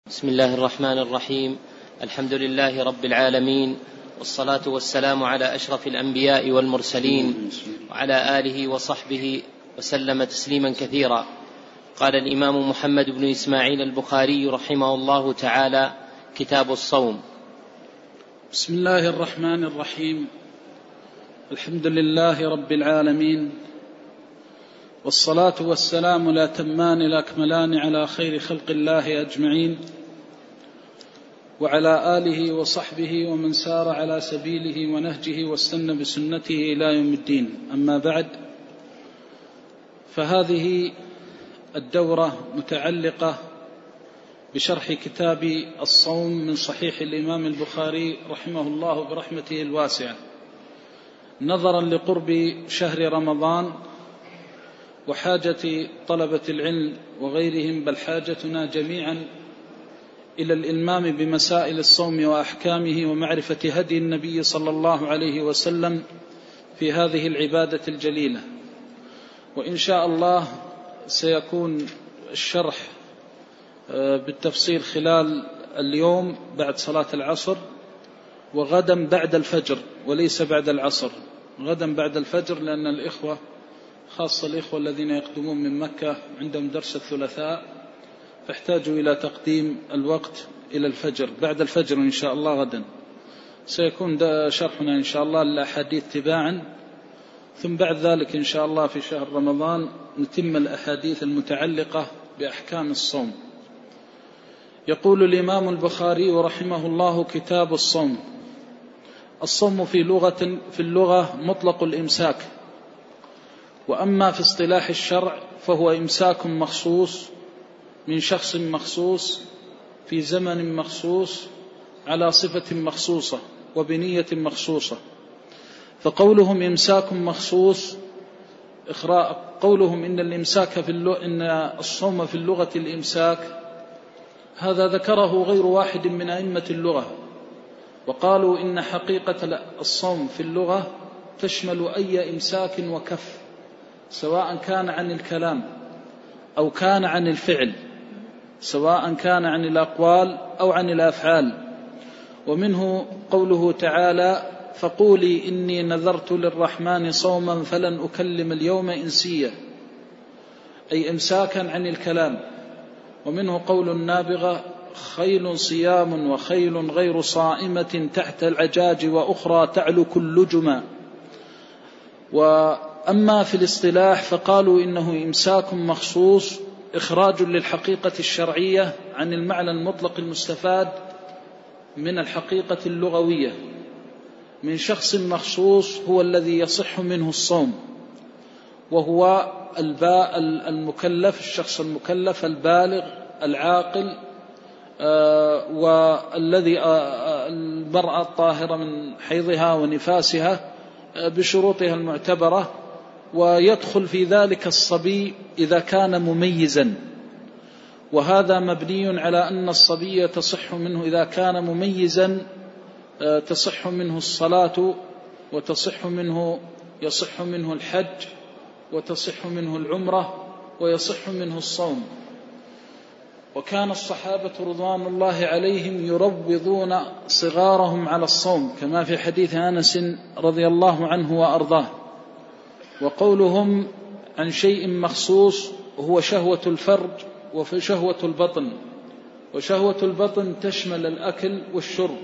بسم الله الرحمن الرحيم. الحمد لله رب العالمين، والصلاة والسلام على أشرف الأنبياء والمرسلين وعلى آله وصحبه وسلم تسليما كثيرا. قال الإمام محمد بن إسماعيل البخاري رحمه الله تعالى: كتاب الصوم. بسم الله الرحمن الرحيم. الحمد لله رب العالمين، والصلاة والسلام الأتمان الأكملان على خير خلق الله أجمعين، وعلى آله وصحبه ومن سار على سبيله ونهجه واستنى بسنته إلى يوم الدين. أما بعد، فهذه الدورة متعلقة بشرح كتاب الصوم من صحيح الإمام البخاري رحمه الله برحمته الواسعة، نظرا لقرب شهر رمضان وحاجة طلبة العلم وغيرهم، بل حاجتنا جميعا إلى الإلمام بمسائل الصوم وأحكامه ومعرفة هدي النبي صلى الله عليه وسلم في هذه العبادة الجليلة. وإن شاء الله سيكون الشرح بالتفصيل خلال اليوم بعد صلاة العصر، وغدا بعد الفجر وليس بعد العصر، غدا بعد الفجر، لأن الإخوة خاصة الإخوة الذين يقدمون من مكة عندهم درس الثلاثاء، فاحتاجوا إلى تقديم الوقت إلى الفجر. بعد الفجر إن شاء الله غدا سيكون شرحنا إن شاء الله الأحاديث تباعا، ثم بعد ذلك إن شاء الله في شهر رمضان نتم الأحاديث المتعلقة بأحكام الصوم. يقول الإمام البخاري رحمه الله: كتاب الصوم. الصوم في اللغة مطلق الإمساك، وأما في اصطلاح الشرع فهو إمساك مخصوص من شخص مخصوص في زمن مخصوص على صفة مخصوصة وبنية مخصوصة. فقولهم إمساك مخصوص، قولهم إن الصوم في اللغة الإمساك، هذا ذكره غير واحد من أئمة اللغة، وقالوا إن حقيقة الصوم في اللغة تشمل أي إمساك وكف، سواء كان عن الكلام أو كان عن الفعل، سواء كان عن الأقوال أو عن الأفعال. ومنه قوله تعالى: فقولي إني نذرت للرحمن صوما فلن أكلم اليوم إنسيا، أي إمساكا عن الكلام. ومنه قول النابغة: خيل صيام وخيل غير صائمة تحت العجاج وأخرى تعلو كل جمى. وأما في الاصطلاح فقالوا إنه إمساك مخصوص، إخراج للحقيقة الشرعية عن المعنى المطلق المستفاد من الحقيقة اللغوية من شخص مخصوص هو الذي يصح منه الصوم، وهو المكلف، الشخص المكلف البالغ العاقل، والذي المرأة الطاهرة من حيضها ونفاسها بشروطها المعتبرة، ويدخل في ذلك الصبي إذا كان مميزا. وهذا مبني على أن الصبي تصح منه إذا كان مميزا، تصح منه الصلاة، ويصح منه الحج، وتصح منه العمرة، ويصح منه الصوم. وكان الصحابة رضوان الله عليهم يروضون صغارهم على الصوم، كما في حديث أنس رضي الله عنه وأرضاه. وقولهم عن شيء مخصوص هو شهوة الفرج وشهوة البطن، وشهوة البطن تشمل الأكل والشرب.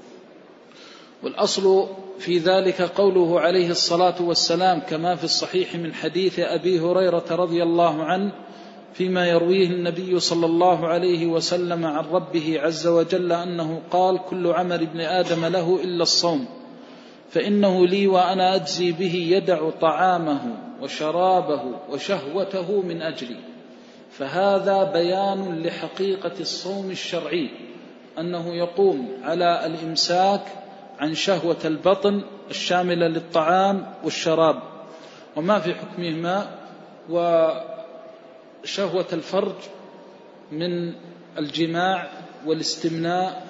والأصل في ذلك قوله عليه الصلاة والسلام كما في الصحيح من حديث أبي هريرة رضي الله عنه فيما يرويه النبي صلى الله عليه وسلم عن ربه عز وجل أنه قال: كل عمل ابن آدم له إلا الصوم فإنه لي وأنا أجزي به، يدع طعامه وشرابه وشهوته من أجلي. فهذا بيان لحقيقة الصوم الشرعي، أنه يقوم على الإمساك عن شهوة البطن الشاملة للطعام والشراب وما في حكمهما، وشهوة الفرج من الجماع والاستمناء.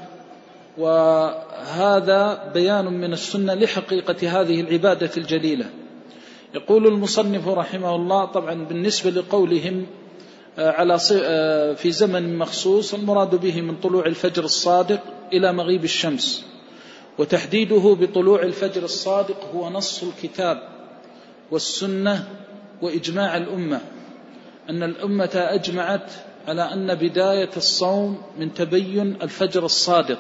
وهذا بيان من السنة لحقيقة هذه العبادة الجليلة. يقول المصنف رحمه الله: طبعا بالنسبة لقولهم في زمن مخصوص، المراد به من طلوع الفجر الصادق إلى مغيب الشمس. وتحديده بطلوع الفجر الصادق هو نص الكتاب والسنة وإجماع الأمة، أن الأمة أجمعت على أن بداية الصوم من تبين الفجر الصادق،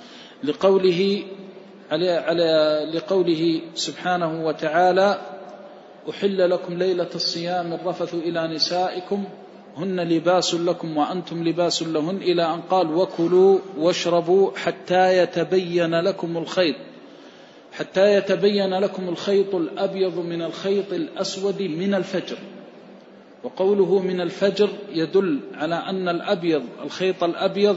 لقوله سبحانه وتعالى: أحل لكم ليلة الصيام الرفث إلى نسائكم هن لباس لكم وأنتم لباس لهن، إلى أن قال: وكلوا واشربوا حتى يتبين لكم الخيط الأبيض من الخيط الأسود من الفجر. وقوله من الفجر يدل على أن الخيط الأبيض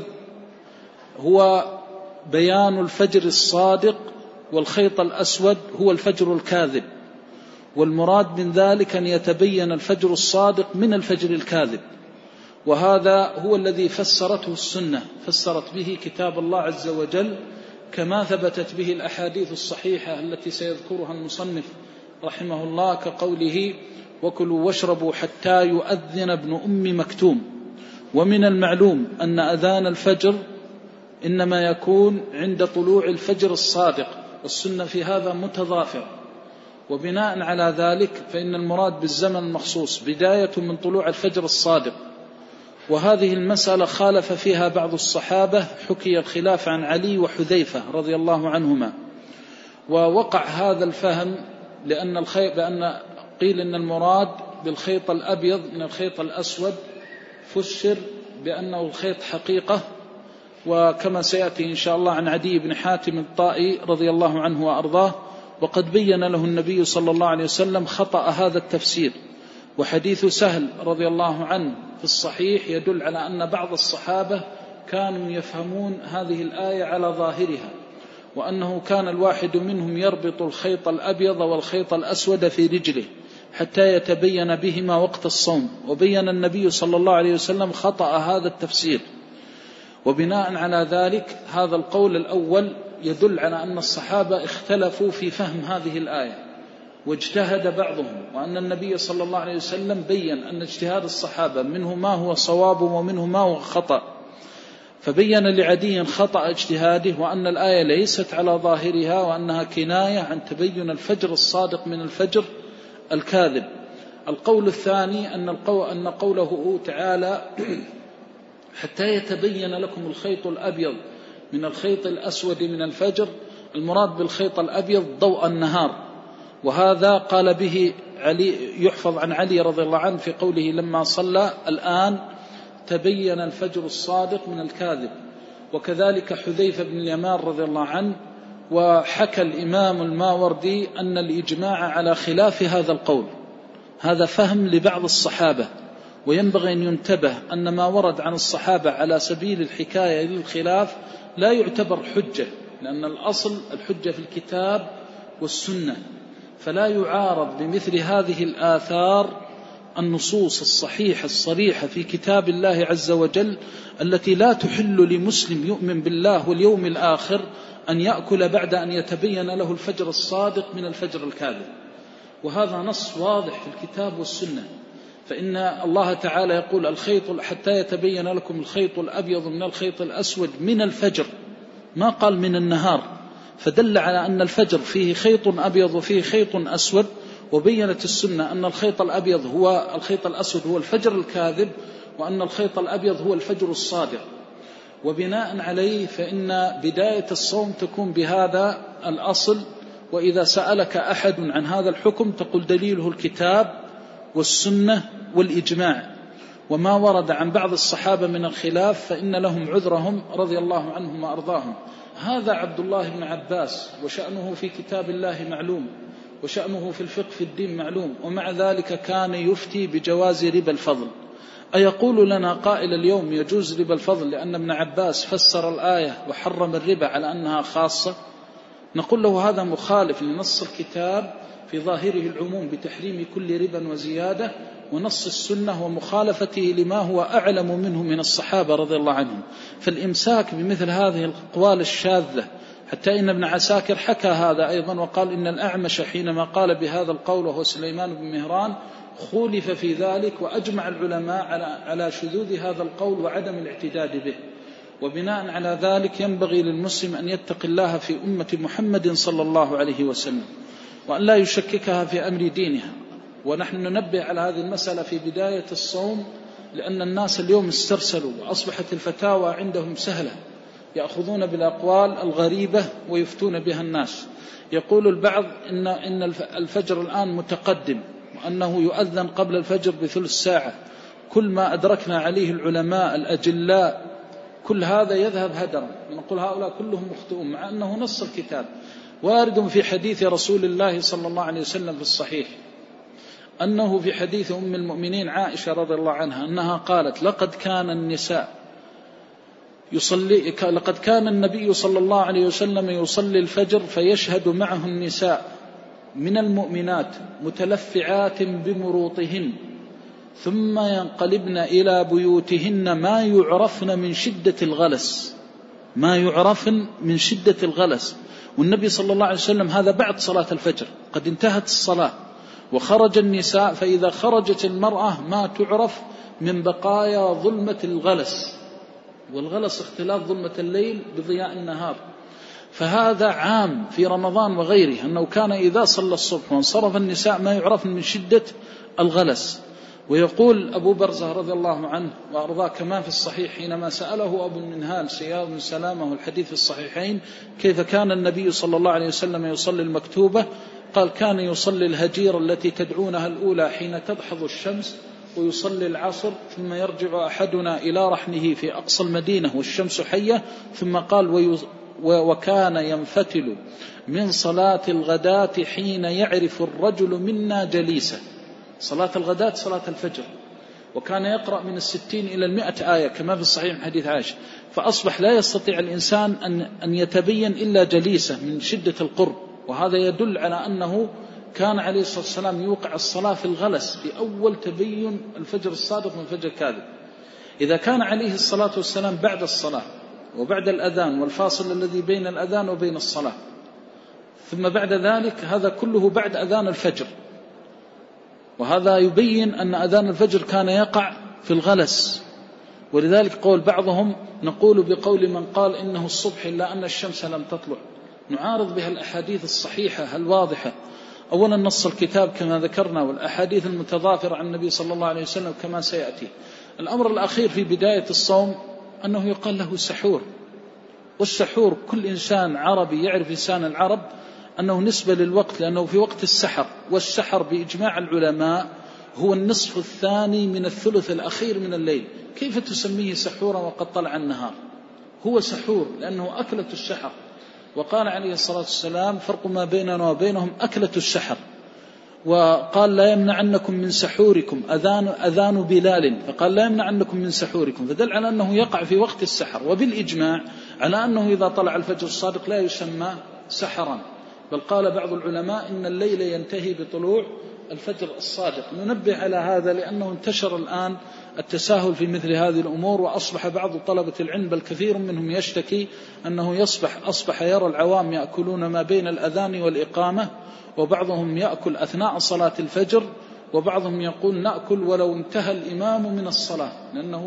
هو بيان الفجر الصادق، والخيط الأسود هو الفجر الكاذب، والمراد من ذلك أن يتبين الفجر الصادق من الفجر الكاذب. وهذا هو الذي فسرته السنة، فسرت به كتاب الله عز وجل، كما ثبتت به الأحاديث الصحيحة التي سيذكرها المصنف رحمه الله، كقوله: وكلوا واشربوا حتى يؤذن ابن أم مكتوم. ومن المعلوم أن أذان الفجر إنما يكون عند طلوع الفجر الصادق، والسنة في هذا متضافرة. وبناء على ذلك فإن المراد بالزمن المخصوص بداية من طلوع الفجر الصادق. وهذه المسألة خالف فيها بعض الصحابة، حكي الخلاف عن علي وحذيفة رضي الله عنهما. ووقع هذا الفهم بأن قيل إن المراد بالخيط الأبيض من الخيط الأسود فسر بأنه الخيط حقيقة، وكما سيأتي إن شاء الله عن عدي بن حاتم الطائي رضي الله عنه وأرضاه، وقد بين له النبي صلى الله عليه وسلم خطأ هذا التفسير. وحديث سهل رضي الله عنه في الصحيح يدل على أن بعض الصحابة كانوا يفهمون هذه الآية على ظاهرها، وأنه كان الواحد منهم يربط الخيط الأبيض والخيط الأسود في رجله حتى يتبين بهما وقت الصوم. وبين النبي صلى الله عليه وسلم خطأ هذا التفسير. وبناء على ذلك هذا القول الأول يدل على أن الصحابة اختلفوا في فهم هذه الآية، واجتهد بعضهم، وأن النبي صلى الله عليه وسلم بين أن اجتهاد الصحابة منه ما هو صواب ومنه ما هو خطأ، فبين لعدي خطأ اجتهاده، وأن الآية ليست على ظاهرها، وأنها كناية عن تبين الفجر الصادق من الفجر الكاذب. القول الثاني أن قوله تعالى: حتى يتبين لكم الخيط الأبيض من الخيط الأسود من الفجر، المراد بالخيط الأبيض ضوء النهار. وهذا قال به علي، يحفظ عن علي رضي الله عنه في قوله لما صلى: الآن تبين الفجر الصادق من الكاذب. وكذلك حذيفة بن اليمان رضي الله عنه. وحكى الإمام الماوردي أن الإجماع على خلاف هذا القول، هذا فهم لبعض الصحابة، وينبغي أن ينتبه أن ما ورد عن الصحابة على سبيل الحكاية للخلاف لا يعتبر حجة، لأن الأصل الحجة في الكتاب والسنة، فلا يعارض بمثل هذه الآثار النصوص الصحيحة الصريحة في كتاب الله عز وجل، التي لا تحل لمسلم يؤمن بالله واليوم الآخر أن يأكل بعد أن يتبين له الفجر الصادق من الفجر الكاذب. وهذا نص واضح في الكتاب والسنة. فإن الله تعالى يقول: الخيط حتى يتبين لكم الخيط الأبيض من الخيط الأسود من الفجر، ما قال من النهار، فدل على أن الفجر فيه خيط أبيض وفيه خيط أسود. وبينت السنة أن الخيط الأسود هو الفجر الكاذب، وأن الخيط الأبيض هو الفجر الصادق. وبناء عليه فإن بداية الصوم تكون بهذا الأصل. وإذا سألك أحد عن هذا الحكم تقول دليله الكتاب والسنة والإجماع. وما ورد عن بعض الصحابة من الخلاف فإن لهم عذرهم رضي الله عنهم وأرضاهم. هذا عبد الله بن عباس، وشأنه في كتاب الله معلوم، وشأنه في الفقه في الدين معلوم، ومع ذلك كان يفتي بجواز ربا الفضل. أيقول لنا قائل اليوم يجوز ربا الفضل لأن ابن عباس فسر الآية وحرم الربا على أنها خاصة؟ نقول له هذا مخالف لنص الكتاب في ظاهره العموم بتحريم كل ربا وزيادة، ونص السنة ومخالفته لما هو أعلم منه من الصحابة رضي الله عنهم. فالإمساك بمثل هذه الأقوال الشاذة، حتى إن ابن عساكر حكى هذا أيضا، وقال إن الأعمش حينما قال بهذا القول وهو سليمان بن مهران خولف في ذلك، وأجمع العلماء على شذوذ هذا القول وعدم الاعتداد به. وبناء على ذلك ينبغي للمسلم أن يتقي الله في أمة محمد صلى الله عليه وسلم، وأن لا يشككها في أمر دينها. ونحن ننبه على هذه المسألة في بداية الصوم، لأن الناس اليوم استرسلوا وأصبحت الفتاوى عندهم سهلة، يأخذون بالأقوال الغريبة ويفتون بها الناس. يقول البعض إن الفجر الآن متقدم، وأنه يؤذن قبل الفجر بثلث ساعة. كل ما أدركنا عليه العلماء الأجلاء كل هذا يذهب هدرا. نقول هؤلاء كلهم مخطئون، مع أنه نص الكتاب وارد في حديث رسول الله صلى الله عليه وسلم في الصحيح، أنه في حديث أم المؤمنين عائشة رضي الله عنها أنها قالت: لقد كان النبي صلى الله عليه وسلم يصلي الفجر فيشهد معه النساء من المؤمنات متلفعات بمروطهن، ثم ينقلبن إلى بيوتهن ما يعرفن من شدة الغلس. والنبي صلى الله عليه وسلم هذا بعد صلاة الفجر، قد انتهت الصلاة وخرج النساء، فإذا خرجت المرأة ما تعرف من بقايا ظلمة الغلس، والغلس اختلاف ظلمة الليل بضياء النهار. فهذا عام في رمضان وغيره، أنه كان إذا صلى الصبح وانصرف النساء ما يعرف من شدة الغلس. ويقول أبو برزة رضي الله عنه وأرضاه كما في الصحيح حينما سأله أبو المنهال سياض بن سلامة والحديث في الصحيحين كيف كان النبي صلى الله عليه وسلم يصلي المكتوبة، قال: كان يصلي الهجير التي تدعونها الأولى حين تدحض الشمس، ويصلي العصر، ثم يرجع أحدنا إلى رحمه في أقصى المدينة والشمس حية. ثم قال: وكان ينفتل من صلاة الغداة حين يعرف الرجل منا جليسة. صلاة الغداة صلاة الفجر، وكان يقرأ من 60 إلى 100 آية كما في الصحيح من حديث عائشة. فأصبح لا يستطيع الإنسان أن يتبين إلا جليسة من شدة القرب، وهذا يدل على أنه كان عليه الصلاة والسلام يوقع الصلاة في الغلس في أول تبين الفجر الصادق من الفجر الكاذب. إذا كان عليه الصلاة والسلام بعد الصلاة وبعد الأذان والفاصل الذي بين الأذان وبين الصلاة، ثم بعد ذلك هذا كله بعد أذان الفجر، وهذا يبين أن أذان الفجر كان يقع في الغلس. ولذلك قول بعضهم: نقول بقول من قال إنه الصبح إلا أن الشمس لم تطلع، نعارض بها الأحاديث الصحيحة الواضحة. أولا نص الكتاب كما ذكرنا، والأحاديث المتضافرة عن النبي صلى الله عليه وسلم كما سيأتي. الأمر الأخير في بداية الصوم أنه يقال له سحور، والسحور كل إنسان عربي يعرف لسان العرب أنه نسبة للوقت، لأنه في وقت السحر، والسحر بإجماع العلماء هو النصف الثاني من الثلث الأخير من الليل. كيف تسميه سحورا وقد طلع النهار؟ هو سحور لأنه أكلة السحر. وقال عليه الصلاة والسلام: فرق ما بيننا وبينهم أكلة السحر. وقال: لا يمنعنكم من سحوركم أذان بلال، فقال: لا يمنعنكم من سحوركم، فدل على أنه يقع في وقت السحر. وبالإجماع على أنه إذا طلع الفجر الصادق لا يسمى سحرا، بل قال بعض العلماء إن الليل ينتهي بطلوع الفجر الصادق. ننبه على هذا لأنه انتشر الآن التساهل في مثل هذه الأمور، وأصبح بعض طلبة العلم بل كثير منهم يشتكي أنه أصبح يرى العوام يأكلون ما بين الأذان والإقامة، وبعضهم يأكل أثناء صلاة الفجر، وبعضهم يقول نأكل ولو انتهى الإمام من الصلاة، لأنه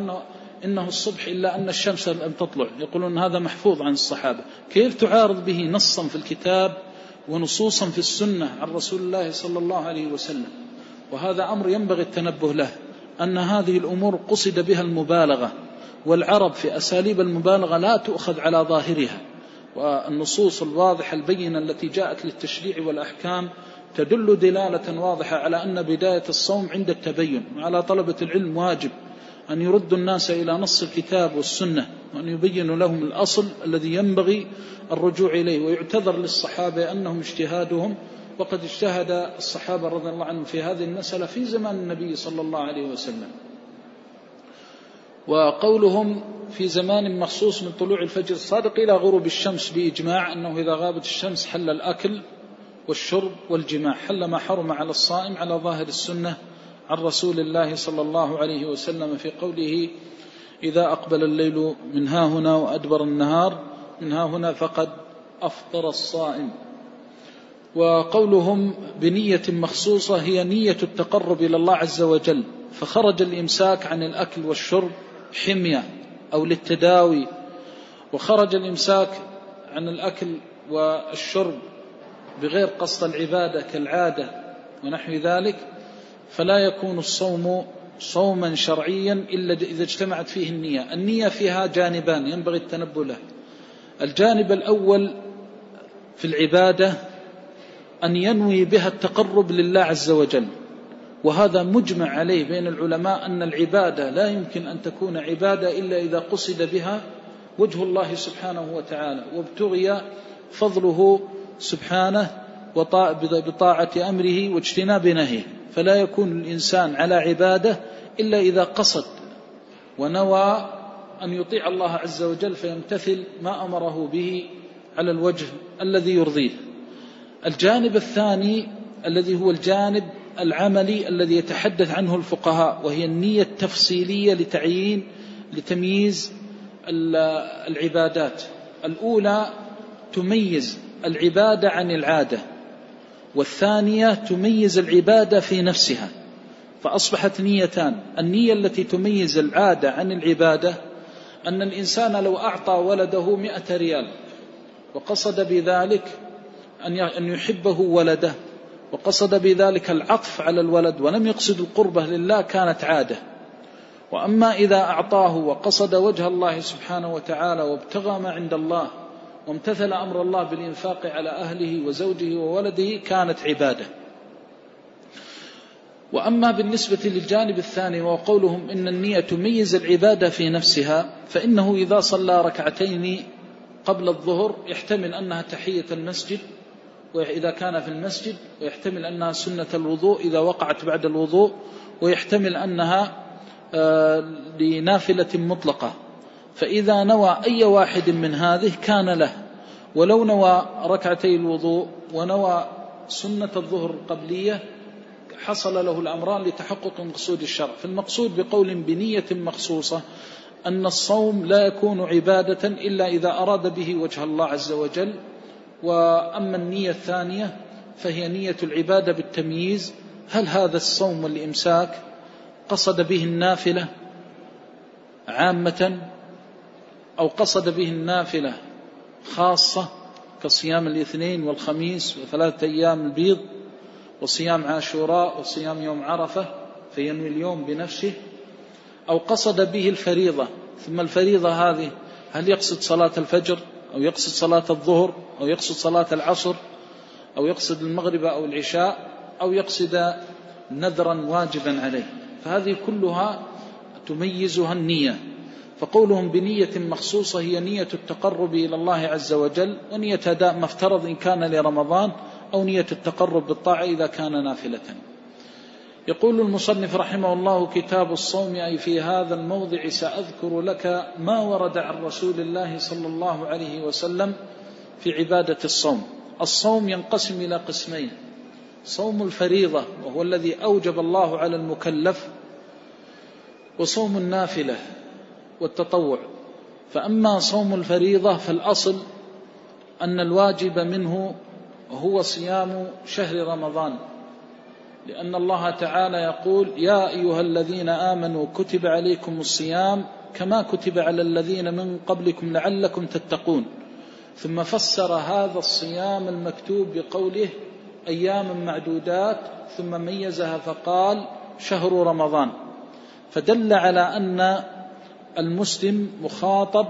إنه الصبح إلا أن الشمس لم تطلع. يقولون هذا محفوظ عن الصحابة. كيف تعارض به نصا في الكتاب ونصوصا في السنة عن رسول الله صلى الله عليه وسلم؟ وهذا أمر ينبغي التنبه له، أن هذه الأمور قصد بها المبالغة، والعرب في أساليب المبالغة لا تؤخذ على ظاهرها. والنصوص الواضحة البينة التي جاءت للتشريع والأحكام تدل دلالة واضحة على أن بداية الصوم عند التبين. وعلى طلبة العلم واجب أن يردوا الناس إلى نص الكتاب والسنة، وأن يبينوا لهم الأصل الذي ينبغي الرجوع إليه. ويعتذر للصحابة أنهم اجتهادهم، وقد اجتهد الصحابة رضي الله عنهم في هذه المسألة في زمان النبي صلى الله عليه وسلم. وقولهم في زمان مخصوص من طلوع الفجر الصادق إلى غروب الشمس بإجماع أنه إذا غابت الشمس حل الأكل والشرب والجماع، حل ما حرم على الصائم على ظاهر السنة عن رسول الله صلى الله عليه وسلم في قوله: إذا أقبل الليل من ها هنا وأدبر النهار من ها هنا فقد أفطر الصائم. وقولهم بنية مخصوصة هي نية التقرب إلى الله عز وجل، فخرج الإمساك عن الأكل والشرب حمية أو للتداوي، وخرج الإمساك عن الأكل والشرب بغير قصد العبادة كالعادة ونحو ذلك، فلا يكون الصوم صوما شرعيا إلا إذا اجتمعت فيه النية. النية فيها جانبان ينبغي التنبه له. الجانب الأول في العبادة أن ينوي بها التقرب لله عز وجل، وهذا مجمع عليه بين العلماء أن العبادة لا يمكن أن تكون عبادة إلا إذا قصد بها وجه الله سبحانه وتعالى وابتغي فضله سبحانه بطاعة أمره واجتناب نهيه. فلا يكون الإنسان على عبادة إلا إذا قصد ونوى أن يطيع الله عز وجل فيمتثل ما أمره به على الوجه الذي يرضيه. الجانب الثاني الذي هو الجانب العملي الذي يتحدث عنه الفقهاء، وهي النية التفصيلية لتمييز العبادات. الأولى تميز العبادة عن العادة، والثانية تميز العبادة في نفسها، فأصبحت نيتان. النية التي تميز العادة عن العبادة أن الإنسان لو أعطى ولده 100 ريال وقصد بذلك أن يحبه ولده، وقصد بذلك العطف على الولد ولم يقصد القربة لله، كانت عادة. وأما إذا أعطاه وقصد وجه الله سبحانه وتعالى وابتغى ما عند الله وامتثل أمر الله بالإنفاق على أهله وزوجه وولده، كانت عبادة. وأما بالنسبة للجانب الثاني وقولهم إن النية تميز العبادة في نفسها، فإنه إذا صلى ركعتين قبل الظهر يحتمل أنها تحية المسجد وإذا كان في المسجد، ويحتمل أنها سنة الوضوء إذا وقعت بعد الوضوء، ويحتمل أنها لنافلة مطلقة. فإذا نوى أي واحد من هذه كان له، ولو نوى ركعتي الوضوء ونوى سنة الظهر القبلية حصل له الأمران لتحقق مقصود الشرع. فالمقصود بقول بنية مخصوصة أن الصوم لا يكون عبادة إلا إذا أراد به وجه الله عز وجل. وأما النية الثانية فهي نية العبادة بالتمييز، هل هذا الصوم والإمساك قصد به النافلة عامة أو قصد به النافلة خاصة كصيام الاثنين والخميس وثلاثة أيام البيض وصيام عاشوراء وصيام يوم عرفة فينوي اليوم بنفسه، أو قصد به الفريضة. ثم الفريضة هذه هل يقصد صلاة الفجر أو يقصد صلاة الظهر أو يقصد صلاة العصر أو يقصد المغرب أو العشاء أو يقصد نذرا واجبا عليه، فهذه كلها تميزها النية. فقولهم بنية مخصوصة هي نية التقرب إلى الله عز وجل، ونية أداء ما افترض إن كان لرمضان، أو نية التقرب بالطاعة إذا كان نافلة. يقول المصنف رحمه الله: كتاب الصوم، أي في هذا الموضع سأذكر لك ما ورد عن رسول الله صلى الله عليه وسلم في عبادة الصوم. الصوم ينقسم إلى قسمين: صوم الفريضة وهو الذي أوجب الله على المكلف، وصوم النافلة والتطوع. فأما صوم الفريضة فالأصل أن الواجب منه هو صيام شهر رمضان، لأن الله تعالى يقول: يا أيها الذين آمنوا كتب عليكم الصيام كما كتب على الذين من قبلكم لعلكم تتقون. ثم فسر هذا الصيام المكتوب بقوله أيام معدودات، ثم ميزها فقال شهر رمضان، فدل على أن المسلم مخاطب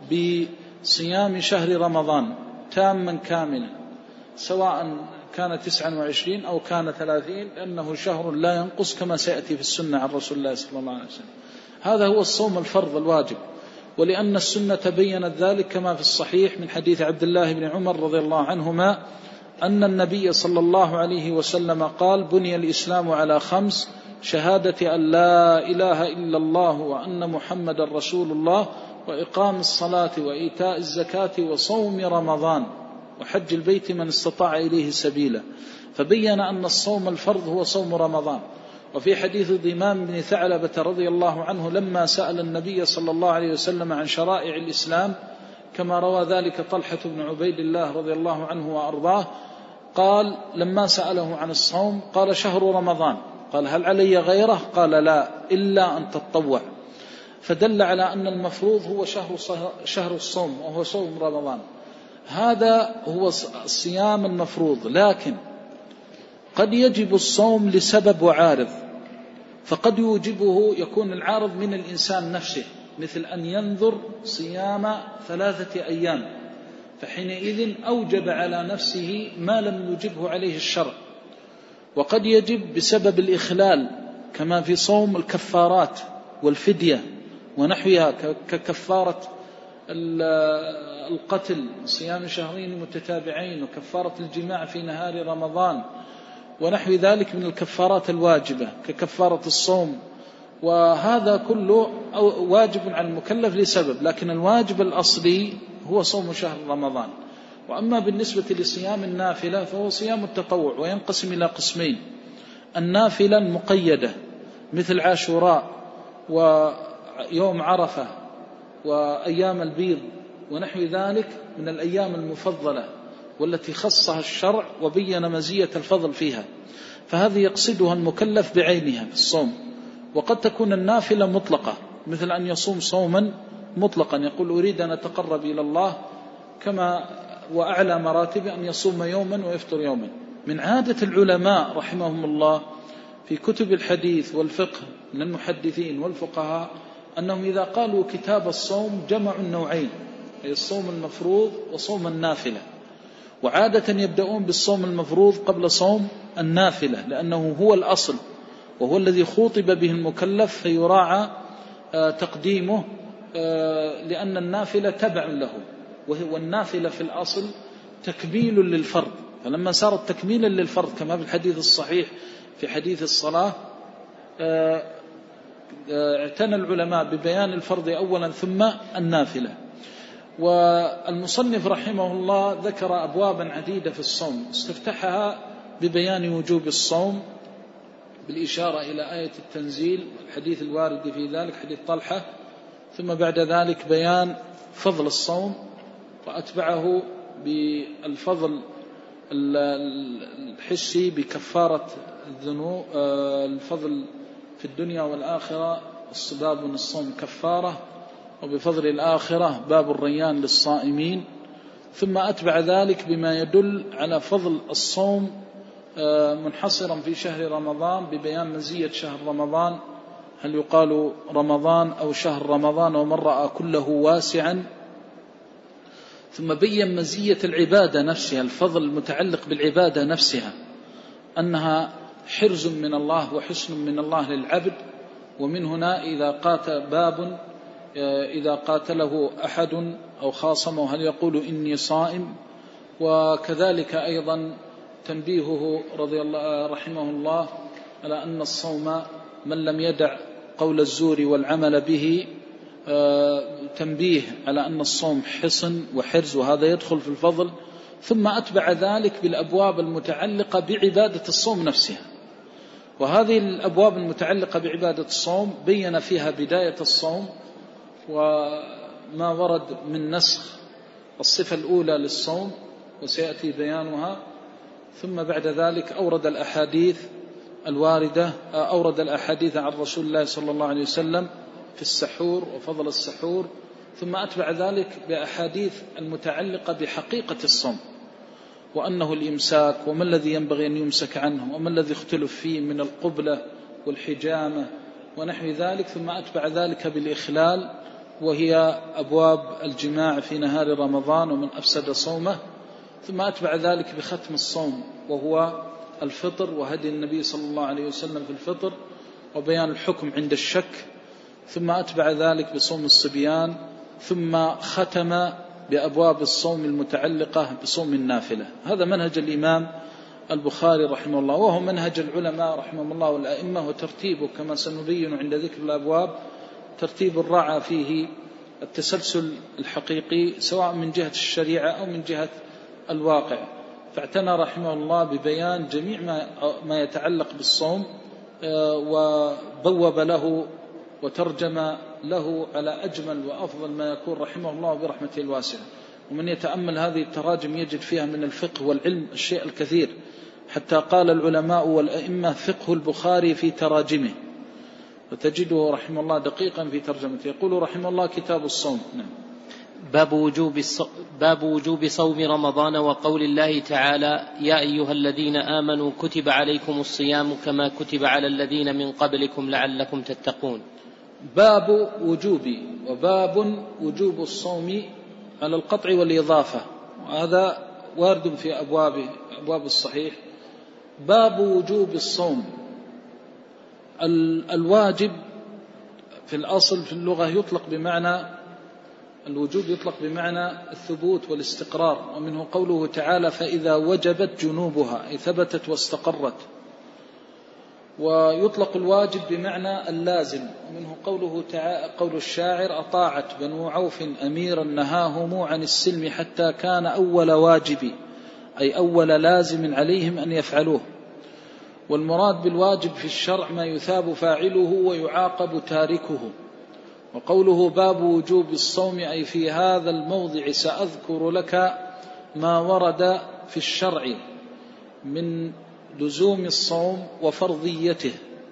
بصيام شهر رمضان تاما كاملا، سواء كان 29 أو كان 30، لأنه شهر لا ينقص كما سيأتي في السنة عن رسول الله صلى الله عليه وسلم. هذا هو الصوم الفرض الواجب، ولأن السنة بيّنت ذلك كما في الصحيح من حديث عبد الله بن عمر رضي الله عنهما أن النبي صلى الله عليه وسلم قال: بني الإسلام على 5: شهادة أن لا إله إلا الله وأن محمد رسول الله، وإقام الصلاة وإيتاء الزكاة وصوم رمضان وحج البيت من استطاع إليه سبيلا. فبين أن الصوم الفرض هو صوم رمضان. وفي حديث ضمام بن ثعلبة رضي الله عنه لما سأل النبي صلى الله عليه وسلم عن شرائع الإسلام، كما روى ذلك طلحة بن عبيد الله رضي الله عنه وأرضاه، فقال لما سأله عن الصوم قال شهر رمضان. قال هل علي غيره؟ قال لا إلا أن تتطوع. فدل على أن المفروض هو شهر الصوم وهو صوم رمضان. هذا هو الصيام المفروض، لكن قد يجب الصوم لسبب وعارض، فقد يوجبه يكون العارض من الإنسان نفسه، مثل أن ينذر صيام 3 أيام، فحينئذ أوجب على نفسه ما لم يوجبه عليه الشرع. وقد يجب بسبب الإخلال كما في صوم الكفارات والفدية ونحوها، ككفارة القتل، صيام شهرين متتابعين، وكفارة الجماع في نهار رمضان ونحو ذلك من الكفارات الواجبة ككفارة الصوم. وهذا كله واجب على المكلف لسبب، لكن الواجب الأصلي هو صوم شهر رمضان. وأما بالنسبة لصيام النافلة فهو صيام التطوع، وينقسم إلى قسمين: النافلة المقيدة مثل عاشوراء ويوم عرفة وأيام البيض ونحو ذلك من الأيام المفضلة والتي خصها الشرع وبين مزية الفضل فيها، فهذه يقصدها المكلف بعينها في الصوم. وقد تكون النافلة مطلقة، مثل أن يصوم صوما مطلقا يقول أريد أن أتقرب إلى الله، كما وأعلى مراتب أن يصوم يوما ويفطر يوما. من عادة العلماء رحمهم الله في كتب الحديث والفقه من المحدثين والفقهاء أنهم إذا قالوا كتاب الصوم جمعوا النوعين، أي الصوم المفروض وصوم النافلة. وعادة يبدأون بالصوم المفروض قبل صوم النافلة، لأنه هو الأصل وهو الذي خوطب به المكلف، فيراعى تقديمه لأن النافلة تبع له، وهو النافلة في الأصل تكميل للفرض. فلما صارت تكميلا للفرض كما في الحديث الصحيح في حديث الصلاة، اعتنى العلماء ببيان الفرض أولا ثم النافلة. والمصنف رحمه الله ذكر أبوابا عديدة في الصوم، استفتحها ببيان وجوب الصوم بالإشارة إلى آية التنزيل والحديث الوارد في ذلك حديث طلحة، ثم بعد ذلك بيان فضل الصوم، وأتبعه بالفضل الحسي بكفارة الذنوب، الفضل في الدنيا والآخرة، الصباب من الصوم كفارة، وبفضل الآخرة باب الريان للصائمين. ثم أتبع ذلك بما يدل على فضل الصوم منحصرا في شهر رمضان ببيان مزية شهر رمضان، هل يقال رمضان أو شهر رمضان، ومن رأى كله واسعا. ثم بين مزية العبادة نفسها، الفضل المتعلق بالعبادة نفسها، أنها حرز من الله وحسن من الله للعبد. ومن هنا إذا قاتله أحد أو خاصمه هل يقول إني صائم. وكذلك أيضا تنبيهه رحمه الله على أن الصوم من لم يدع قول الزور والعمل به، تنبيه على أن الصوم حصن وحرز، وهذا يدخل في الفضل. ثم أتبع ذلك بالأبواب المتعلقة بعبادة الصوم نفسها، وهذه الأبواب المتعلقة بعبادة الصوم بين فيها بداية الصوم وما ورد من نسخ الصفة الأولى للصوم وسيأتي بيانها. ثم بعد ذلك أورد الأحاديث الواردة، أورد الأحاديث عن رسول الله صلى الله عليه وسلم في السحور وفضل السحور. ثم أتبع ذلك بأحاديث المتعلقة بحقيقة الصوم، وأنه الإمساك، وما الذي ينبغي أن يمسك عنه، وما الذي اختلف فيه من القبلة والحجامة ونحو ذلك. ثم أتبع ذلك بالإخلال، وهي أبواب الجماع في نهار رمضان ومن أفسد صومه. ثم أتبع ذلك بختم الصوم وهو الفطر، وهدي النبي صلى الله عليه وسلم في الفطر، وبيان الحكم عند الشك. ثم أتبع ذلك بصوم الصبيان، ثم ختم بأبواب الصوم المتعلقة بصوم النافلة. هذا منهج الإمام البخاري رحمه الله، وهو منهج العلماء رحمه الله والأئمة، وترتيبه كما سنبين عند ذكر الأبواب ترتيب الرعى فيه التسلسل الحقيقي، سواء من جهة الشريعة أو من جهة الواقع. فاعتنى رحمه الله ببيان جميع ما يتعلق بالصوم، وبوب له وترجم له على أجمل وأفضل ما يكون رحمه الله برحمته الواسعة. ومن يتأمل هذه التراجم يجد فيها من الفقه والعلم الشيء الكثير، حتى قال العلماء والأئمة فقه البخاري في تراجمه، وتجده رحمه الله دقيقا في ترجمته. يقول رحمه الله كتاب الصوم. نعم. باب وجوب صوم رمضان وقول الله تعالى يا أيها الذين آمنوا كتب عليكم الصيام كما كتب على الذين من قبلكم لعلكم تتقون. باب وجوب، وباب وجوب الصوم على القطع والإضافة، وهذا وارد في أبواب الصحيح. باب وجوب الصوم. الواجب في الأصل في اللغة يطلق بمعنى الوجوب، يطلق بمعنى الثبوت والاستقرار، ومنه قوله تعالى فإذا وجبت جنوبها، أي ثبتت واستقرت. ويطلق الواجب بمعنى اللازم، ومنه قوله تعالى قول الشاعر أطاعت بنو عوف أميرا نهاهم عن السلم حتى كان أول واجب، أي أول لازم عليهم أن يفعلوه. والمراد بالواجب في الشرع ما يثاب فاعله ويعاقب تاركه. وقوله باب وجوب الصوم، أي في هذا الموضع سأذكر لك ما ورد في الشرع من لزوم الصوم وفرضيته.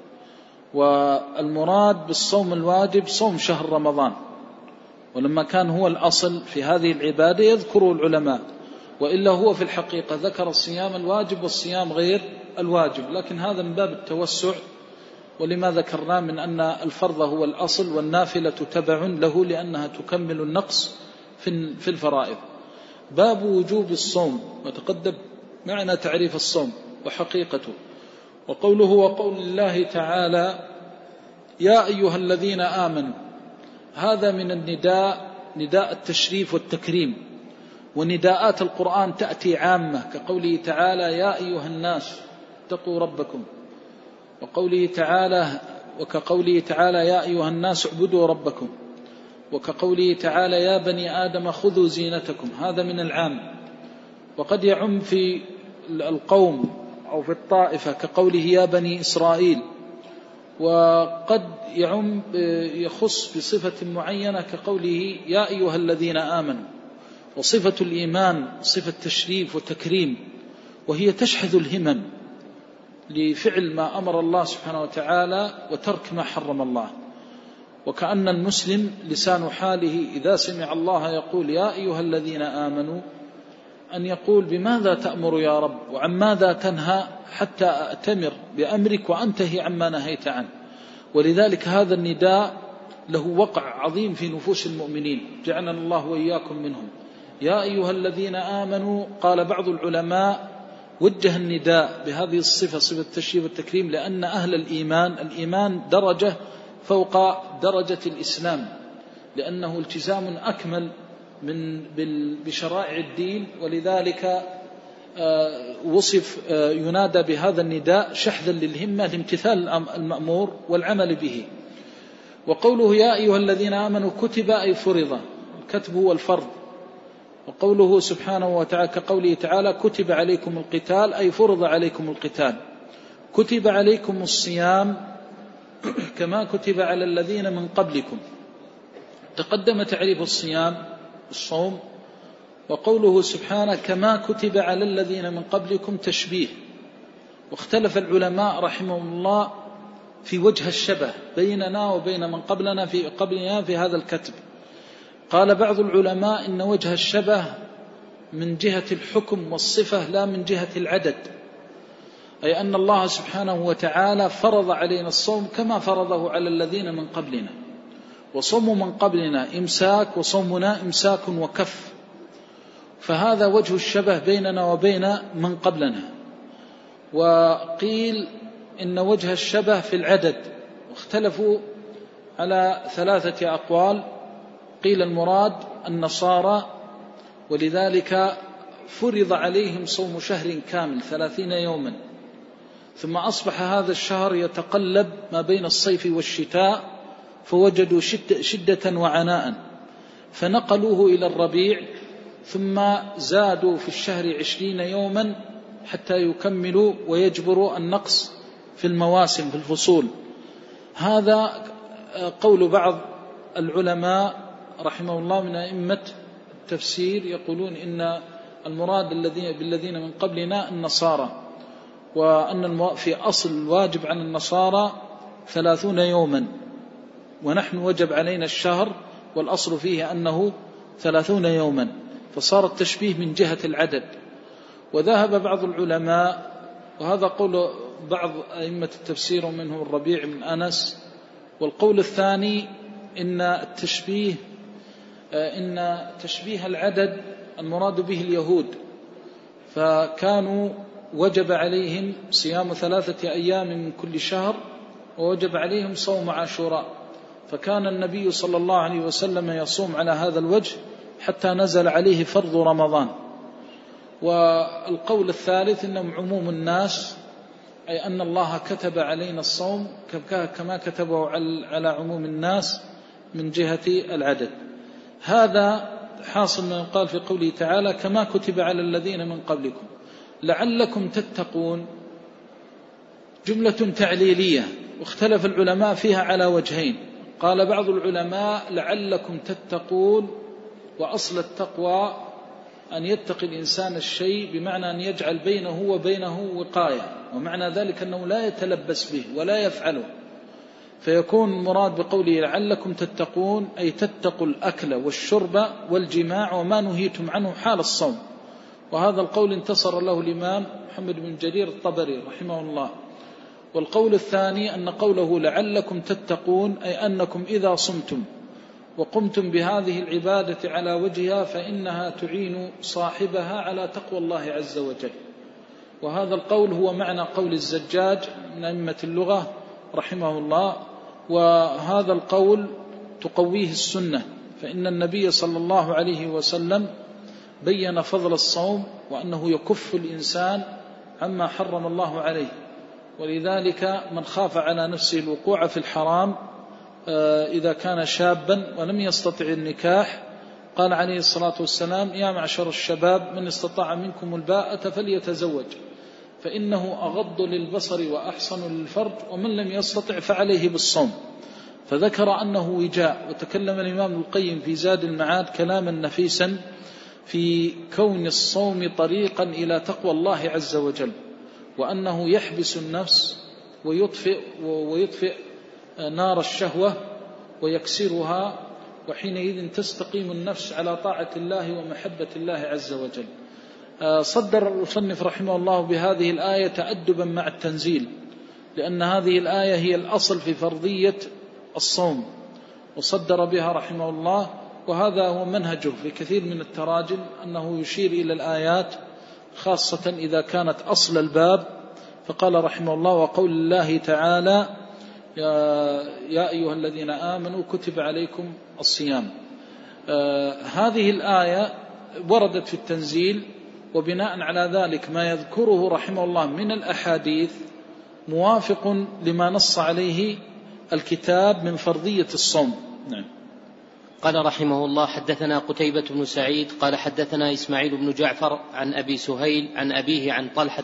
والمراد بالصوم الواجب صوم شهر رمضان، ولما كان هو الأصل في هذه العبادة يذكر العلماء، وإلا هو في الحقيقة ذكر الصيام الواجب والصيام غير الواجب، لكن هذا من باب التوسع، ولما ذكرنا من أن الفرض هو الأصل والنافلة تبع له لأنها تكمل النقص في الفرائض. باب وجوب الصوم، وتقدم معنى تعريف الصوم وحقيقته. وقوله وقول الله تعالى يا أيها الذين آمنوا، هذا من النداء، نداء التشريف والتكريم. ونداءات القرآن تأتي عامة، كقوله تعالى يا أيها الناس اتقوا ربكم، وكقوله تعالى يا أيها الناس اعبدوا ربكم، وكقوله تعالى يا بني آدم خذوا زينتكم، هذا من العام. وقد يعم في القوم أو في الطائفة كقوله يا بني إسرائيل، وقد يعم يخص بصفة معينة كقوله يا أيها الذين آمنوا. وصفة الإيمان صفة تشريف وتكريم، وهي تشحذ الهمم لفعل ما أمر الله سبحانه وتعالى وترك ما حرم الله. وكأن المسلم لسان حاله إذا سمع الله يقول يا أيها الذين آمنوا أن يقول بماذا تأمر يا رب وعن ماذا تنهى حتى أأتمر بأمرك وأنتهي عما نهيت عنه. ولذلك هذا النداء له وقع عظيم في نفوس المؤمنين، جعلنا الله وإياكم منهم. يا أيها الذين آمنوا، قال بعض العلماء وجه النداء بهذه الصفة، صفة التشريف والتكريم، لأن أهل الإيمان درجة فوق درجة الإسلام، لأنه التزام أكمل بشرائع الدين، ولذلك وصف ينادى بهذا النداء شحذا للهمة لامتثال المأمور والعمل به. وقوله يا أيها الذين آمنوا كتب، أي فرض، الكتب هو الفرض. وقوله سبحانه وتعالى كقوله تعالى كتب عليكم القتال، أي فرض عليكم القتال. كتب عليكم الصيام كما كتب على الذين من قبلكم. تقدم تعريف الصوم. وقوله سبحانه كما كتب على الذين من قبلكم تشبيه. واختلف العلماء رحمهم الله في وجه الشبه بيننا وبين من قبلنا في هذا الكتب. قال بعض العلماء إن وجه الشبه من جهة الحكم والصفة لا من جهة العدد، أي أن الله سبحانه وتعالى فرض علينا الصوم كما فرضه على الذين من قبلنا، وصوم من قبلنا إمساك وصومنا إمساك وكف، فهذا وجه الشبه بيننا وبين من قبلنا. وقيل إن وجه الشبه في العدد، واختلفوا على 3 أقوال. قيل المراد النصارى، ولذلك فرض عليهم صوم شهر كامل 30 يوما، ثم أصبح هذا الشهر يتقلب ما بين الصيف والشتاء، فوجدوا شدة وعناء فنقلوه إلى الربيع، ثم زادوا في الشهر 20 يوما حتى يكملوا ويجبروا النقص في المواسم في الفصول. هذا قول بعض العلماء رحمه الله من أئمة التفسير يقولون إن المراد بالذين من قبلنا النصارى، وأن في أصل الواجب عن النصارى 30 يوما، ونحن وجب علينا الشهر والأصل فيه أنه 30 يوما، فصار التشبيه من جهة العدد. وذهب بعض العلماء، وهذا قول بعض أئمة التفسير ومنهم الربيع بن أنس، والقول الثاني إن تشبيه العدد المراد به اليهود، فكانوا وجب عليهم صيام 3 أيام من كل شهر، ووجب عليهم صوم عاشوراء، فكان النبي صلى الله عليه وسلم يصوم على هذا الوجه حتى نزل عليه فرض رمضان. والقول الثالث إنهم عموم الناس، أي أن الله كتب علينا الصوم كما كتبه على عموم الناس من جهة العدد. هذا حاصل ما يقال في قوله تعالى كما كتب على الذين من قبلكم لعلكم تتقون، جملة تعليلية، واختلف العلماء فيها على وجهين. قال بعض العلماء لعلكم تتقون، وأصل التقوى أن يتقي الإنسان الشيء بمعنى أن يجعل بينه وبينه وقاية، ومعنى ذلك أنه لا يتلبس به ولا يفعله، فيكون مراد بقوله لعلكم تتقون أي تتقوا الأكل والشرب والجماع وما نهيتم عنه حال الصوم. وهذا القول انتصر له الإمام محمد بن جرير الطبري رحمه الله. والقول الثاني أن قوله لعلكم تتقون أي أنكم إذا صمتم وقمتم بهذه العبادة على وجهها فإنها تعين صاحبها على تقوى الله عز وجل. وهذا القول هو معنى قول الزجاج من أئمة اللغة رحمه الله، وهذا القول تقويه السنة، فإن النبي صلى الله عليه وسلم بين فضل الصوم وأنه يكف الإنسان عما حرم الله عليه. ولذلك من خاف على نفسه الوقوع في الحرام إذا كان شابا ولم يستطع النكاح، قال عليه الصلاة والسلام يا معشر الشباب من استطاع منكم الباءة فليتزوج فإنه أغض للبصر وأحصن للفرج ومن لم يستطع فعليه بالصوم. فذكر أنه وجاء. وتكلم الإمام القيم في زاد المعاد كلاما نفيسا في كون الصوم طريقا إلى تقوى الله عز وجل، وأنه يحبس النفس ويطفئ نار الشهوة ويكسرها، وحينئذ تستقيم النفس على طاعة الله ومحبة الله عز وجل. صدر المصنف رحمه الله بهذه الآية تأدبا مع التنزيل، لأن هذه الآية هي الأصل في فرضية الصوم، وصدر بها رحمه الله. وهذا هو منهجه في كثير من التراجم، أنه يشير إلى الآيات خاصة إذا كانت أصل الباب. فقال رحمه الله وقول الله تعالى يا أيها الذين آمنوا كتب عليكم الصيام. هذه الآية وردت في التنزيل، وبناء على ذلك ما يذكره رحمه الله من الأحاديث موافق لما نص عليه الكتاب من فرضية الصوم. نعم. قال رحمه الله حدثنا قتيبة بن سعيد قال حدثنا إسماعيل بن جعفر عن أبي سهيل عن أبيه عن طلحة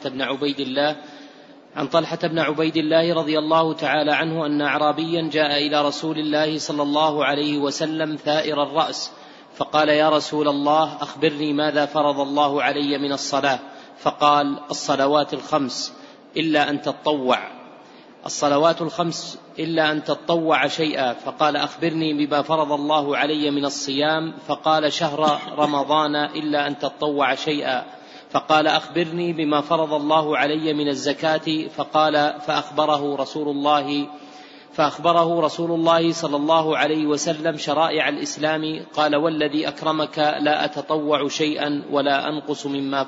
بن عبيد الله رضي الله تعالى عنه أن أعرابيا جاء إلى رسول الله صلى الله عليه وسلم ثائر الرأس فقال يا رسول الله أخبرني ماذا فرض الله علي من الصلاة؟ فقال الصلوات الخمس إلا أن تطوع شيئا. فقال أخبرني بما فرض الله علي من الصيام؟ فقال شهر رمضان إلا أن تطوع شيئا. فقال أخبرني بما فرض الله علي من الزكاة؟ فقال فأخبره رسول الله صلى الله عليه وسلم شرائع الإسلام. قال والذي أكرمك لا أتطوع شيئا ولا أنقص مما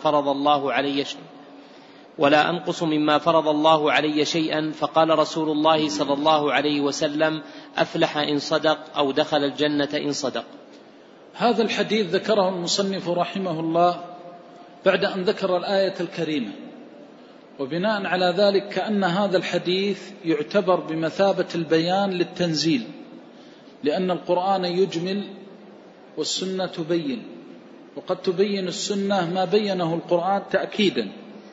فرض الله علي شيئا. فقال رسول الله صلى الله عليه وسلم أفلح إن صدق أو دخل الجنة إن صدق. هذا الحديث ذكره المصنف رحمه الله بعد أن ذكر الآية الكريمة، وبناء على ذلك كأن هذا الحديث يعتبر بمثابة البيان للتنزيل، لأن القرآن يجمل والسنة تبين، وقد تبين السنة ما بينه القرآن تأكيدا.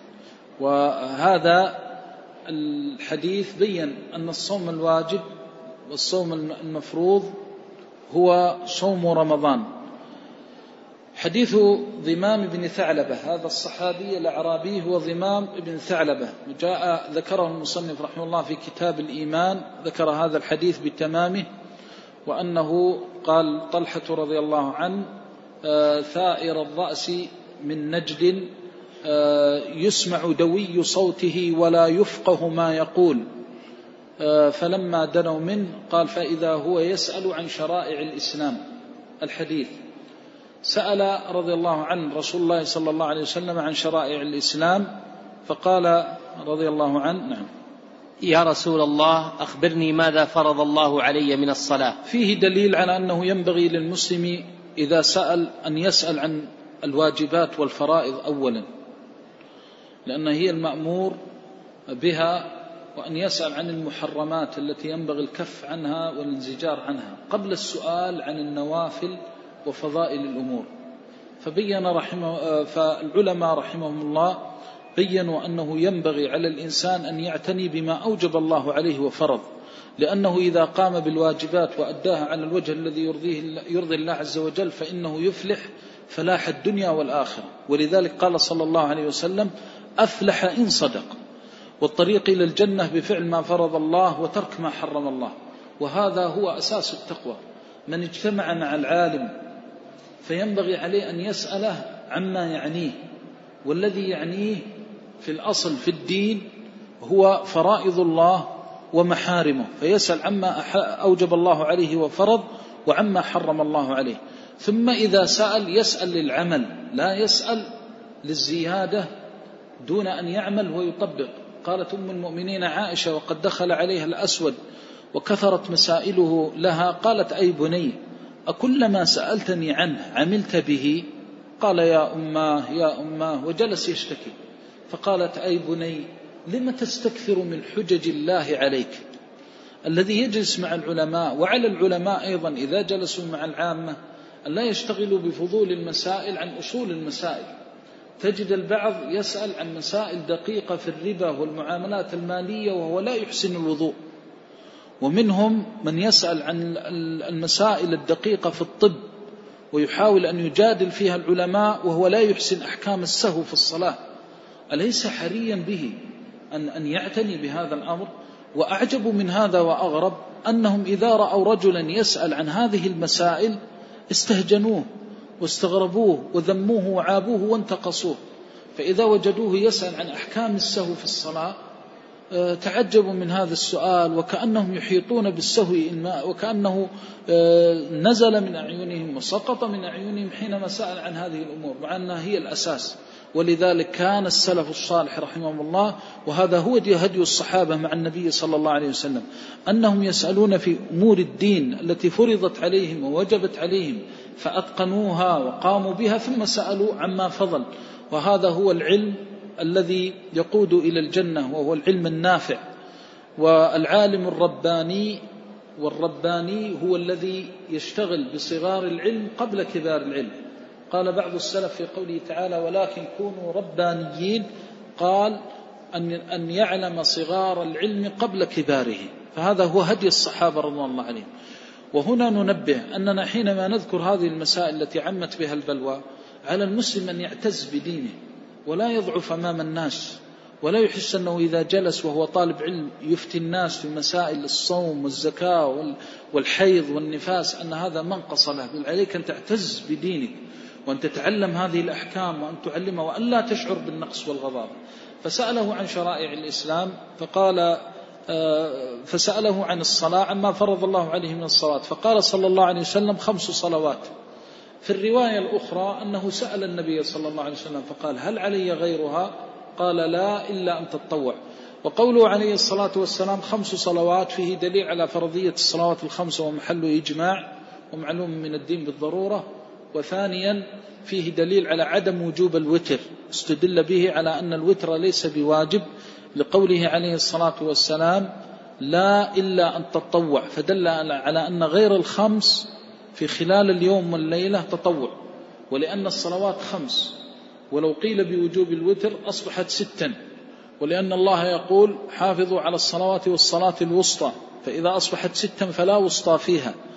وهذا الحديث بين أن الصوم الواجب والصوم المفروض هو صوم رمضان. حديث ضمام بن ثعلبة، هذا الصحابي الأعرابي هو ضمام بن ثعلبة، جاء ذكره المصنف رحمه الله في كتاب الإيمان، ذكر هذا الحديث بتمامه، وأنه قال طلحة رضي الله عنه ثائر الرأس من نجد يسمع دوي صوته ولا يفقه ما يقول، فلما دنوا منه قال فإذا هو يسأل عن شرائع الإسلام. الحديث سأل رضي الله عنه رسول الله صلى الله عليه وسلم عن شرائع الإسلام، فقال رضي الله عنه نعم يا رسول الله أخبرني ماذا فرض الله علي من الصلاة. فيه دليل على أنه ينبغي للمسلم إذا سأل أن يسأل عن الواجبات والفرائض أولا، لأن هي المأمور بها، وأن يسأل عن المحرمات التي ينبغي الكف عنها والانزجار عنها قبل السؤال عن النوافل وفضائل الأمور. فالعلماء رحمهم الله بيّنوا أنه ينبغي على الإنسان أن يعتني بما أوجب الله عليه وفرض، لأنه إذا قام بالواجبات وأداها على الوجه الذي يرضي الله عز وجل فإنه يفلح فلاح الدنيا والآخرة. ولذلك قال صلى الله عليه وسلم أفلح إن صدق، والطريق إلى الجنة بفعل ما فرض الله وترك ما حرم الله، وهذا هو أساس التقوى. من اجتمع مع العالم فينبغي عليه أن يسأله عما يعنيه، والذي يعنيه في الأصل في الدين هو فرائض الله ومحارمه، فيسأل عما أوجب الله عليه وفرض وعما حرم الله عليه. ثم إذا سأل يسأل للعمل، لا يسأل للزيادة دون أن يعمل ويطبق. قالت أم المؤمنين عائشة وقد دخل عليها الأسود وكثرت مسائله لها، قالت أي بني أكلما سألتني عنه عملت به؟ قال يا أماه يا أماه، وجلس يشتكي. فقالت أي بني لم تستكثر من حجج الله عليك. الذي يجلس مع العلماء، وعلى العلماء أيضا إذا جلسوا مع العامة أن لا يشتغلوا بفضول المسائل عن أصول المسائل. تجد البعض يسأل عن مسائل دقيقة في الربا والمعاملات المالية وهو لا يحسن الوضوء، ومنهم من يسأل عن المسائل الدقيقة في الطب ويحاول أن يجادل فيها العلماء وهو لا يحسن أحكام السهو في الصلاة. أليس حريا به أن يعتني بهذا الأمر؟ وأعجب من هذا وأغرب أنهم إذا رأوا رجلا يسأل عن هذه المسائل استهجنوه واستغربوه وذموه وعابوه وانتقصوه، فإذا وجدوه يسأل عن أحكام السهو في الصلاة تعجبوا من هذا السؤال، وكأنهم يحيطون بالسهو وكأنه نزل من أعينهم وسقط من أعينهم حينما سأل عن هذه الأمور، مع أنها هي الأساس. ولذلك كان السلف الصالح رحمهم الله، وهذا هو هدي الصحابة مع النبي صلى الله عليه وسلم، أنهم يسألون في أمور الدين التي فرضت عليهم ووجبت عليهم فأتقنوها وقاموا بها، ثم سألوا عما فضل. وهذا هو العلم الذي يقود إلى الجنة، وهو العلم النافع. والعالم والرباني هو الذي يشتغل بصغار العلم قبل كبار العلم. قال بعض السلف في قوله تعالى ولكن كونوا ربانيين، قال أن يعلم صغار العلم قبل كباره، فهذا هو هدي الصحابة رضي الله عليهم. وهنا ننبه أننا حينما نذكر هذه المسائل التي عمت بها البلوى، على المسلم أن يعتز بدينه ولا يضعف أمام الناس، ولا يحس أنه إذا جلس وهو طالب علم يفتي الناس في مسائل الصوم والزكاة والحيض والنفاس أن هذا منقص له. بل عليك أن تعتز بدينك وأن تتعلم هذه الأحكام وأن تعلمها وأن لا تشعر بالنقص والغضاضة. فسأله عن شرائع الإسلام فسأله عن الصلاة عما فرض الله عليه من الصلاة، فقال صلى الله عليه وسلم 5 صلوات. في الرواية الأخرى أنه سأل النبي صلى الله عليه وسلم فقال هل علي غيرها؟ قال لا إلا أن تتطوع. وقوله عليه الصلاة والسلام 5 صلوات فيه دليل على فرضية الصلوات ال5 ومحله إجماع ومعلوم من الدين بالضرورة. وثانيا فيه دليل على عدم وجوب الوتر، استدل به على أن الوتر ليس بواجب لقوله عليه الصلاة والسلام لا إلا أن تطوع، فدل على أن غير ال5 في خلال اليوم والليلة تطوع، ولأن الصلوات 5، ولو قيل بوجوب الوتر أصبحت 6، ولأن الله يقول حافظوا على الصلوات والصلاة الوسطى، فإذا أصبحت 6 فلا وسطى فيها.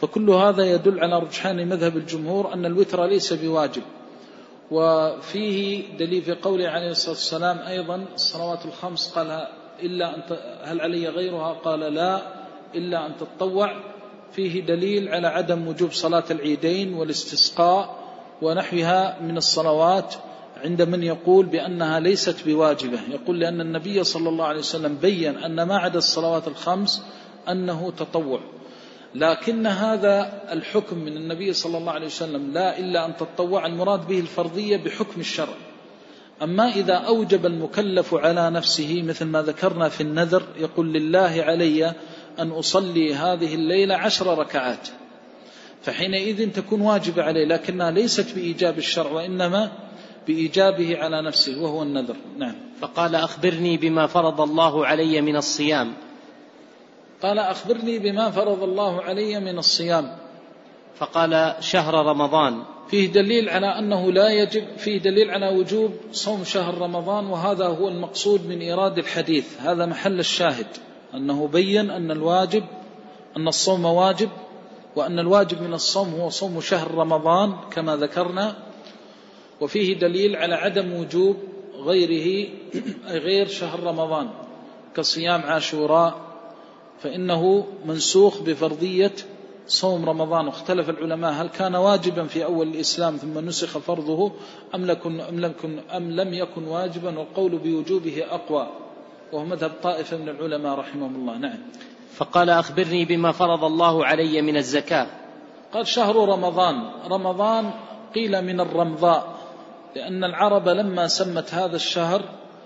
فكل هذا يدل على رجحان مذهب الجمهور أن الوتر ليس بواجب. وفيه دليل في قوله عليه الصلاة والسلام أيضا الصلوات الخمس قال إلا أن هل علي غيرها قال لا إلا أن تتطوع. فيه دليل على عدم وجوب صلاة العيدين والاستسقاء ونحوها من الصلوات عند من يقول بأنها ليست بواجبة، يقول لأن النبي صلى الله عليه وسلم بيّن أن ما عدا الصلوات الخمس أنه تطوع. لكن هذا الحكم من النبي صلى الله عليه وسلم لا إلا أن تتطوع المراد به الفرضية بحكم الشرع. أما إذا أوجب المكلف على نفسه مثل ما ذكرنا في النذر، يقول لله علي أن أصلي هذه الليلة 10 ركعات، فحينئذ تكون واجبة عليه، لكنها ليست بإيجاب الشرع وإنما بإيجابه على نفسه وهو النذر. نعم. فقال أخبرني بما فرض الله علي من الصيام. قال أخبرني بما فرض الله علي من الصيام، فقال شهر رمضان. فيه دليل على أنه لا يجب، فيه دليل على وجوب صوم شهر رمضان، وهذا هو المقصود من إيراد الحديث، هذا محل الشاهد، أنه بين أن الواجب أن الصوم واجب، وأن الواجب من الصوم هو صوم شهر رمضان كما ذكرنا. وفيه دليل على عدم وجوب غيره أي غير شهر رمضان كصيام عاشوراء، فإنه منسوخ بفرضية صوم رمضان. واختلف العلماء هل كان واجبا في أول الإسلام ثم نسخ فرضه أم لم يكن واجبا، والقول بوجوبه أقوى، وهو مذهب طائفة من العلماء رحمهم الله. نعم. فقال أخبرني بما فرض الله علي من الزكاة. قال شهر رمضان. رمضان قيل من الرمضاء، لأن العرب لما سمت هذا الشهر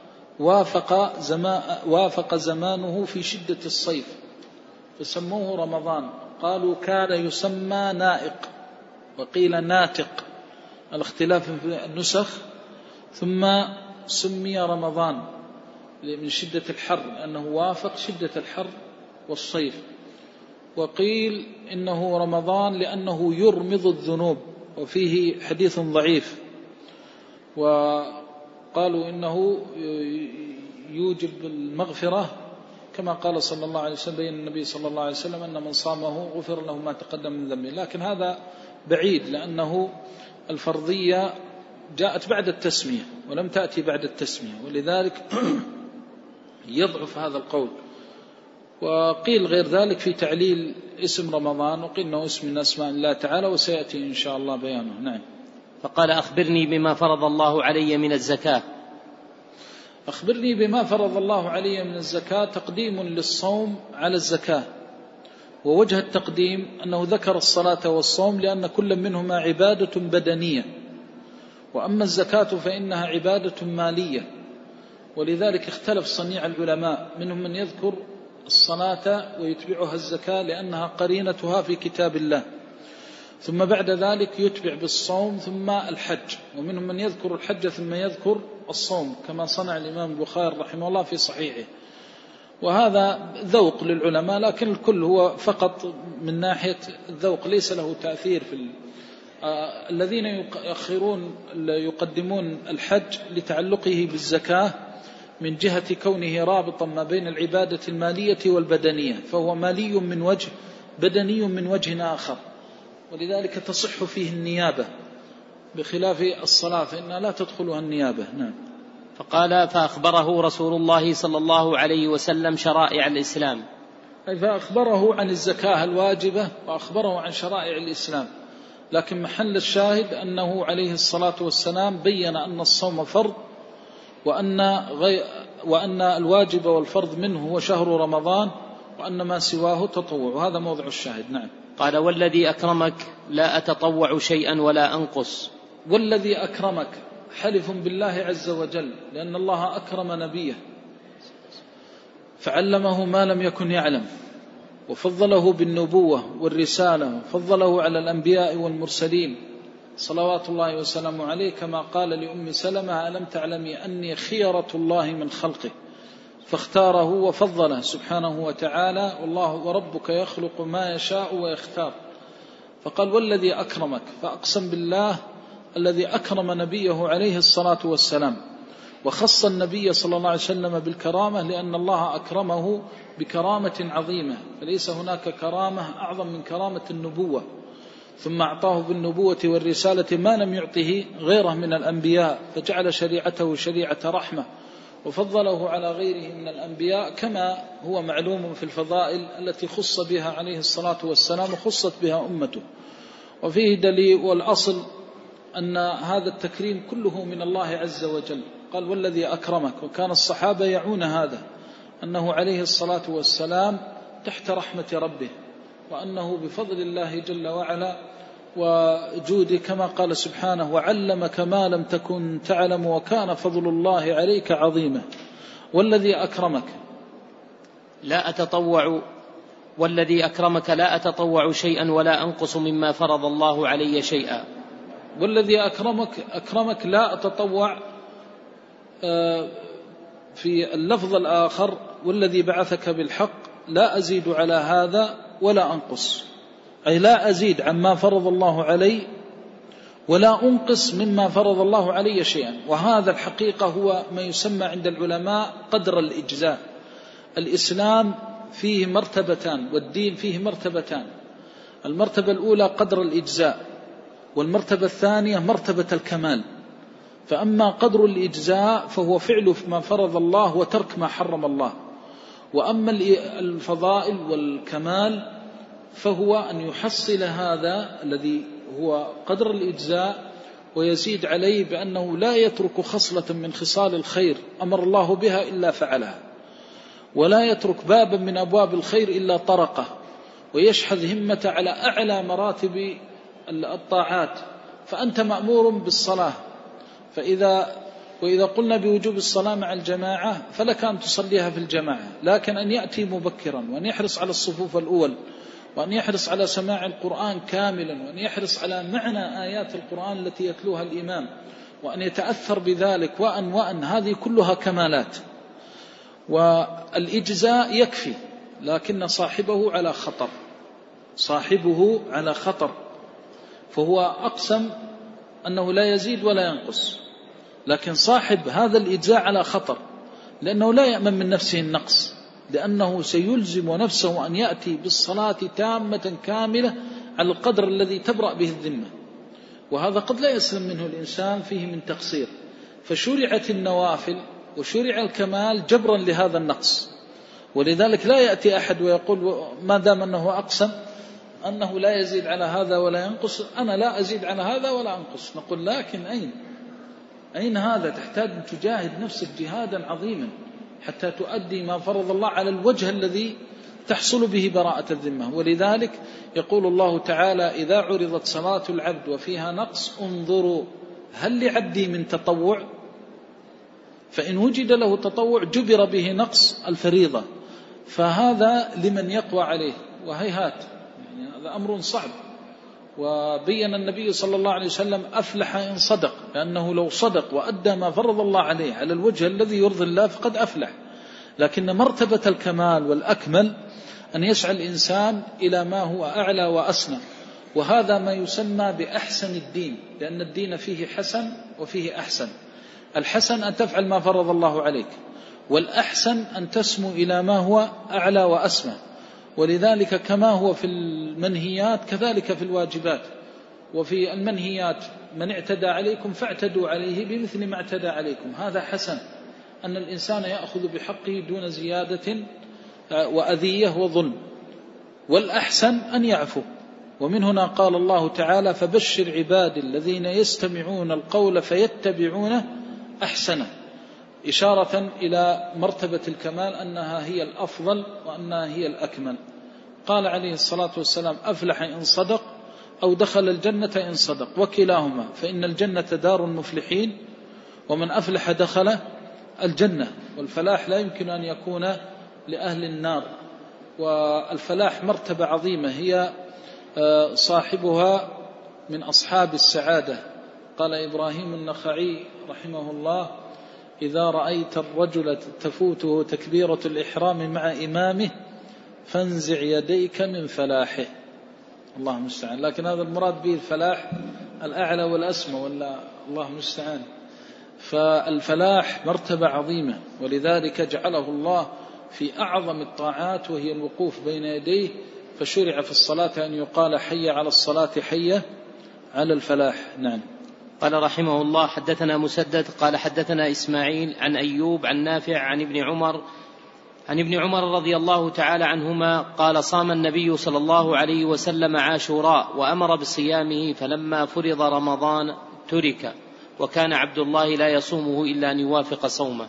وافق زمانه في شدة الصيف فسموه رمضان. قالوا كان يسمى نائق وقيل ناتق، الاختلاف في النسخ، ثم سمي رمضان من شدة الحر لأنه وافق شدة الحر والصيف. وقيل إنه رمضان لأنه يرمض الذنوب، وفيه حديث ضعيف، وقالوا إنه يوجب المغفرة كما قال صلى الله عليه وسلم، بين النبي صلى الله عليه وسلم أن من صامه غفر له ما تقدم من ذنبه. لكن هذا بعيد، لأنه الفرضية جاءت بعد التسمية ولم تأتي بعد التسمية، ولذلك يضعف هذا القول. وقيل غير ذلك في تعليل اسم رمضان، وقيل أنه اسم من أسماء الله تعالى، وسيأتي إن شاء الله بيانه. نعم. فقال أخبرني بما فرض الله علي من الزكاة. أخبرني بما فرض الله علي من الزكاة تقديم للصوم على الزكاة، ووجه التقديم أنه ذكر الصلاة والصوم لأن كل منهما عبادة بدنية، وأما الزكاة فإنها عبادة مالية، ولذلك اختلف صنيع العلماء، منهم من يذكر الصلاة ويتبعها الزكاة لأنها قرينتها في كتاب الله، ثم بعد ذلك يتبع بالصوم ثم الحج، ومنهم من يذكر الحج ثم يذكر الصوم كما صنع الإمام البخاري رحمه الله في صحيحه. وهذا ذوق للعلماء، لكن الكل هو فقط من ناحية الذوق، ليس له تأثير في الذين يقدمون الحج لتعلقه بالزكاة من جهة كونه رابطا ما بين العبادة المالية والبدنية، فهو مالي من وجه، بدني من وجه آخر، ولذلك تصح فيه النيابة بخلاف الصلاة فإنها لا تدخلها النيابة. نعم. فقال فأخبره رسول الله صلى الله عليه وسلم شرائع الإسلام، أي فأخبره عن الزكاة الواجبة وأخبره عن شرائع الإسلام، لكن محل الشاهد أنه عليه الصلاة والسلام بين أن الصوم فرض، وأن الواجب والفرض منه هو شهر رمضان، وأن ما سواه تطوع، وهذا موضع الشاهد. نعم. قال والذي أكرمك لا أتطوع شيئا ولا أنقص. والذي أكرمك حلف بالله عز وجل، لأن الله أكرم نبيه فعلمه ما لم يكن يعلم، وفضله بالنبوة والرسالة، وفضله على الأنبياء والمرسلين صلوات الله وسلامه عليه، كما قال لأم سلمة ألم تعلمي أني خيرة الله من خلقه، فاختاره وفضله سبحانه وتعالى، والله وربك يخلق ما يشاء ويختار. فقال والذي أكرمك، فأقسم بالله الذي أكرم نبيه عليه الصلاة والسلام، وخص النبي صلى الله عليه وسلم بالكرامة لأن الله أكرمه بكرامة عظيمة، فليس هناك كرامة أعظم من كرامة النبوة، ثم أعطاه بالنبوة والرسالة ما لم يعطه غيره من الأنبياء، فجعل شريعته شريعة رحمة وفضله على غيره من الأنبياء، كما هو معلوم في الفضائل التي خص بها عليه الصلاة والسلام وخصت بها أمته. وفيه دليل، والأصل أن هذا التكريم كله من الله عز وجل. قال والذي أكرمك، وكان الصحابة يعون هذا، أنه عليه الصلاة والسلام تحت رحمة ربه، وأنه بفضل الله جل وعلا وجوده، كما قال سبحانه وعلمك ما لم تكن تعلم وكان فضل الله عليك عظيما. والذي أكرمك لا أتطوع، والذي أكرمك لا أتطوع شيئا ولا أنقص مما فرض الله علي شيئا. والذي أكرمك لا أتطوع، في اللفظ الآخر والذي بعثك بالحق لا أزيد على هذا ولا أنقص، أي لا أزيد عما فرض الله علي ولا أنقص مما فرض الله علي شيئا. وهذا الحقيقة هو ما يسمى عند العلماء قدر الإجزاء. الإسلام فيه مرتبتان والدين فيه مرتبتان، المرتبة الأولى قدر الإجزاء، والمرتبة الثانية مرتبة الكمال. فأما قدر الإجزاء فهو فعل ما فرض الله وترك ما حرم الله، وأما الفضائل والكمال فهو أن يحصل هذا الذي هو قدر الإجزاء ويزيد عليه بأنه لا يترك خصلة من خصال الخير أمر الله بها إلا فعلها، ولا يترك بابا من أبواب الخير إلا طرقه، ويشحذ همة على أعلى مراتب الطاعات. فأنت مأمور بالصلاة، وإذا قلنا بوجوب الصلاة مع الجماعة فلك أن تصليها في الجماعة، لكن أن يأتي مبكرا وأن يحرص على الصفوف الأول، وأن يحرص على سماع القرآن كاملا، وأن يحرص على معنى آيات القرآن التي يتلوها الإمام، وأن يتأثر بذلك، وأن هذه كلها كمالات. والإجزاء يكفي، لكن صاحبه على خطر، فهو أقسم أنه لا يزيد ولا ينقص، لكن صاحب هذا الإجزاء على خطر، لأنه لا يأمن من نفسه النقص، لأنه سيلزم نفسه أن يأتي بالصلاة تامة كاملة على القدر الذي تبرأ به الذمة، وهذا قد لا يسلم منه الإنسان فيه من تقصير. فشرعت النوافل وشرع الكمال جبرا لهذا النقص، ولذلك لا يأتي أحد ويقول ما دام أنه أقسم أنه لا يزيد على هذا ولا ينقص، أنا لا أزيد على هذا ولا أنقص. نقول لكن أين هذا؟ تحتاج أن تجاهد نفسك جهادا عظيما حتى تؤدي ما فرض الله على الوجه الذي تحصل به براءة الذمة. ولذلك يقول الله تعالى إذا عرضت صلاة العبد وفيها نقص انظروا هل لعبدي من تطوع، فإن وجد له تطوع جبر به نقص الفريضة، فهذا لمن يقوى عليه، وهيهات يعني هذا أمر صعب. وبين النبي صلى الله عليه وسلم أفلح إن صدق، لأنه لو صدق وأدى ما فرض الله عليه على الوجه الذي يرضي الله فقد أفلح. لكن مرتبة الكمال والأكمل أن يسعى الإنسان إلى ما هو أعلى وأسنى، وهذا ما يسمى بأحسن الدين، لأن الدين فيه حسن وفيه أحسن. الحسن أن تفعل ما فرض الله عليك، والأحسن أن تسمو إلى ما هو أعلى وأسمى. ولذلك كما هو في المنهيات كذلك في الواجبات. وفي المنهيات من اعتدى عليكم فاعتدوا عليه بمثل ما اعتدى عليكم، هذا حسن، أن الإنسان يأخذ بحقه دون زيادة وأذية وظلم. والأحسن أن يعفو. ومن هنا قال الله تعالى فبشر عبادي الذين يستمعون القول فيتبعون أحسنه، إشارة إلى مرتبة الكمال أنها هي الأفضل وأنها هي الأكمل. قال عليه الصلاة والسلام أفلح إن صدق أو دخل الجنة إن صدق، وكلاهما، فإن الجنة دار المفلحين، ومن أفلح دخل الجنة. والفلاح لا يمكن أن يكون لأهل النار، والفلاح مرتبة عظيمة هي صاحبها من أصحاب السعادة. قال إبراهيم النخعي رحمه الله إذا رأيت الرجل تفوته تكبيرة الإحرام مع إمامه فانزع يديك من فلاحه. الله المستعان. لكن هذا المراد به الفلاح الأعلى والأسمى، ولا الله المستعان. فالفلاح مرتبة عظيمة، ولذلك جعله الله في أعظم الطاعات وهي الوقوف بين يديه، فشرع في الصلاة أن يقال حي على الصلاة حي على الفلاح. نعم. قال رحمه الله: حدثنا مسدد قال حدثنا إسماعيل عن أيوب عن نافع عن ابن عمر رضي الله تعالى عنهما قال: صام النبي صلى الله عليه وسلم عاشوراء وأمر بصيامه، فلما فرض رمضان ترك، وكان عبد الله لا يصومه إلا أن يوافق صومه.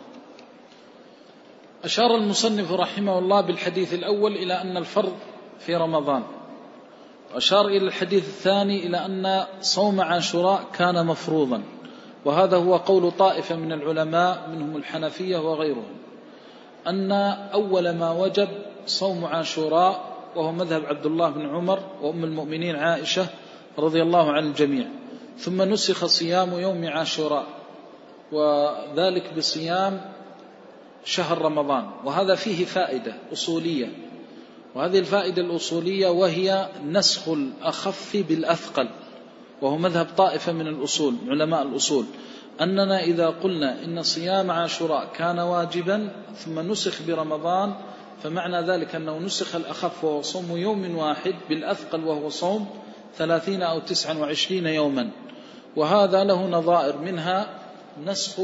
أشار المصنف رحمه الله بالحديث الأول إلى أن الفرض في رمضان، وأشار إلى الحديث الثاني إلى أن صوم عاشوراء كان مفروضا، وهذا هو قول طائفة من العلماء منهم الحنفية وغيرهم، أن أول ما وجب صوم عاشوراء، وهو مذهب عبد الله بن عمر وأم المؤمنين عائشة رضي الله عن الجميع، ثم نسخ صيام يوم عاشوراء، وذلك بصيام شهر رمضان. وهذا فيه فائدة أصولية، وهذه الفائدة الأصولية وهي نسخ الأخف بالأثقل، وهو مذهب طائفة من الأصول علماء الأصول، أننا إذا قلنا إن صيام عاشوراء كان واجبا ثم نسخ برمضان، فمعنى ذلك أنه نسخ الأخف وهو صوم يوم واحد بالأثقل وهو صوم 30 أو 29 يوما. وهذا له نظائر، منها نسخ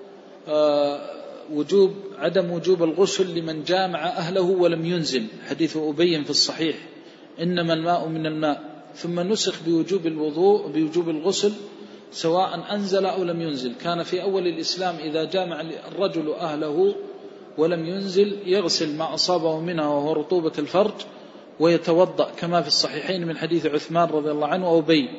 عدم وجوب الغسل لمن جامع أهله ولم ينزل، حديث أبي في الصحيح إنما الماء من الماء، ثم نسخ بوجوب الوضوء بوجوب الغسل سواء أنزل أو لم ينزل. كان في أول الإسلام إذا جامع الرجل أهله ولم ينزل يغسل ما أصابه منها وهو رطوبة الفرج ويتوضأ، كما في الصحيحين من حديث عثمان رضي الله عنه وأبي.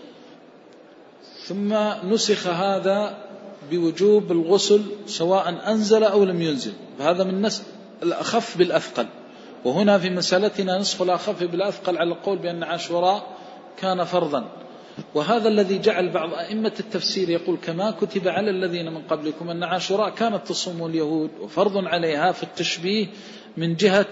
ثم نسخ هذا بوجوب الغسل سواء أنزل أو لم ينزل، فهذا من نسخ الأخف بالأثقل. وهنا في مسألتنا نسخ الأخف بالأثقل على القول بأن عاشوراء كان فرضا، وهذا الذي جعل بعض أئمة التفسير يقول كما كتب على الذين من قبلكم أن عاشوراء كانت تصوم اليهود وفرض عليها في التشبيه من جهة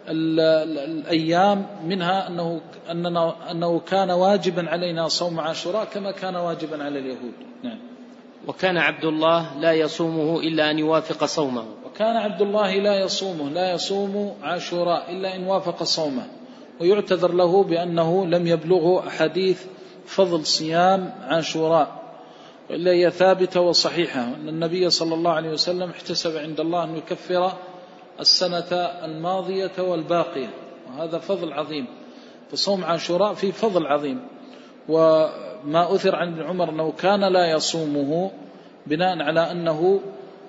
الأيام، منها أنه كان واجبا علينا صوم عاشوراء كما كان واجبا على اليهود. نعم. وكان عبد الله لا يصومه إلا أن يوافق صومه. وكان عبد الله لا يصوم عاشوراء إلا أن وافق صومه، ويعتذر له بأنه لم يبلغه أحاديث فضل صيام عاشوراء، وإلا هي ثابتة وصحيحة أن النبي صلى الله عليه وسلم احتسب عند الله أن يكفر السنة الماضية والباقية، وهذا فضل عظيم. فصوم عاشوراء فيه فضل عظيم. وما أثر عن ابن عمر أنه كان لا يصومه بناء على أنه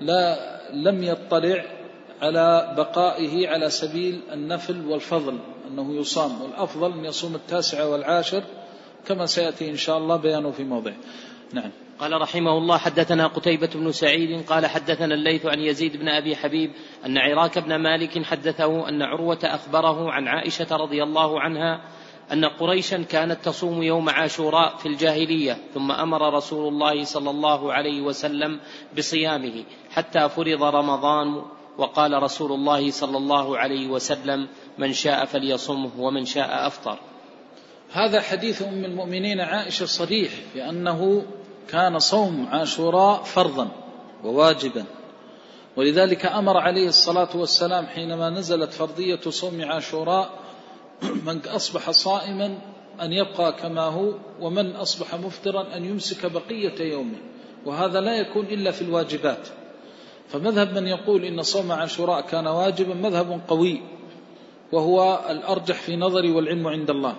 لم يطلع على بقائه على سبيل النفل والفضل، أنه يصام، والأفضل أن يصوم 9 والعاشر كما سيأتي إن شاء الله بيانه في موضع. نعم. قال رحمه الله: حدثنا قتيبة بن سعيد قال حدثنا الليث عن يزيد بن أبي حبيب أن عراك بن مالك حدثه أن عروة أخبره عن عائشة رضي الله عنها أن قريشا كانت تصوم يوم عاشوراء في الجاهلية، ثم أمر رسول الله صلى الله عليه وسلم بصيامه حتى فرض رمضان، وقال رسول الله صلى الله عليه وسلم: من شاء فليصمه ومن شاء أفطر. هذا حديث أم المؤمنين عائشة صريح بأنه كان صوم عاشوراء فرضا وواجبا، ولذلك أمر عليه الصلاة والسلام حينما نزلت فرضية صوم عاشوراء من أصبح صائما أن يبقى كما هو، ومن أصبح مفطرا أن يمسك بقية يومه، وهذا لا يكون إلا في الواجبات. فمذهب من يقول إن صوم عاشوراء كان واجبا مذهب قوي، وهو الأرجح في نظري والعلم عند الله،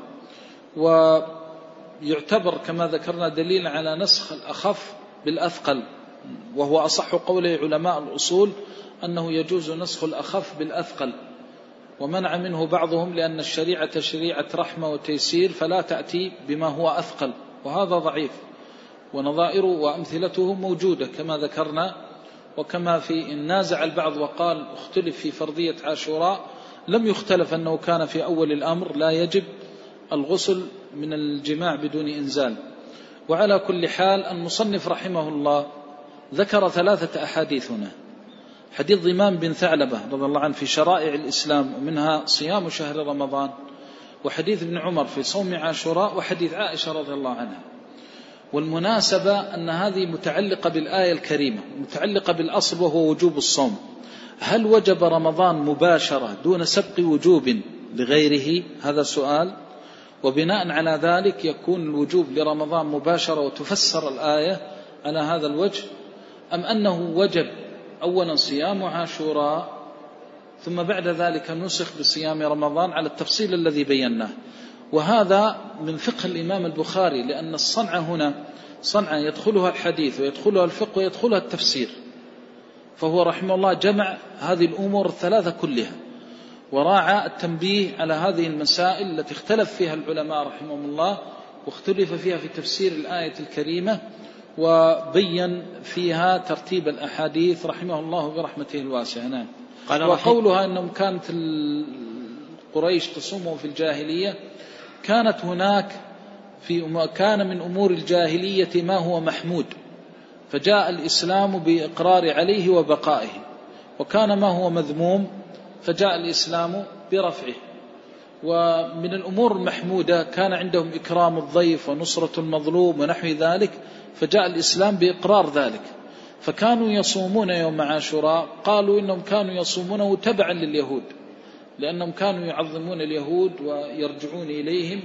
ويعتبر كما ذكرنا دليل على نسخ الأخف بالأثقل، وهو أصح قولي علماء الأصول أنه يجوز نسخ الأخف بالأثقل، ومنع منه بعضهم لأن الشريعة شريعة رحمة وتيسير فلا تأتي بما هو أثقل، وهذا ضعيف، ونظائره وأمثلته موجودة كما ذكرنا. وكما في نازع البعض وقال اختلف في فرضية عاشوراء، لم يختلف أنه كان في أول الأمر لا يجب الغسل من الجماع بدون إنزال. وعلى كل حال المصنف رحمه الله ذكر 3 أحاديث هنا: حديث ضمان بن ثعلبة رضي الله عنه في شرائع الإسلام ومنها صيام شهر رمضان، وحديث ابن عمر في صوم عاشوراء، وحديث عائشة رضي الله عنها. والمناسبة أن هذه متعلقة بالآية الكريمة، متعلقة بالأصل وهو وجوب الصوم. هل وجب رمضان مباشرة دون سبق وجوب لغيره؟ هذا سؤال. وبناء على ذلك يكون الوجوب لرمضان مباشرة وتفسر الآية على هذا الوجه، أم أنه وجب أولا صيام عاشوراء ثم بعد ذلك نسخ بصيام رمضان على التفصيل الذي بيناه. وهذا من فقه الإمام البخاري، لأن الصنعة هنا صنعة يدخلها الحديث ويدخلها الفقه ويدخلها التفسير، فهو رحمه الله جمع هذه الأمور الثلاثة كلها، وراعى التنبيه على هذه المسائل التي اختلف فيها العلماء رحمهم الله، واختلف فيها في تفسير الآية الكريمة، وبين فيها ترتيب الأحاديث رحمه الله برحمته الواسعة. وقولها أنهم كانت قريش تصومه في الجاهلية، كانت هناك كان من أمور الجاهلية ما هو محمود، فجاء الإسلام بإقرار عليه وبقائه، وكان ما هو مذموم فجاء الإسلام برفعه. ومن الأمور المحمودة كان عندهم إكرام الضيف ونصرة المظلوم ونحو ذلك، فجاء الإسلام بإقرار ذلك. فكانوا يصومون يوم عاشوراء، قالوا إنهم كانوا يصومونه تبعا لليهود، لأنهم كانوا يعظمون اليهود ويرجعون إليهم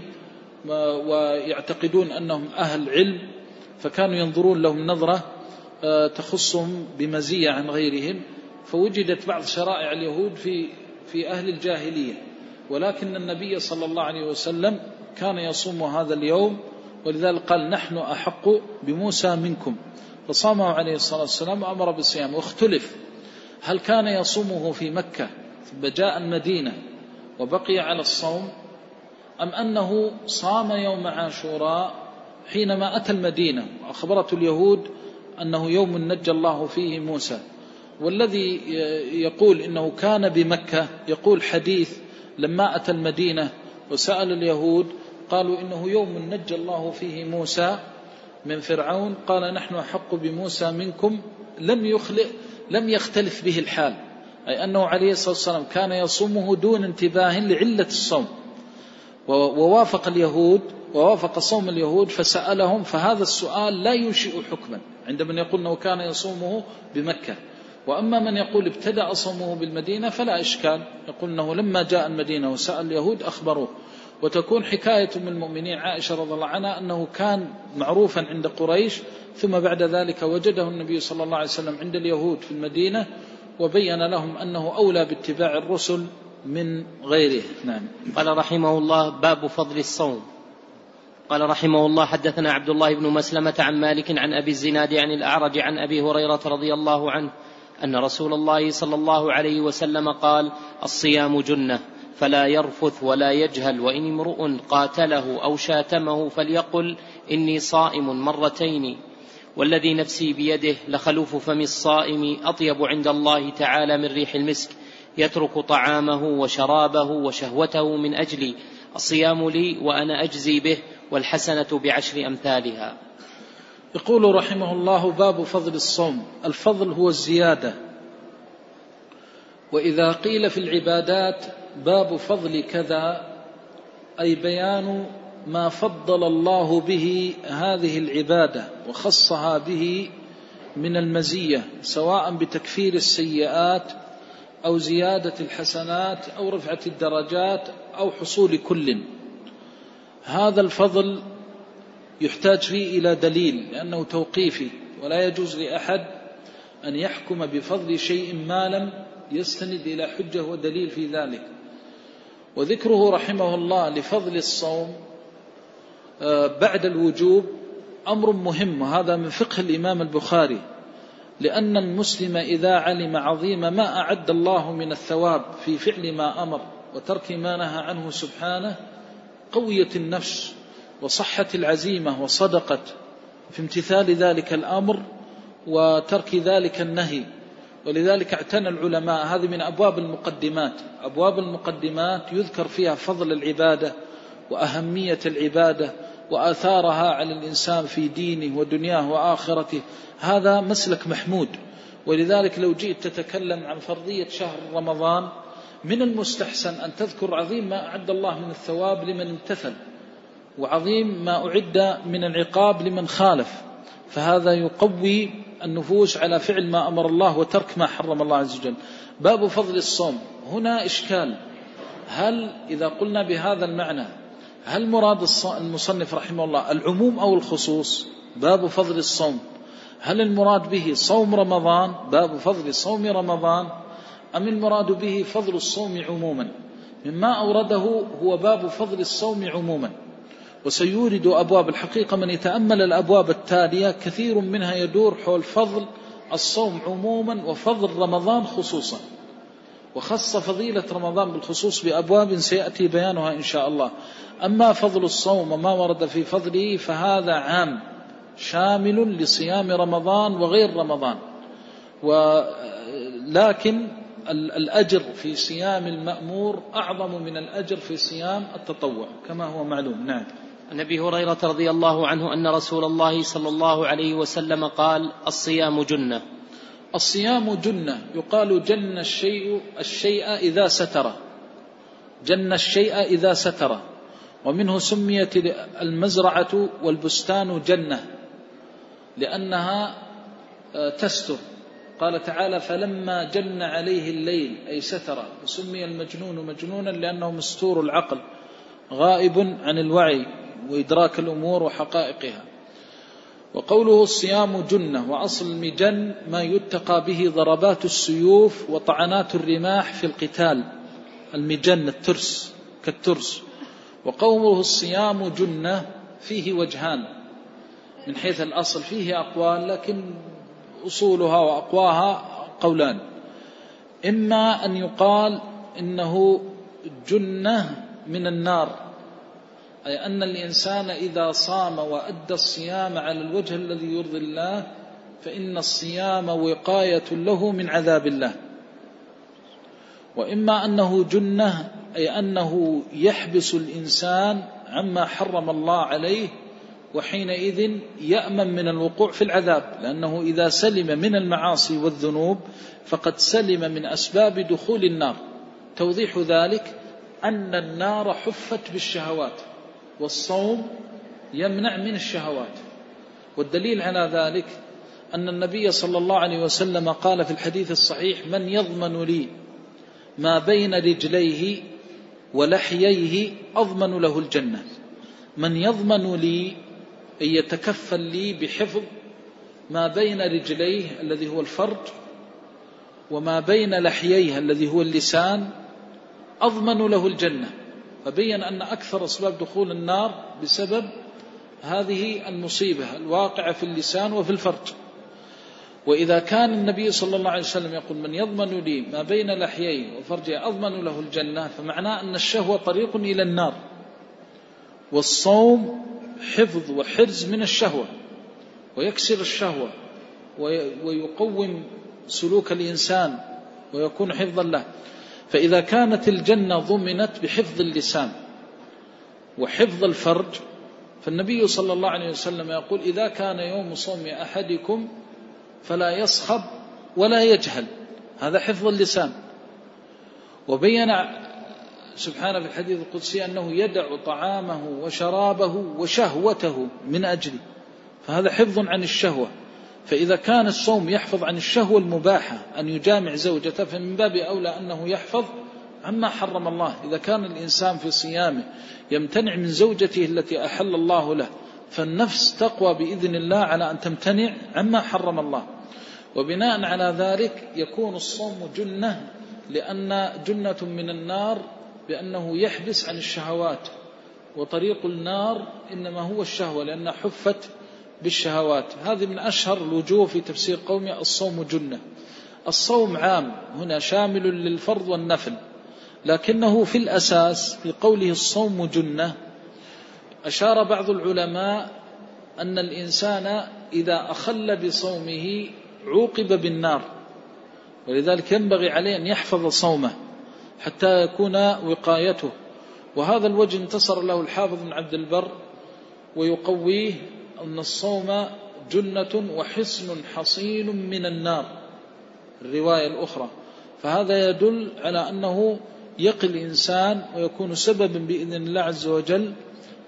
ويعتقدون أنهم أهل علم، فكانوا ينظرون لهم نظرة تخصهم بمزية عن غيرهم. فوجدت بعض شرائع اليهود في أهل الجاهلية، ولكن النبي صلى الله عليه وسلم كان يصوم هذا اليوم، ولذلك قال نحن أحق بموسى منكم، فصامه عليه الصلاة والسلام وأمر بالصيام. واختلف هل كان يصومه في مكة ثم جاء المدينة وبقي على الصوم، أم أنه صام يوم عاشوراء حينما أتى المدينة وأخبرته اليهود أنه يوم نجى الله فيه موسى. والذي يقول إنه كان بمكة يقول حديث لما أتى المدينة وسأل اليهود قالوا إنه يوم نجى الله فيه موسى من فرعون، قال نحن أحق بموسى منكم، لم يختلف به الحال، أي أنه عليه الصلاة والسلام كان يصومه دون انتباه لعلة الصوم، ووافق اليهود ووافق صوم اليهود فسألهم، فهذا السؤال لا ينشئ حكما عند من يقول أنه كان يصومه بمكة. وأما من يقول ابتدأ صومه بالمدينة فلا إشكال، يقول أنه لما جاء المدينة وسأل اليهود أخبروه. وتكون حكاية من المؤمنين عائشة رضي الله عنها أنه كان معروفا عند قريش، ثم بعد ذلك وجده النبي صلى الله عليه وسلم عند اليهود في المدينة وبين لهم أنه أولى باتباع الرسل من غيره. نعم. قال رحمه الله باب فضل الصوم. قال رحمه الله حدثنا عبد الله بن مسلمة عن مالك عن أبي الزناد عن الأعرج عن أبي هريرة رضي الله عنه أن رسول الله صلى الله عليه وسلم قال الصيام جنة فلا يرفث ولا يجهل، وإن امرؤ قاتله أو شاتمه فليقل إني صائم مرتين، والذي نفسي بيده لخلوف فم الصائم أطيب عند الله تعالى من ريح المسك، يترك طعامه وشرابه وشهوته من أجلي، الصيام لي وأنا أجزي به، والحسنة بعشر أمثالها. يقول رحمه الله باب فضل الصوم. الفضل هو الزيادة، وإذا قيل في العبادات باب فضل كذا أي بيان ما فضل الله به هذه العبادة وخصها به من المزية، سواء بتكفير السيئات أو زيادة الحسنات أو رفعة الدرجات أو حصول كل. هذا الفضل يحتاج فيه إلى دليل لأنه توقيفي، ولا يجوز لأحد أن يحكم بفضل شيء ما لم يستند إلى حجة ودليل في ذلك. وذكره رحمه الله لفضل الصوم بعد الوجوب أمر مهم، وهذا من فقه الإمام البخاري، لأن المسلم إذا علم عظيم ما أعد الله من الثواب في فعل ما أمر وترك ما نهى عنه سبحانه، قويت النفس وصحت العزيمة وصدقت في امتثال ذلك الأمر وترك ذلك النهي. ولذلك اعتنى العلماء، هذه من أبواب المقدمات، أبواب المقدمات يذكر فيها فضل العبادة وأهمية العبادة وآثارها على الإنسان في دينه ودنياه وآخرته. هذا مسلك محمود. ولذلك لو جئت تتكلم عن فرضية شهر رمضان من المستحسن أن تذكر عظيم ما أعد الله من الثواب لمن امتثل، وعظيم ما أعد من العقاب لمن خالف، فهذا يقوي النفوس على فعل ما أمر الله وترك ما حرم الله عز وجل. باب فضل الصوم، هنا إشكال، هل إذا قلنا بهذا المعنى هل مراد المصنف رحمه الله العموم أو الخصوص؟ باب فضل الصوم، هل المراد به صوم رمضان باب فضل صوم رمضان، أم المراد به فضل الصوم عموما؟ مما أورده هو باب فضل الصوم عموما، وسيورد أبواب. الحقيقة من يتأمل الأبواب التالية كثير منها يدور حول فضل الصوم عموما وفضل رمضان خصوصا، وخص فضيلة رمضان بالخصوص بأبواب سيأتي بيانها إن شاء الله. أما فضل الصوم وما ورد في فضله فهذا عام شامل لصيام رمضان وغير رمضان، ولكن الأجر في صيام المأمور أعظم من الأجر في صيام التطوع كما هو معلوم. نعم. عن أبي هريرة رضي الله عنه أن رسول الله صلى الله عليه وسلم قال: الصيام جنة. الصيام جنة، يقال جن الشيء إذا ستره، جن الشيء إذا ستره، ومنه سميت المزرعة والبستان جنة لأنها تستر. قال تعالى: فلما جن عليه الليل أي ستره. وسمي المجنون مجنونا لأنه مستور العقل غائب عن الوعي وإدراك الأمور وحقائقها. وقوله الصيام جنة، وأصل المجن ما يتقى به ضربات السيوف وطعنات الرماح في القتال، المجن الترس كالترس. وقوله الصيام جنة فيه وجهان من حيث الأصل، فيه أقوال لكن أصولها وأقواها قولان. إما أن يقال إنه جنة من النار، أي أن الإنسان إذا صام وأدى الصيام على الوجه الذي يرضي الله فإن الصيام وقاية له من عذاب الله. وإما أنه جنة أي أنه يحبس الإنسان عما حرم الله عليه، وحينئذ يأمن من الوقوع في العذاب، لأنه إذا سلم من المعاصي والذنوب فقد سلم من أسباب دخول النار. توضيح ذلك أن النار حفت بالشهوات، والصوم يمنع من الشهوات. والدليل على ذلك أن النبي صلى الله عليه وسلم قال في الحديث الصحيح: من يضمن لي ما بين رجليه ولحييه أضمن له الجنة. من يضمن لي أن يتكفل لي بحفظ ما بين رجليه الذي هو الفرج وما بين لحييه الذي هو اللسان أضمن له الجنة. فبين أن أكثر أسباب دخول النار بسبب هذه المصيبة الواقعة في اللسان وفي الفرج. وإذا كان النبي صلى الله عليه وسلم يقول: من يضمن لي ما بين لحييه وفرجه أضمن له الجنة، فمعناه أن الشهوة طريق إلى النار، والصوم حفظ وحرز من الشهوة ويكسر الشهوة ويقوم سلوك الإنسان ويكون حفظا له. فإذا كانت الجنة ضمنت بحفظ اللسان وحفظ الفرج، فالنبي صلى الله عليه وسلم يقول: إذا كان يوم صوم أحدكم فلا يصخب ولا يجهل، هذا حفظ اللسان. وبين سبحانه في الحديث القدسي أنه يدع طعامه وشرابه وشهوته من أجله، فهذا حفظ عن الشهوة. فإذا كان الصوم يحفظ عن الشهوة المباحة أن يجامع زوجته، فمن باب أولى أنه يحفظ عما حرم الله. إذا كان الإنسان في صيامه يمتنع من زوجته التي أحل الله له، فالنفس تقوى بإذن الله على أن تمتنع عما حرم الله. وبناء على ذلك يكون الصوم جنة، لأن جنة من النار بأنه يحبس عن الشهوات، وطريق النار إنما هو الشهوة لأنها حفت بالشهوات. هذه من أشهر الوجوه في تفسير قومي الصوم جنة. الصوم عام هنا شامل للفرض والنفل، لكنه في الأساس في قوله الصوم جنة أشار بعض العلماء أن الإنسان إذا أخل بصومه عوقب بالنار، ولذلك ينبغي عليه أن يحفظ صومه حتى يكون وقايته. وهذا الوجه انتصر له الحافظ بن عبد البر ويقويه أن الصوم جنة وحصن حصين من النار، الرواية الأخرى. فهذا يدل على أنه يقي الإنسان ويكون سببا بإذن الله عز وجل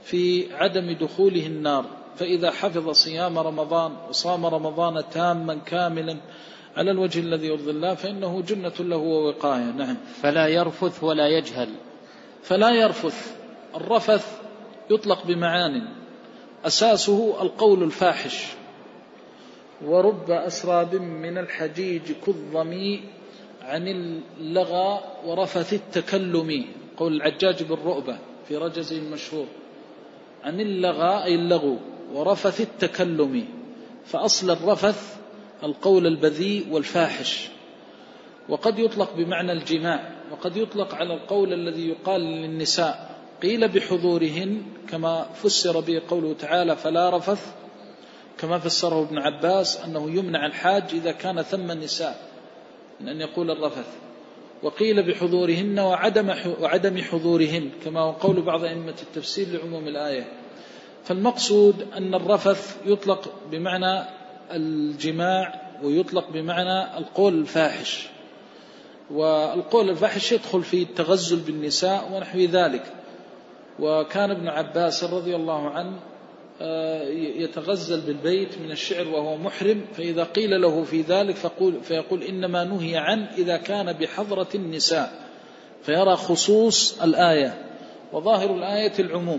في عدم دخوله النار، فإذا حفظ صيام رمضان وصام رمضان تاما كاملا على الوجه الذي يرضي الله فإنه جنة له ووقاية. نعم. فلا يرفث ولا يجهل. فلا يرفث، الرفث يطلق بمعان، أساسه القول الفاحش، ورب أسراب من الحجيج كالظمي عن اللغى ورفث التكلم، قول العجاج بالرؤبة في رجزه المشهور، عن اللغى أي اللغو، ورفث التكلم، فأصل الرفث القول البذيء والفاحش. وقد يطلق بمعنى الجماع، وقد يطلق على القول الذي يقال للنساء، قيل بحضورهن كما فسر به قوله تعالى فلا رفث، كما فسره ابن عباس أنه يمنع الحاج إذا كان ثم النساء من أن يقول الرفث، وقيل بحضورهن وعدم حضورهن كما هو قول بعض أئمة التفسير لعموم الآية. فالمقصود أن الرفث يطلق بمعنى الجماع ويطلق بمعنى القول الفاحش، والقول الفاحش يدخل في التغزل بالنساء ونحو ذلك. وكان ابن عباس رضي الله عنه يتغزل بالبيت من الشعر وهو محرم، فإذا قيل له في ذلك فيقول إنما نهي عنه إذا كان بحضرة النساء، فيرى خصوص الآية، وظاهر الآية العموم.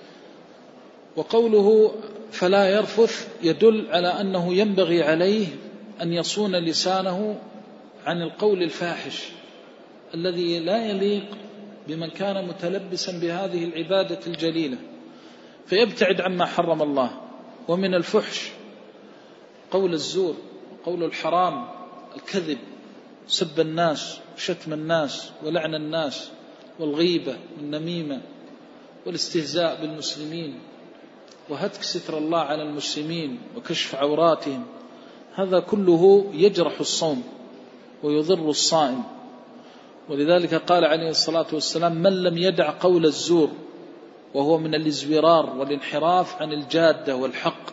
وقوله فلا يرفث يدل على أنه ينبغي عليه أن يصون لسانه عن القول الفاحش الذي لا يليق بمن كان متلبسا بهذه العبادة الجليلة، فيبتعد عما حرم الله. ومن الفحش قول الزور، قول الحرام، الكذب، سب الناس، شتم الناس، ولعن الناس، والغيبة والنميمة، والاستهزاء بالمسلمين، وهتك ستر الله على المسلمين، وكشف عوراتهم. هذا كله يجرح الصوم ويضر الصائم. ولذلك قال عليه الصلاة والسلام من لم يدع قول الزور، وهو من الازورار والانحراف عن الجادة والحق،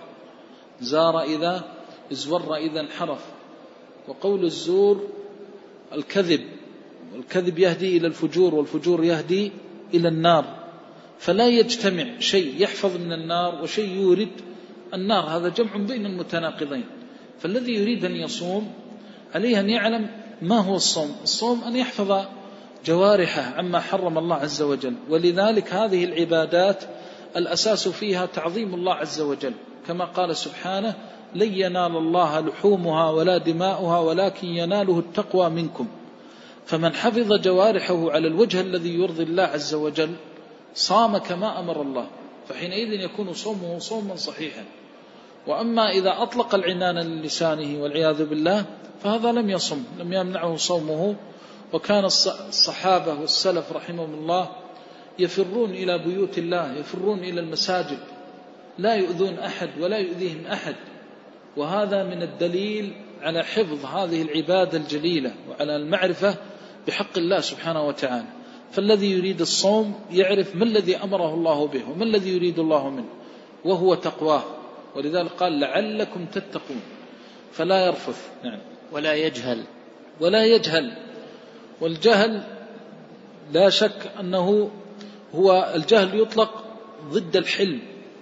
زار إذا ازور إذا انحرف. وقول الزور الكذب، والكذب يهدي إلى الفجور، والفجور يهدي إلى النار، فلا يجتمع شيء يحفظ من النار وشيء يورد النار، هذا جمع بين المتناقضين. فالذي يريد أن يصوم عليه أن يعلم ما هو الصوم. الصوم أن يحفظ جوارحه عما حرم الله عز وجل. ولذلك هذه العبادات الأساس فيها تعظيم الله عز وجل، كما قال سبحانه لن ينال الله لحومها ولا دماؤها ولكن يناله التقوى منكم. فمن حفظ جوارحه على الوجه الذي يرضي الله عز وجل صام كما أمر الله، فحينئذ يكون صومه صوما صحيحا. وأما إذا أطلق العنان للسانه والعياذ بالله فهذا لم يصم، لم يمنعه صومه. وكان الصحابة والسلف رحمهم الله يفرون إلى بيوت الله، يفرون إلى المساجد، لا يؤذون أحد ولا يؤذيهم أحد. وهذا من الدليل على حفظ هذه العبادة الجليلة وعلى المعرفة بحق الله سبحانه وتعالى. فالذي يريد الصوم يعرف ما الذي أمره الله به وما الذي يريد الله منه، وهو تقواه. ولذلك قال لعلكم تتقون. فلا يرفث. نعم. ولا يجهل. ولا يجهل. والجهل لا شك أنه هو الجهل يطلق ضد الحلم،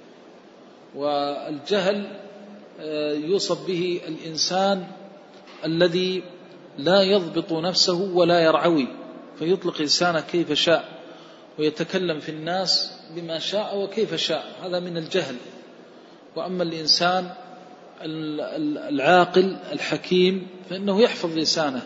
والجهل يوصف به الإنسان الذي لا يضبط نفسه ولا يرعوي، فيطلق لسانه كيف شاء ويتكلم في الناس بما شاء وكيف شاء، هذا من الجهل. وأما الإنسان العاقل الحكيم فإنه يحفظ لسانه.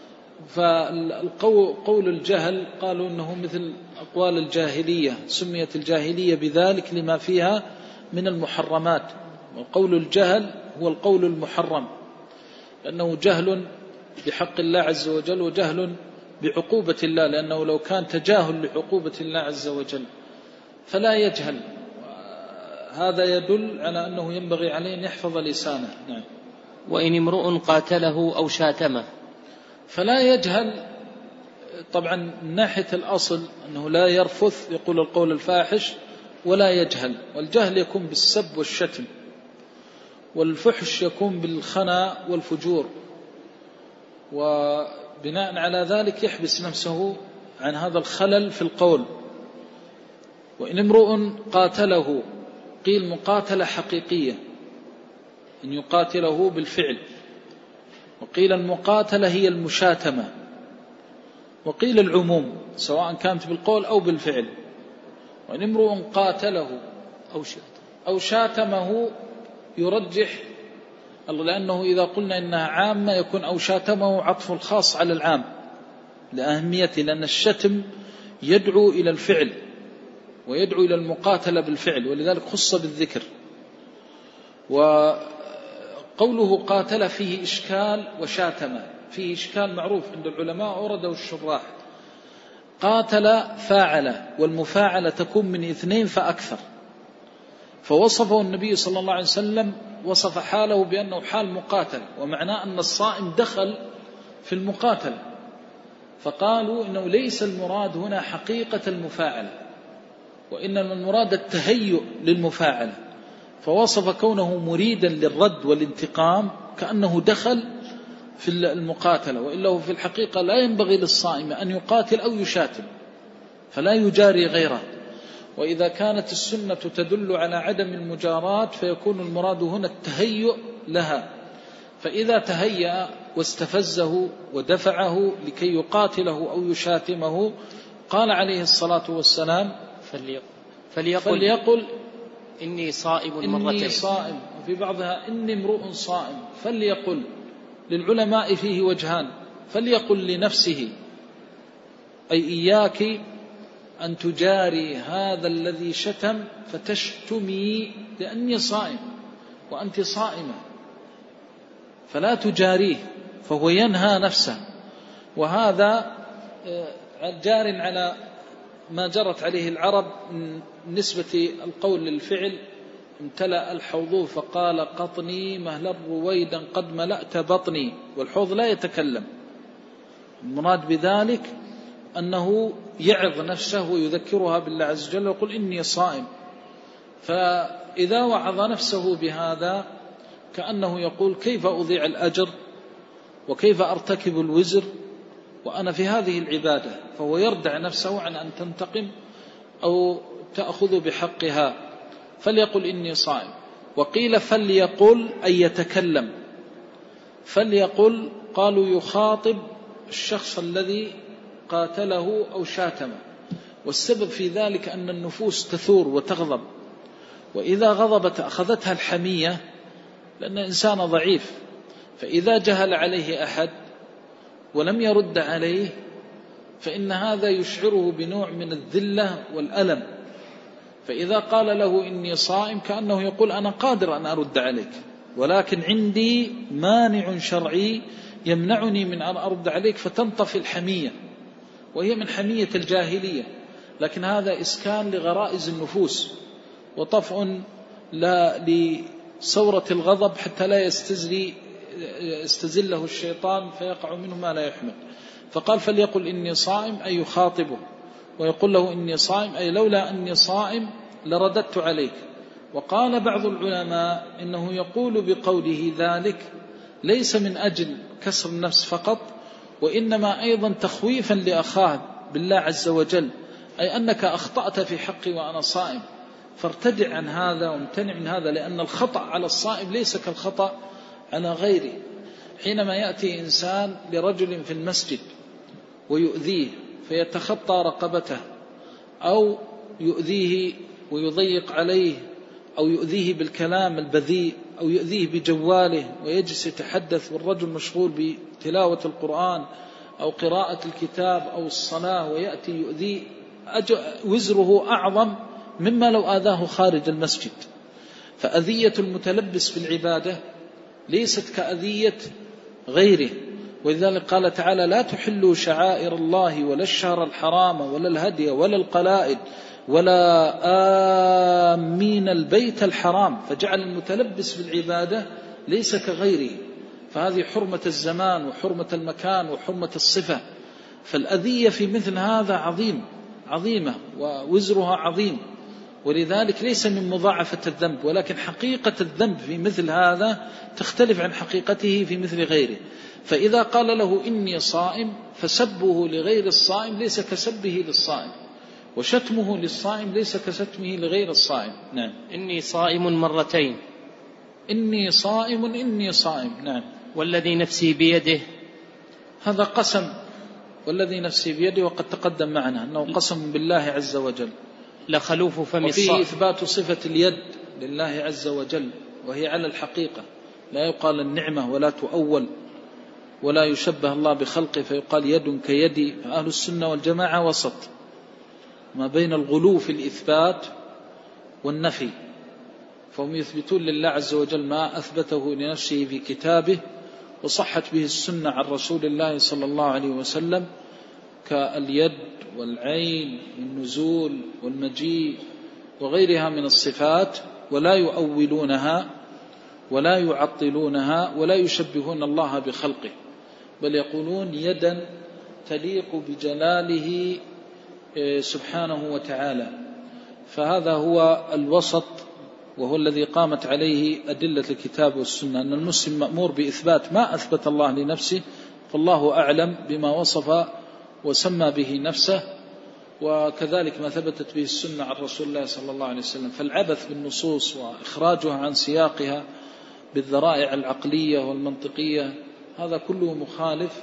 فقول الجهل قالوا إنه مثل أقوال الجاهلية، سميت الجاهلية بذلك لما فيها من المحرمات. وقول الجهل هو القول المحرم، لأنه جهل بحق الله عز وجل وجهل بعقوبة الله، لأنه لو كان تجاهل لعقوبة الله عز وجل. فلا يجهل. هذا يدل على أنه ينبغي عليه أن يحفظ لسانه. نعم. وإن امرؤ قاتله أو شاتمه. فلا يجهل طبعا من ناحية الأصل أنه لا يرفث، يقول القول الفاحش، ولا يجهل. والجهل يكون بالسب والشتم، والفحش يكون بالخنا والفجور. وبناء على ذلك يحبس نفسه عن هذا الخلل في القول. وإن امرؤ قاتله، قيل مقاتلة حقيقية إن يقاتله بالفعل، وقيل المقاتلة هي المشاتمة، وقيل العموم سواء كانت بالقول أو بالفعل. وإن امرؤ قاتله أو شاتمه يرجح، لأنه إذا قلنا إنها عامة يكون أو شاتمه عطف الخاص على العام لأهميته، لأن الشتم يدعو إلى الفعل ويدعو إلى المقاتلة بالفعل، ولذلك خص بالذكر. وقوله قاتل فيه إشكال وشاتم فيه إشكال معروف عند العلماء ورده الشراح. قاتل فاعل، والمفاعلة تكون من 2 فأكثر، فوصفه النبي صلى الله عليه وسلم وصف حاله بأنه حال مقاتل، ومعناه أن الصائم دخل في المقاتل، فقالوا إنه ليس المراد هنا حقيقة المفاعلة، وإنما المراد التهيؤ للمفاعلة، فوصف كونه مريدا للرد والانتقام كأنه دخل في المقاتلة، وإلا في الحقيقة لا ينبغي للصائم أن يقاتل أو يشاتم، فلا يجاري غيره. وإذا كانت السنة تدل على عدم المجاراة فيكون المراد هنا التهيؤ لها، فإذا تهيأ واستفزه ودفعه لكي يقاتله أو يشاتمه قال عليه الصلاة والسلام فليقل إني صائم مرتين، إني صائم، وفي بعضها إني امرؤ صائم. فليقل للعلماء فيه وجهان، فليقل لنفسه أي إياك أن تجاري هذا الذي شتم فتشتمي لأني صائم وأنت صائمة، فلا تجاريه، فهو ينهى نفسه. وهذا جار على ما جرت عليه العرب من نسبة القول للفعل. امتلأ الحوض فقال قطني مهلا رويدا قد ملأت بطني، والحوض لا يتكلم. المراد بذلك أنه يعظ نفسه ويذكرها بالله عز وجل ويقول إني صائم. فإذا وعظ نفسه بهذا كأنه يقول كيف أضيع الأجر وكيف أرتكب الوزر وأنا في هذه العبادة، فهو يردع نفسه عن أن تنتقم أو تأخذ بحقها. فليقل إني صائم. وقيل فليقل أي يتكلم. فليقل قالوا يخاطب الشخص الذي قاتله أو شاتمه، والسبب في ذلك أن النفوس تثور وتغضب، وإذا غضبت أخذتها الحمية لأن إنسان ضعيف، فإذا جهل عليه أحد ولم يرد عليه فإن هذا يشعره بنوع من الذلة والألم، فإذا قال له إني صائم كأنه يقول أنا قادر أن أرد عليك، ولكن عندي مانع شرعي يمنعني من أن أرد عليك، فتنطفي الحمية، وهي من حمية الجاهلية، لكن هذا إسكان لغرائز النفوس وطفء لثورة الغضب حتى لا يستزله الشيطان فيقع منه ما لا يحمل. فقال فليقل إني صائم أي يخاطبه ويقول له إني صائم أي لولا أني صائم لرددت عليك. وقال بعض العلماء إنه يقول بقوله ذلك ليس من أجل كسر النفس فقط، وإنما أيضا تخويفا لأخاه بالله عز وجل، أي أنك أخطأت في حقي وأنا صائم، فارتدع عن هذا وامتنع من هذا، لأن الخطأ على الصائم ليس كالخطأ على غيره. حينما يأتي إنسان لرجل في المسجد ويؤذيه فيتخطى رقبته أو يؤذيه ويضيق عليه أو يؤذيه بالكلام البذيء أو يؤذيه بجواله ويجلس يتحدث والرجل مشغول بتلاوة القرآن أو قراءة الكتاب أو الصلاة ويأتي يؤذيه، وزره أعظم مما لو آذاه خارج المسجد. فأذية المتلبس في العبادة ليست كأذية غيره، ولذلك قال تعالى لا تحلوا شعائر الله ولا الشهر الحرام ولا الهدي ولا القلائد ولا آمين البيت الحرام، فجعل المتلبس بالعبادة ليس كغيره، فهذه حرمة الزمان وحرمة المكان وحرمة الصفة. فالأذية في مثل هذا عظيمة ووزرها عظيم، ولذلك ليس من مضاعفة الذنب، ولكن حقيقة الذنب في مثل هذا تختلف عن حقيقته في مثل غيره. فإذا قال له إني صائم فسبه لغير الصائم ليس كسبه للصائم، وشتمه للصائم ليس كشتمه لغير الصائم. نعم. إني صائم مرتين. إني صائم إني صائم. نعم. والذي نفسي بيده، هذا قسم، والذي نفسي بيده، وقد تقدم معنا أنه قسم بالله عز وجل. لخلوف فم الصائم. وفيه إثبات صفة اليد لله عز وجل، وهي على الحقيقة، لا يقال النعمة ولا تؤول، ولا يشبه الله بخلقه فيقال يد كيدي. أهل السنة والجماعة وسط ما بين الغلو في الإثبات والنفي، فهم يثبتون لله عز وجل ما أثبته لنفسه في كتابه وصحت به السنة عن رسول الله صلى الله عليه وسلم، كاليد والعين والنزول والمجيء وغيرها من الصفات، ولا يؤولونها ولا يعطلونها ولا يشبهون الله بخلقه، بل يقولون يدا تليق بجلاله سبحانه وتعالى. فهذا هو الوسط، وهو الذي قامت عليه أدلة الكتاب والسنة، أن المسلم مأمور بإثبات ما أثبت الله لنفسه، فالله أعلم بما وصف وسمى به نفسه، وكذلك ما ثبتت به السنة عن رسول الله صلى الله عليه وسلم. فالعبث بالنصوص وإخراجها عن سياقها بالذرائع العقلية والمنطقية هذا كله مخالف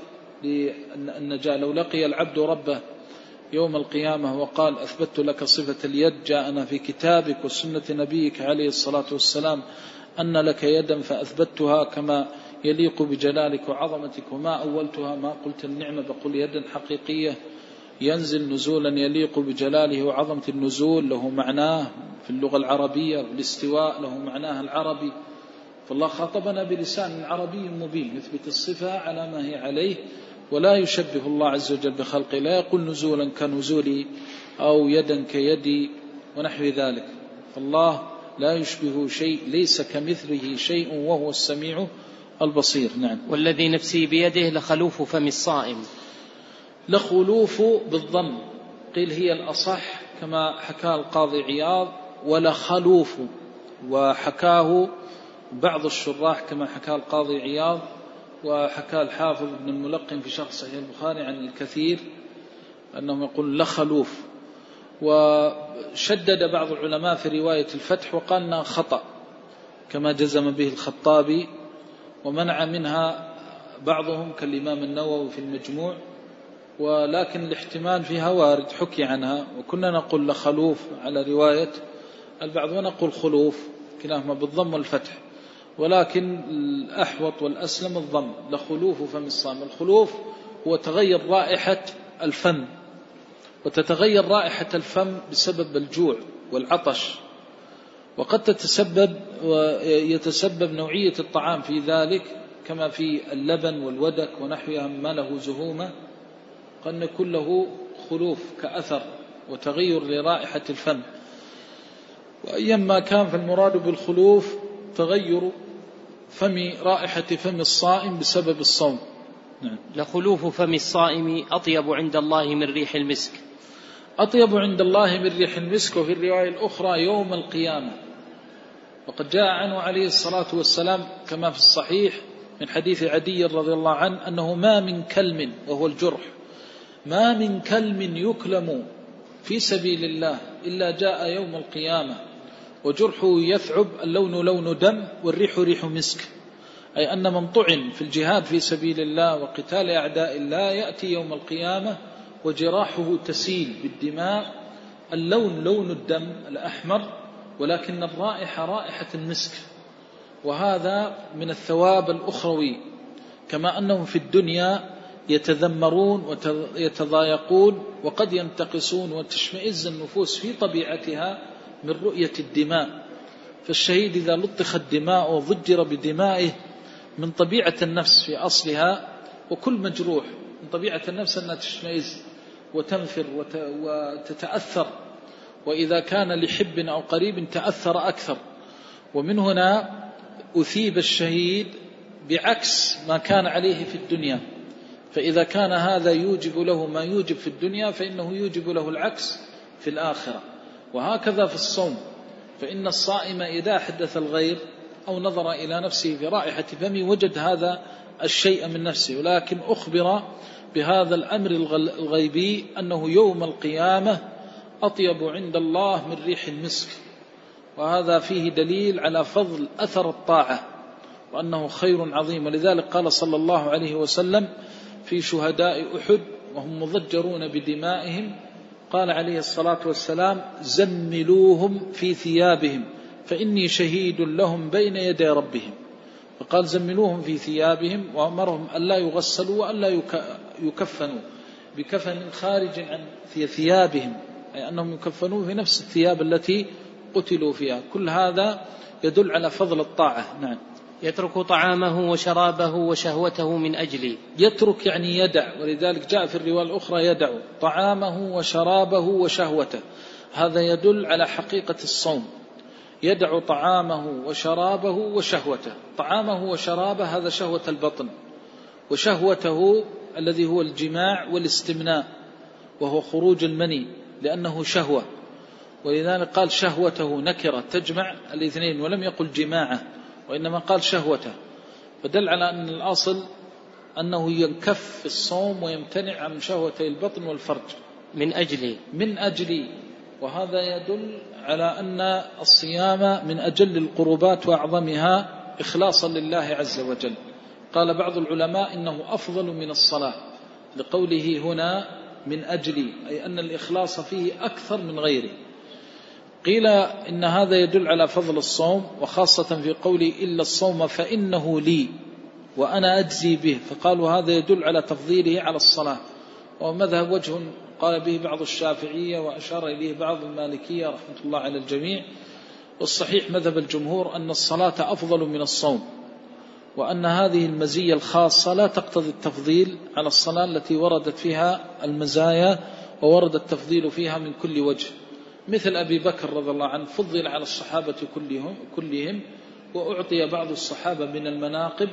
للنجاة. لو لقي العبد ربه يوم القيامة وقال أثبت لك صفة اليد، جاءنا في كتابك وسنة نبيك عليه الصلاة والسلام أن لك يدا فأثبتها كما يليق بجلالك وعظمتك، وما أولتها، ما قلت النعمة بقول يدا حقيقية، ينزل نزولا يليق بجلاله وعظمة. النزول له معناه في اللغة العربية، والاستواء له معناه العربي، فالله خاطبنا بلسان عربي مبين يثبت الصفة على ما هي عليه، ولا يشبه الله عز وجل بخلقه، لا يقول نزولا كنزولي أو يدا كيدي ونحو ذلك. فالله لا يشبه شيء، ليس كمثله شيء وهو السميع البصير. نعم. والذي نفسي بيده لخلوف فم الصائم. لخلوف بالضم، قيل هي الأصح كما حكى القاضي عياض، ولخلوف، وحكاه بعض الشراح كما حكى القاضي عياض، وحكى الحافظ ابن الملقن في شرح صحيح البخاري عن الكثير أنهم يقول لخلوف. وشدد بعض العلماء في رواية الفتح وقال أنها خطأ كما جزم به الخطابي، ومنع منها بعضهم كالإمام النووي في المجموع، ولكن الاحتمال فيها وارد حكي عنها. وكنا نقول لخلوف على رواية البعض، ونقول خلوف، كلاهما بالضم والفتح، ولكن الأحوط والأسلم الضم. لخلوف فم الصائم. الخلوف هو تغير رائحة الفم، وتتغير رائحة الفم بسبب الجوع والعطش، وقد يتسبب نوعية الطعام في ذلك، كما في اللبن والودك ونحوها ما له زهومة، قد يكون له خلوف كأثر وتغير لرائحة الفم. وأيما كان فالمراد بالخلوف تغير رائحة فم الصائم بسبب الصوم. نعم. لخلوف فم الصائم أطيب عند الله من ريح المسك. أطيب عند الله من ريح المسك. وفي الرواية الأخرى يوم القيامة، وقد جاء عنه عليه الصلاة والسلام كما في الصحيح من حديث عدي رضي الله عنه أنه ما من كلم، وهو الجرح، ما من كلم يكلم في سبيل الله إلا جاء يوم القيامة وجرحه يثعب، اللون لون دم والريح ريح مسك، أي أن من طعن في الجهاد في سبيل الله وقتال أعداء الله يأتي يوم القيامة وجراحه تسيل بالدماء، اللون لون الدم الأحمر، ولكن الرائحة رائحة المسك. وهذا من الثواب الأخروي، كما أنهم في الدنيا يتذمرون ويتضايقون وقد ينتقصون وتشمئز النفوس في طبيعتها من رؤية الدماء. فالشهيد إذا لطخت دماءه وضجر بدمائه من طبيعة النفس في أصلها، وكل مجروح من طبيعة النفس أنها تشمئز وتنفر وتتأثر، وإذا كان لحب أو قريب تأثر أكثر. ومن هنا أثيب الشهيد بعكس ما كان عليه في الدنيا، فإذا كان هذا يوجب له ما يوجب في الدنيا فإنه يوجب له العكس في الآخرة. وهكذا في الصوم، فإن الصائم إذا حدث الغير أو نظر إلى نفسه في رائحة فمه وجد هذا الشيء من نفسه، ولكن أخبر بهذا الأمر الغيبي أنه يوم القيامة أطيب عند الله من ريح المسك. وهذا فيه دليل على فضل أثر الطاعة وأنه خير عظيم. ولذلك قال صلى الله عليه وسلم في شهداء أحد وهم مضجرون بدمائهم، قال عليه الصلاة والسلام: زملوهم في ثيابهم فإني شهيد لهم بين يدي ربهم. فقال زملوهم في ثيابهم، وأمرهم ألا يغسلوا وألا يكفنوا بكفن خارج عن ثيابهم، أي أنهم يكفنوا في نفس الثياب التي قتلوا فيها. كل هذا يدل على فضل الطاعة. نعم. يترك طعامه وشرابه وشهوته من أجلي. يترك يعني يدع، ولذلك جاء في الرواية الأخرى يدع طعامه وشرابه وشهوته. هذا يدل على حقيقة الصوم. يدع طعامه وشرابه وشهوته. طعامه وشرابه هذا شهوة البطن، وشهوته الذي هو الجماع والاستمناء وهو خروج المني لأنه شهوة. ولذلك قال شهوته نكرة تجمع الاثنين، ولم يقل جماعة وإنما قال شهوته، فدل على أن الأصل أنه ينكف الصوم ويمتنع عن شهوتي البطن والفرج من أجلي. وهذا يدل على أن الصيام من أجل القربات وأعظمها إخلاصا لله عز وجل. قال بعض العلماء إنه أفضل من الصلاة، لقوله هنا من أجلي، أي أن الإخلاص فيه أكثر من غيره. قيل إن هذا يدل على فضل الصوم، وخاصة في قوله إلا الصوم فإنه لي وأنا أجزي به، فقالوا هذا يدل على تفضيله على الصلاة. ومذهب وجه قال به بعض الشافعية وأشار إليه بعض المالكية رحمة الله على الجميع. والصحيح مذهب الجمهور أن الصلاة أفضل من الصوم، وأن هذه المزية الخاصة لا تقتضي التفضيل على الصلاة التي وردت فيها المزايا وورد التفضيل فيها من كل وجه. مثل أبي بكر رضي الله عنه فضل على الصحابة كلهم، وأعطي بعض الصحابة من المناقب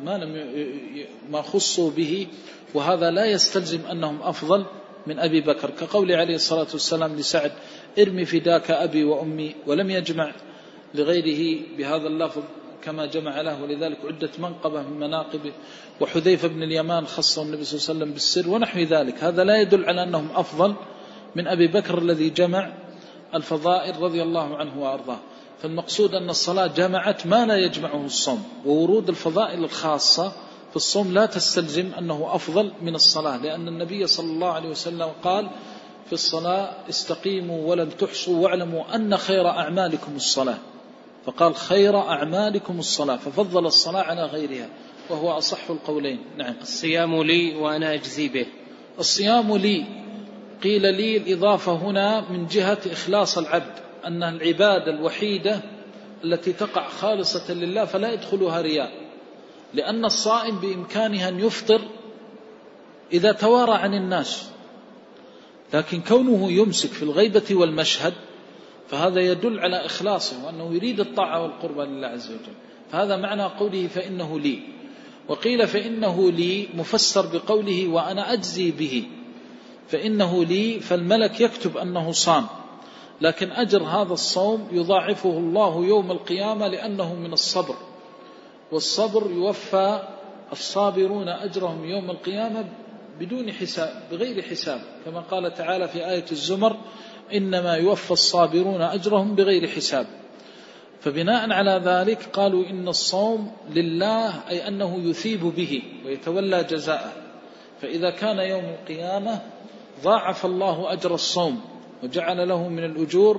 ما خصوا به، وهذا لا يستلزم أنهم أفضل من أبي بكر، كقول عليه الصلاة والسلام لسعد: ارمي فداك أبي وأمي، ولم يجمع لغيره بهذا اللفظ كما جمع له، ولذلك عدت منقبة من مناقبه. وحذيفة بن اليمان خصه النبي صلى الله عليه وسلم بالسر ونحو ذلك. هذا لا يدل على أنهم أفضل من أبي بكر الذي جمع الفضائل رضي الله عنه وأرضاه. فالمقصود أن الصلاة جمعت ما لا يجمعه الصوم، وورود الفضائل الخاصة في الصوم لا تستلزم أنه أفضل من الصلاة، لأن النبي صلى الله عليه وسلم قال في الصلاة: استقيموا ولن تحصوا واعلموا أن خير أعمالكم الصلاة. فقال خير أعمالكم الصلاة، ففضل الصلاة على غيرها، وهو أصح القولين. نعم. الصيام لي وأنا أجزي به. الصيام لي، قيل لي الإضافة هنا من جهة إخلاص العبد، أنها العبادة الوحيدة التي تقع خالصة لله فلا يدخلها رياء، لأن الصائم بإمكانه أن يفطر إذا توارى عن الناس، لكن كونه يمسك في الغيبة والمشهد فهذا يدل على إخلاصه وأنه يريد الطاعة والقربة لله عز وجل. فهذا معنى قوله فإنه لي. وقيل فإنه لي مفسر بقوله وأنا أجزي به، فإنه لي فالملك يكتب أنه صام، لكن أجر هذا الصوم يضاعفه الله يوم القيامة لأنه من الصبر، والصبر يوفى الصابرون أجرهم يوم القيامة بدون حساب، بغير حساب، كما قال تعالى في آية الزمر: إنما يوفى الصابرون أجرهم بغير حساب. فبناء على ذلك قالوا إن الصوم لله، أي أنه يثيب به ويتولى جزاءه، فإذا كان يوم القيامة ضاعف الله أجر الصوم وجعل له من الأجور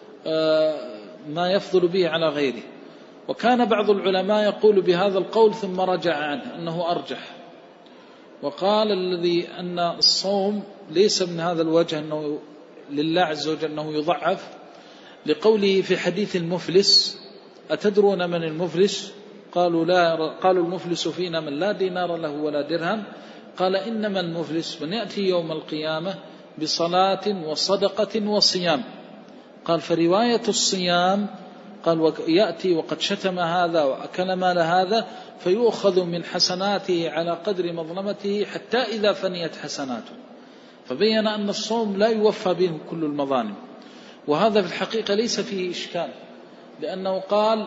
ما يفضل به على غيره. وكان بعض العلماء يقول بهذا القول ثم رجع عنه أنه أرجح، وقال الذي أن الصوم ليس من هذا الوجه أنه لله عز وجل أنه يضعف، لقوله في حديث المفلس: أتدرون من المفلس؟ قالوا لا. قالوا المفلس فينا من لا دينار له ولا درهم. قال إنما المفلس من يأتي يوم القيامة بصلاة وصدقة وصيام. قال فرواية الصيام قال يأتي وقد شتم هذا وأكل مال هذا فيؤخذ من حسناته على قدر مظلمته حتى إذا فنيت حسناته، فبين أن الصوم لا يوفى به كل المظالم. وهذا في الحقيقة ليس فيه إشكال، لأنه قال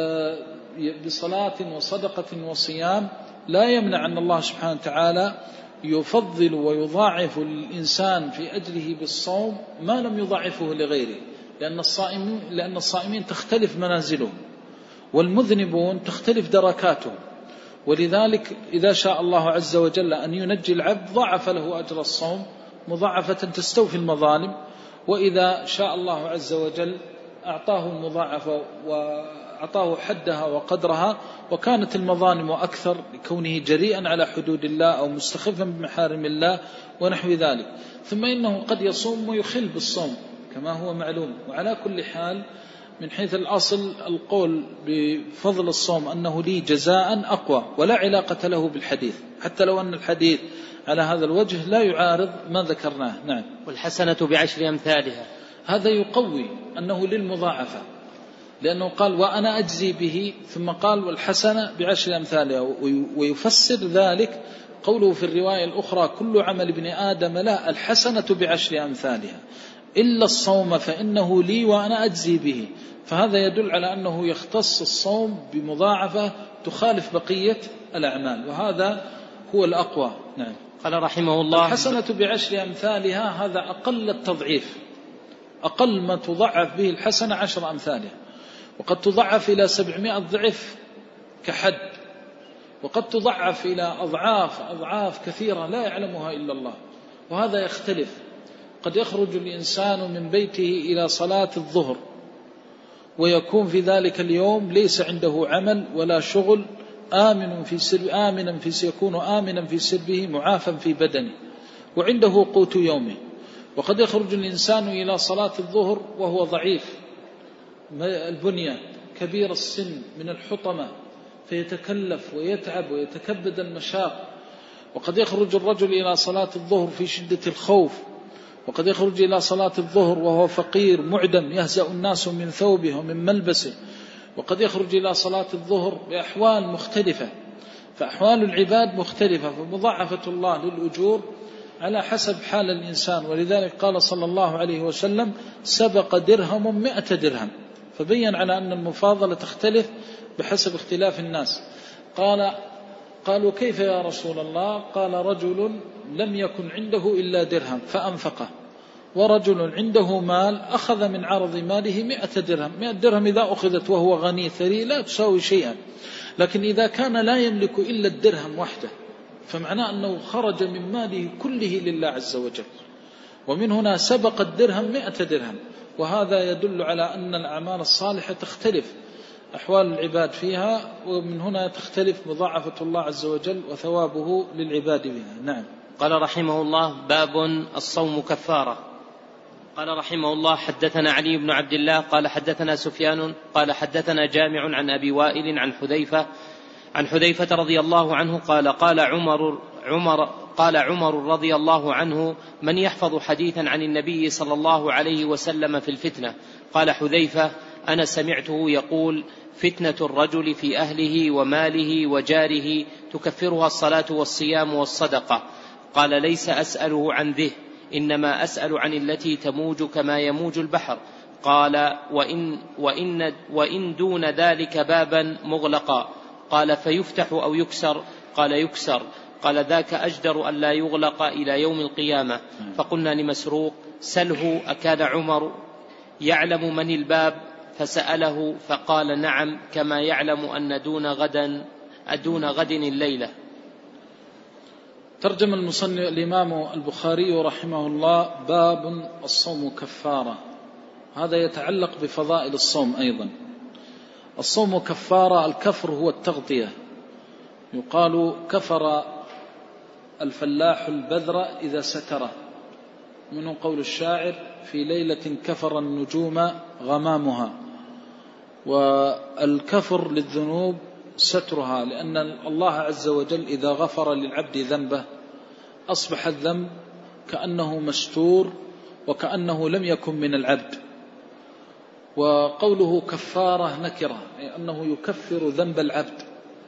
بصلاة وصدقة وصيام لا يمنع أن الله سبحانه وتعالى يفضل ويضاعف الإنسان في أجره بالصوم ما لم يضاعفه لغيره، لأن الصائمين تختلف منازلهم، والمذنبون تختلف دركاتهم، ولذلك إذا شاء الله عز وجل أن ينجي العبد ضاعف له أجر الصوم مضاعفة تستوفي المظالم، وإذا شاء الله عز وجل أعطاه المضاعفة وأعطاه حدها وقدرها، وكانت المظالم أكثر لكونه جريئا على حدود الله أو مستخفا بمحارم الله ونحو ذلك. ثم إنه قد يصوم ويخل بالصوم كما هو معلوم. وعلى كل حال من حيث الأصل القول بفضل الصوم أنه لي جزاء أقوى، ولا علاقة له بالحديث، حتى لو أن الحديث على هذا الوجه لا يعارض ما ذكرناه. نعم. والحسنة بعشر أمثالها، هذا يقوي أنه للمضاعفة، لأنه قال وأنا أجزي به، ثم قال والحسنة بعشر أمثالها. ويفسر ذلك قوله في الرواية الأخرى كل عمل ابن آدم لا الحسنة بعشر أمثالها إلا الصوم فإنه لي وأنا أجزي به. فهذا يدل على أنه يختص الصوم بمضاعفة تخالف بقية الأعمال، وهذا هو الأقوى. نعم. قال رحمه الله الحسنة بعشر أمثالها، هذا أقل التضعيف، أقل ما تضعف به الحسنة 10 أمثالها، وقد تضعف إلى 700 ضعف كحد، وقد تضعف إلى أضعاف كثيرة لا يعلمها إلا الله. وهذا يختلف، قد يخرج الإنسان من بيته إلى صلاة الظهر ويكون في ذلك اليوم ليس عنده عمل ولا شغل، يكون آمنا في سربه معافا في بدنه وعنده قوت يومه. وقد يخرج الإنسان إلى صلاة الظهر وهو ضعيف البنية كبير السن من الحطمة، فيتكلف ويتعب ويتكبد المشاق. وقد يخرج الرجل إلى صلاة الظهر في شدة الخوف، وقد يخرج إلى صلاة الظهر وهو فقير معدم يهزأ الناس من ثوبه ومن ملبسه. وقد يخرج إلى صلاة الظهر بأحوال مختلفة، فأحوال العباد مختلفة، فمضاعفة الله للأجور على حسب حال الإنسان. ولذلك قال صلى الله عليه وسلم سبق درهم 100 درهم، فبين على أن المفاضلة تختلف بحسب اختلاف الناس. قالوا كيف يا رسول الله؟ قال رجل لم يكن عنده إلا درهم فأنفقه، ورجل عنده مال أخذ من عرض ماله 100 درهم. 100 درهم إذا أخذت وهو غني ثري لا تساوي شيئا، لكن إذا كان لا يملك إلا الدرهم وحده فمعناه أنه خرج من ماله كله لله عز وجل. ومن هنا سبق الدرهم 100 درهم. وهذا يدل على أن الأعمال الصالحة تختلف أحوال العباد فيها، ومن هنا تختلف مضاعفة الله عز وجل وثوابه للعباد بها. نعم. قال رحمه الله باب الصوم كفارة. قال رحمه الله حدثنا علي بن عبد الله قال حدثنا سفيان قال حدثنا جامع عن أبي وائل عن حذيفة رضي الله عنه قال عمر رضي الله عنه من يحفظ حديثا عن النبي صلى الله عليه وسلم في الفتنة؟ قال حذيفة أنا سمعته يقول فتنة الرجل في أهله وماله وجاره تكفرها الصلاة والصيام والصدقة. قال ليس أسأله عن ذه، إنما أسأل عن التي تموج كما يموج البحر. قال وإن دون ذلك بابا مغلقا. قال فيفتح أو يكسر؟ قال يكسر. قال ذاك أجدر أن لا يغلق إلى يوم القيامة. فقلنا لمسروق سله أكان عمر يعلم من الباب؟ فسأله فقال نعم، كما يعلم أن دون غد الليلة. ترجم المصنف الإمام البخاري رحمه الله باب الصوم كفارة. هذا يتعلق بفضائل الصوم أيضا. الصوم كفارة، الكفر هو التغطية. يقال كفر الفلاح البذر إذا ستره، منه قول الشاعر في ليلة كفر النجوم غمامها. والكفر للذنوب سترها، لأن الله عز وجل إذا غفر للعبد ذنبه أصبح الذنب كأنه مستور وكأنه لم يكن من العبد. وقوله كفارة نكرة، أي أنه يكفر ذنب العبد.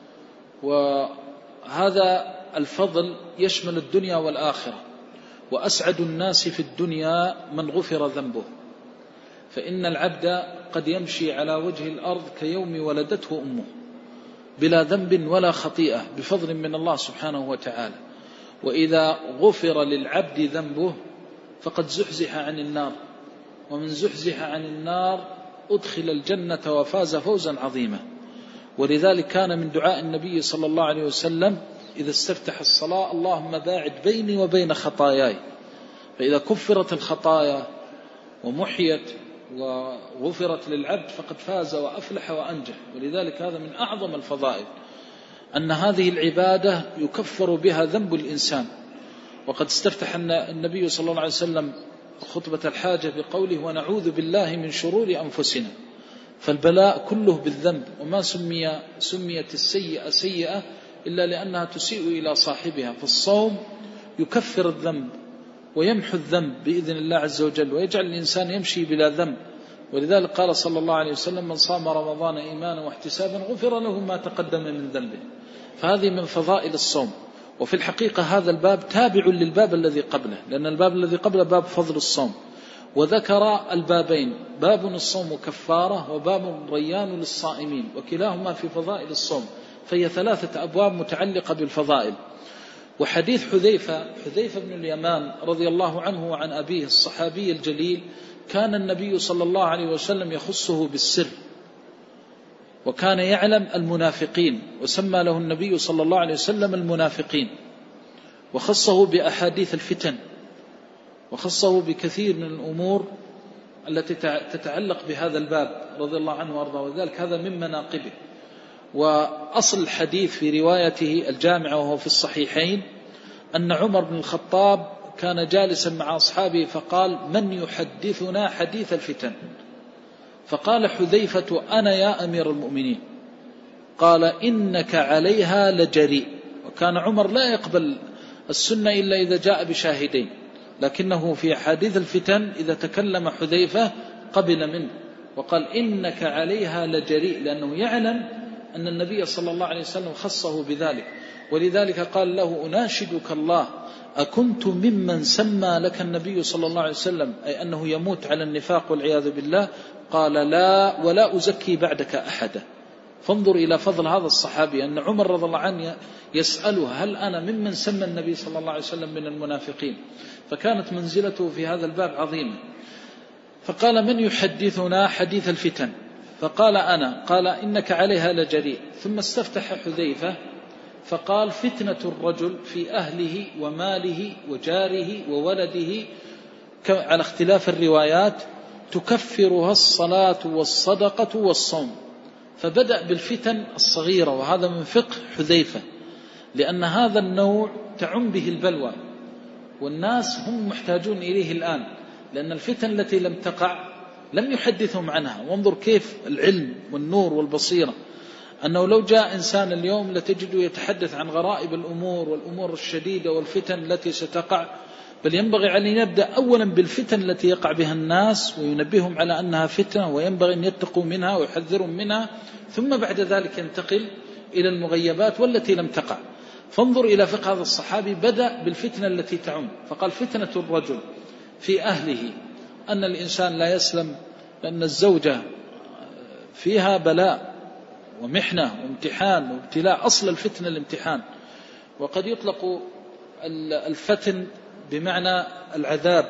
وهذا الفضل يشمل الدنيا والآخرة، وأسعد الناس في الدنيا من غفر ذنبه. فإن العبد قد يمشي على وجه الأرض كيوم ولدته أمه بلا ذنب ولا خطيئة بفضل من الله سبحانه وتعالى. وإذا غفر للعبد ذنبه فقد زحزح عن النار، ومن زحزح عن النار أدخل الجنة وفاز فوزا عظيما. ولذلك كان من دعاء النبي صلى الله عليه وسلم إذا استفتح الصلاة: اللهم باعد بيني وبين خطاياي. فإذا كفرت الخطايا ومحيت وغفرت للعبد فقد فاز وأفلح وأنجح. ولذلك هذا من أعظم الفضائل، أن هذه العبادة يكفر بها ذنب الإنسان. وقد استفتح النبي صلى الله عليه وسلم خطبة الحاجة بقوله: ونعوذ بالله من شرور أنفسنا. فالبلاء كله بالذنب، وما سميت السيئة سيئة إلا لأنها تسيء إلى صاحبها. فالصوم يكفر الذنب ويمحو الذنب بإذن الله عز وجل، ويجعل الإنسان يمشي بلا ذنب. ولذلك قال صلى الله عليه وسلم: من صام رمضان إيمانا واحتسابا غفر له ما تقدم من ذنبه. فهذه من فضائل الصوم. وفي الحقيقة هذا الباب تابع للباب الذي قبله، لأن الباب الذي قبله باب فضل الصوم، وذكر البابين: باب الصوم كفارة، وباب ريان للصائمين، وكلاهما في فضائل الصوم. فهي 3 أبواب متعلقة بالفضائل. وحديث حذيفة بن اليمان رضي الله عنه وعن أبيه الصحابي الجليل، كان النبي صلى الله عليه وسلم يخصه بالسر، وكان يعلم المنافقين، وسمى له النبي صلى الله عليه وسلم المنافقين، وخصه بأحاديث الفتن، وخصه بكثير من الأمور التي تتعلق بهذا الباب رضي الله عنه وارضاه. وذلك هذا من مناقبه. وأصل الحديث في روايته الجامعة وهو في الصحيحين أن عمر بن الخطاب كان جالسا مع أصحابه فقال: من يحدثنا حديث الفتن؟ فقال حذيفة: أنا يا أمير المؤمنين. قال: إنك عليها لجريء. وكان عمر لا يقبل السنة إلا إذا جاء بشاهدين، لكنه في حديث الفتن إذا تكلم حذيفة قبل منه، وقال: إنك عليها لجريء، لأنه يعلم أن النبي صلى الله عليه وسلم خصه بذلك. ولذلك قال له: أناشدك الله، أكنت ممن سمى لك النبي صلى الله عليه وسلم، أي أنه يموت على النفاق والعياذ بالله؟ قال: لا، ولا أزكي بعدك أحدا. فانظر إلى فضل هذا الصحابي، أن عمر رضي الله عنه يسأله: هل أنا ممن سمى النبي صلى الله عليه وسلم من المنافقين؟ فكانت منزلته في هذا الباب عظيمة. فقال: من يحدثنا حديث الفتن؟ فقال: أنا. قال: إنك عليها لجريء. ثم استفتح حذيفة فقال: فتنة الرجل في أهله وماله وجاره وولده على اختلاف الروايات تكفرها الصلاة والصدقة والصوم. فبدأ بالفتن الصغيرة، وهذا من فقه حذيفة، لأن هذا النوع تعم به البلوى، والناس هم محتاجون إليه الآن، لأن الفتن التي لم تقع لم يحدثهم عنها. وانظر كيف العلم والنور والبصيرة، أنه لو جاء إنسان اليوم لتجده يتحدث عن غرائب الأمور والأمور الشديدة والفتن التي ستقع، بل ينبغي أن يبدأ أولا بالفتن التي يقع بها الناس وينبههم على أنها فتنة وينبغي أن يتقوا منها ويحذرهم منها، ثم بعد ذلك ينتقل إلى المغيبات والتي لم تقع. فانظر إلى فقه هذا الصحابي، بدأ بالفتنة التي تعم، فقال: فتنة الرجل في أهله، أن الإنسان لا يسلم، لأن الزوجة فيها بلاء ومحنة وامتحان وابتلاء. أصل الفتنة الامتحان، وقد يطلق الفتن بمعنى العذاب،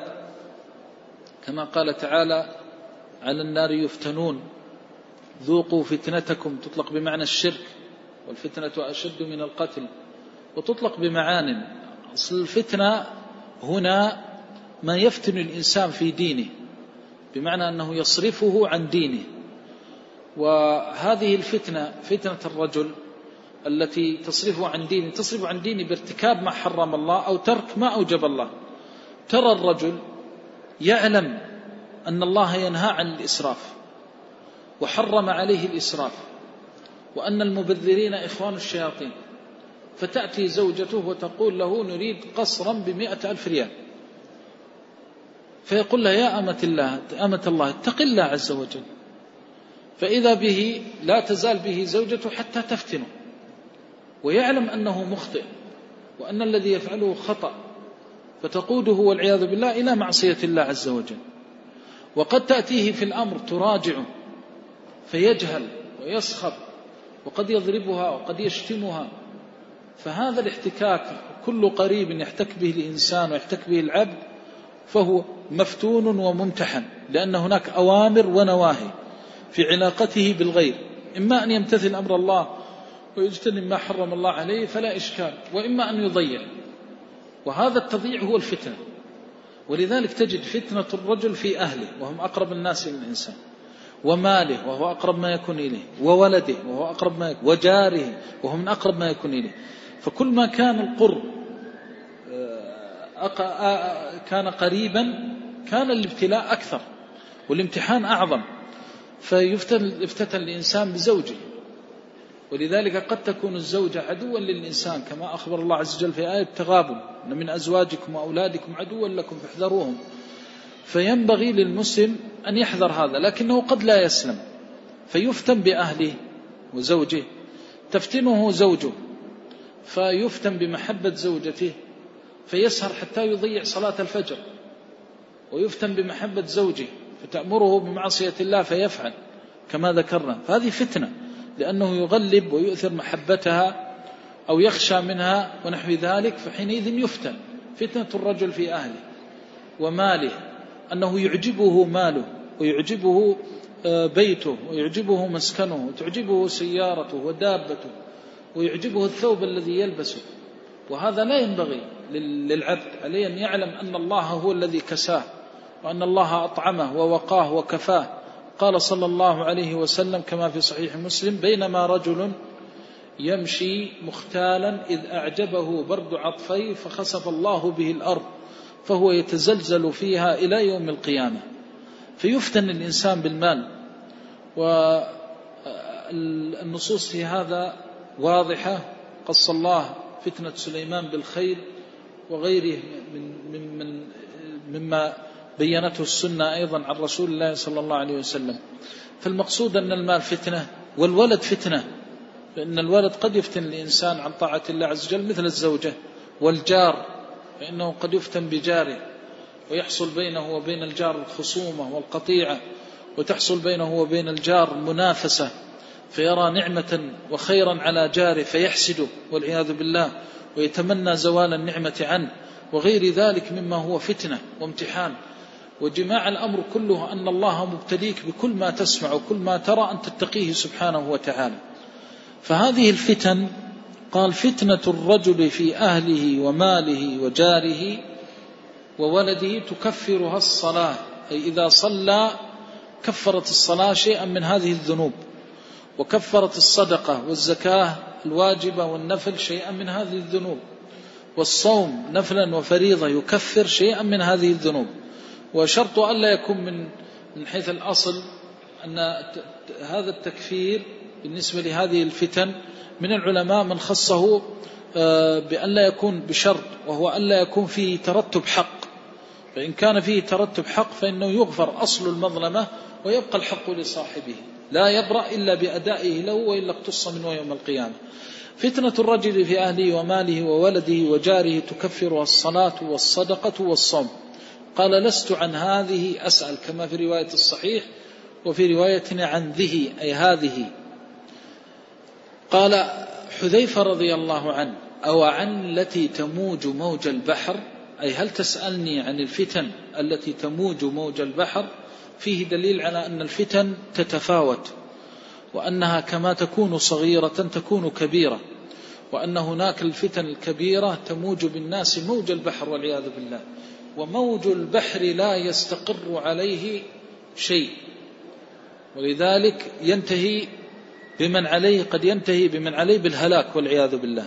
كما قال تعالى: على النار يفتنون ذوقوا فتنتكم. تطلق بمعنى الشرك، والفتنة أشد من القتل، وتطلق بمعان. أصل الفتنة هنا ما يفتن الإنسان في دينه، بمعنى أنه يصرفه عن دينه. وهذه الفتنة، فتنة الرجل التي تصرفه عن دينه، تصرف عن دينه بارتكاب ما حرم الله أو ترك ما أوجب الله. ترى الرجل يعلم أن الله ينهى عن الإسراف وحرم عليه الإسراف، وأن المبذرين إخوان الشياطين، فتأتي زوجته وتقول له: نريد قصرا ب100,000 ريال. فيقول لها: يا أمة الله اتق الله عز وجل. فإذا به لا تزال به زوجته حتى تفتنه، ويعلم أنه مخطئ وأن الذي يفعله خطأ، فتقوده والعياذ بالله إلى معصية الله عز وجل. وقد تأتيه في الأمر تراجعه فيجهل ويسخط، وقد يضربها وقد يشتمها، فهذا الاحتكاك كل قريب يحتك به الإنسان ويحتك به العبد فهو مفتون وممتحن، لأن هناك أوامر ونواهي في علاقته بالغير، إما أن يمتثل أمر الله ويجتنب ما حرم الله عليه فلا إشكال، وإما أن يضيع، وهذا التضييع هو الفتنة. ولذلك تجد فتنة الرجل في أهله وهم أقرب الناس إلى الإنسان، وماله وهو أقرب ما يكون إليه، وولده وهو أقرب ما يكون، وجاره وهو من أقرب ما يكون إليه. فكل ما كان القرب كان قريبا كان الابتلاء أكثر والامتحان أعظم، فيفتتن الإنسان بزوجه. ولذلك قد تكون الزوجة عدوا للإنسان كما أخبر الله عز وجل في آية التغابن: إن من أزواجكم وأولادكم عدوا لكم فاحذروهم. فينبغي للمسلم أن يحذر هذا، لكنه قد لا يسلم فيفتن بأهله وزوجه، تفتنه زوجه فيفتن بمحبة زوجته فيسهر حتى يضيع صلاة الفجر، ويفتن بمحبة زوجه فتأمره بمعصية الله فيفعل كما ذكرنا. فهذه فتنة، لأنه يغلب ويؤثر محبتها أو يخشى منها ونحو ذلك، فحينئذ يفتن. فتنة الرجل في أهله وماله، أنه يعجبه ماله ويعجبه بيته ويعجبه مسكنه وتعجبه سيارته ودابته ويعجبه الثوب الذي يلبسه، وهذا لا ينبغي للعبد. عليه أن يعلم أن الله هو الذي كساه، وأن الله أطعمه ووقاه وكفاه. قال صلى الله عليه وسلم كما في صحيح مسلم: بينما رجل يمشي مختالا إذ أعجبه برد عطفيه فخسف الله به الأرض فهو يتزلزل فيها إلى يوم القيامة. فيفتن الإنسان بالمال، والنصوص في هذا واضحة. قص الله فتنة سليمان بالخيل وغيره مما بينته السنة أيضا عن رسول الله صلى الله عليه وسلم. فالمقصود أن المال فتنة والولد فتنة، لأن الولد قد يفتن الإنسان عن طاعة الله عز وجل مثل الزوجة، والجار فإنه قد يفتن بجاره ويحصل بينه وبين الجار الخصومة والقطيعة، وتحصل بينه وبين الجار منافسة فيرى نعمة وخيرا على جاره فيحسده والعياذ بالله ويتمنى زوال النعمة عنه، وغير ذلك مما هو فتنة وامتحان. وجماع الأمر كله أن الله مبتليك بكل ما تسمع وكل ما ترى أن تتقيه سبحانه وتعالى. فهذه الفتن قال: فتنة الرجل في أهله وماله وجاره وولده تكفرها الصلاة، أي إذا صلى كفرت الصلاة شيئا من هذه الذنوب، وكفرت الصدقة والزكاة الواجبة والنفل شيئا من هذه الذنوب، والصوم نفلا وفريضة يكفر شيئا من هذه الذنوب. وشرط ألا يكون من حيث الأصل أن هذا التكفير بالنسبة لهذه الفتن من العلماء من خصه بأن لا يكون بشرط، وهو أن لا يكون فيه ترتب حق. فإن كان فيه ترتب حق فإنه يغفر أصل المظلمة ويبقى الحق لصاحبه، لا يبرأ إلا بأدائه له، وإلا اقتص منه يوم القيامة. فتنة الرجل في أهله وماله وولده وجاره تكفرها الصلاة والصدقة والصوم. قال: لست عن هذه أسأل، كما في رواية الصحيح، وفي روايتنا عن ذه أي هذه. قال حذيفة رضي الله عنه: أو عن التي تموج موج البحر، أي هل تسألني عن الفتن التي تموج موج البحر؟ فيه دليل على أن الفتن تتفاوت، وأنها كما تكون صغيرة تكون كبيرة، وأن هناك الفتن الكبيرة تموج بالناس موج البحر والعياذ بالله. وموج البحر لا يستقر عليه شيء، ولذلك ينتهي بمن عليه، قد ينتهي بمن عليه بالهلاك والعياذ بالله.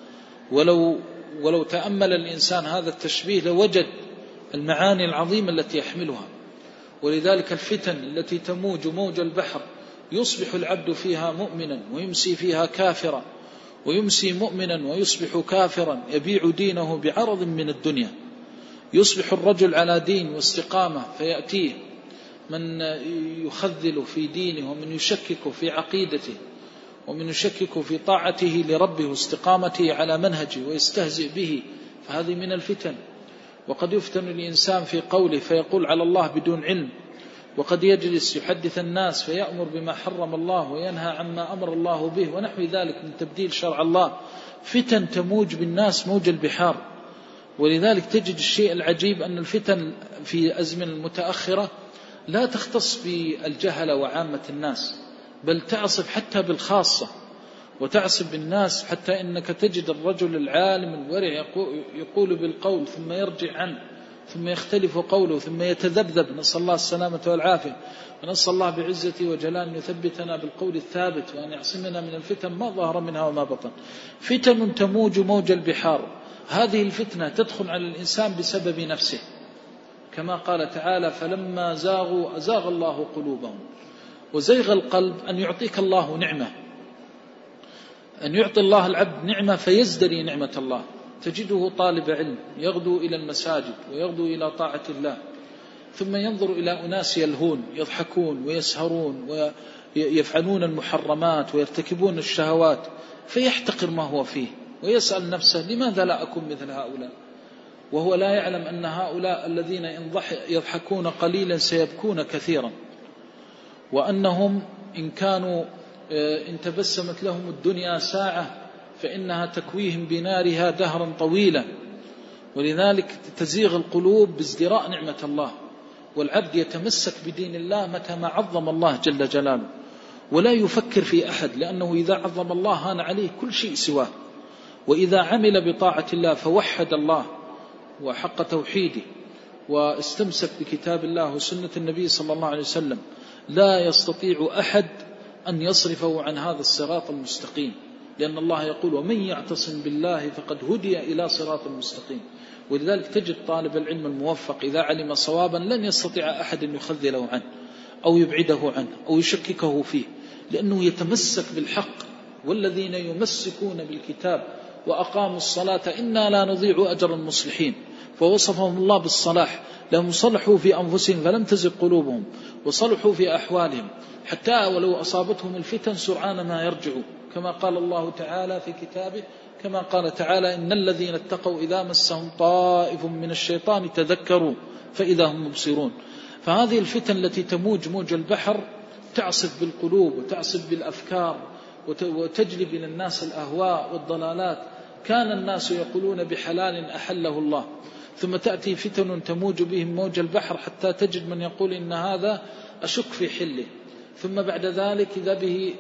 ولو تأمل الإنسان هذا التشبيه لوجد المعاني العظيمة التي يحملها. ولذلك الفتن التي تموج موج البحر يصبح العبد فيها مؤمنا ويمسي فيها كافرا، ويمسي مؤمنا ويصبح كافرا يبيع دينه بعرض من الدنيا. يصبح الرجل على دين واستقامة فيأتيه من يخذل في دينه، ومن يشكك في عقيدته، ومن يشكك في طاعته لربه واستقامته على منهجه ويستهزئ به، فهذه من الفتن. وقد يفتن الإنسان في قوله فيقول على الله بدون علم، وقد يجلس يحدث الناس فيأمر بما حرم الله وينهى عما أمر الله به ونحو ذلك من تبديل شرع الله. فتن تموج بالناس موج البحار. ولذلك تجد الشيء العجيب أن الفتن في أزمنة المتأخرة لا تختص بالجهلة وعامة الناس، بل تعصب حتى بالخاصة وتعصب بالناس، حتى إنك تجد الرجل العالم الورع يقول بالقول ثم يرجع عنه، ثم يختلف قوله، ثم يتذبذب، نسأل الله السلامة والعافية. ونسأل الله بعزته وجلاله أن يثبتنا بالقول الثابت وأن يعصمنا من الفتن ما ظهر منها وما بطن. فتن تموج موج البحار. هذه الفتنة تدخل على الإنسان بسبب نفسه، كما قال تعالى: فلما زاغوا أزاغ الله قلوبهم. وزيغ القلب أن يعطيك الله نعمة، أن يعطي الله العبد نعمة فيزدري نعمة الله. تجده طالب علم يغدو إلى المساجد ويغدو إلى طاعة الله، ثم ينظر إلى أناس يلهون يضحكون ويسهرون ويفعلون المحرمات ويرتكبون الشهوات، فيحتقر ما هو فيه ويسأل نفسه: لماذا لا أكون مثل هؤلاء؟ وهو لا يعلم أن هؤلاء الذين يضحكون قليلا سيبكون كثيرا، وأنهم إن كانوا إن تبسمت لهم الدنيا ساعة فإنها تكويهم بنارها دهرا طويلا. ولذلك تزيغ القلوب بازدراء نعمة الله، والعبد يتمسك بدين الله متى ما عظم الله جل جلاله، ولا يفكر في أحد، لأنه إذا عظم الله هان عليه كل شيء سواه. وإذا عمل بطاعة الله فوحد الله وحق توحيده واستمسك بكتاب الله وسنة النبي صلى الله عليه وسلم، لا يستطيع أحد أن يصرفه عن هذا الصراط المستقيم، لأن الله يقول: ومن يعتصم بالله فقد هدي إلى صراط مستقيم. ولذلك تجد طالب العلم الموفق إذا علم صوابا لن يستطيع أحد أن يخذله عنه أو يبعده عنه أو يشككه فيه، لأنه يتمسك بالحق. والذين يمسكون بالكتاب وأقاموا الصلاة إنا لا نضيع أجر المصلحين. فوصفهم الله بالصلاح، لهم صلحوا في أنفسهم فلم تزغ قلوبهم، وصلحوا في أحوالهم حتى ولو أصابتهم الفتن سرعان ما يرجعوا، كما قال الله تعالى في كتابه، كما قال تعالى: إن الذين اتقوا إذا مسهم طائف من الشيطان تذكروا فإذا هم مبصرون. فهذه الفتن التي تموج موج البحر تعصف بالقلوب وتعصف بالأفكار وتجلب إلى الناس الأهواء والضلالات. كان الناس يقولون بحلال أحله الله، ثم تأتي فتن تموج بهم موج البحر حتى تجد من يقول إن هذا أشك في حله، ثم بعد ذلك إذا به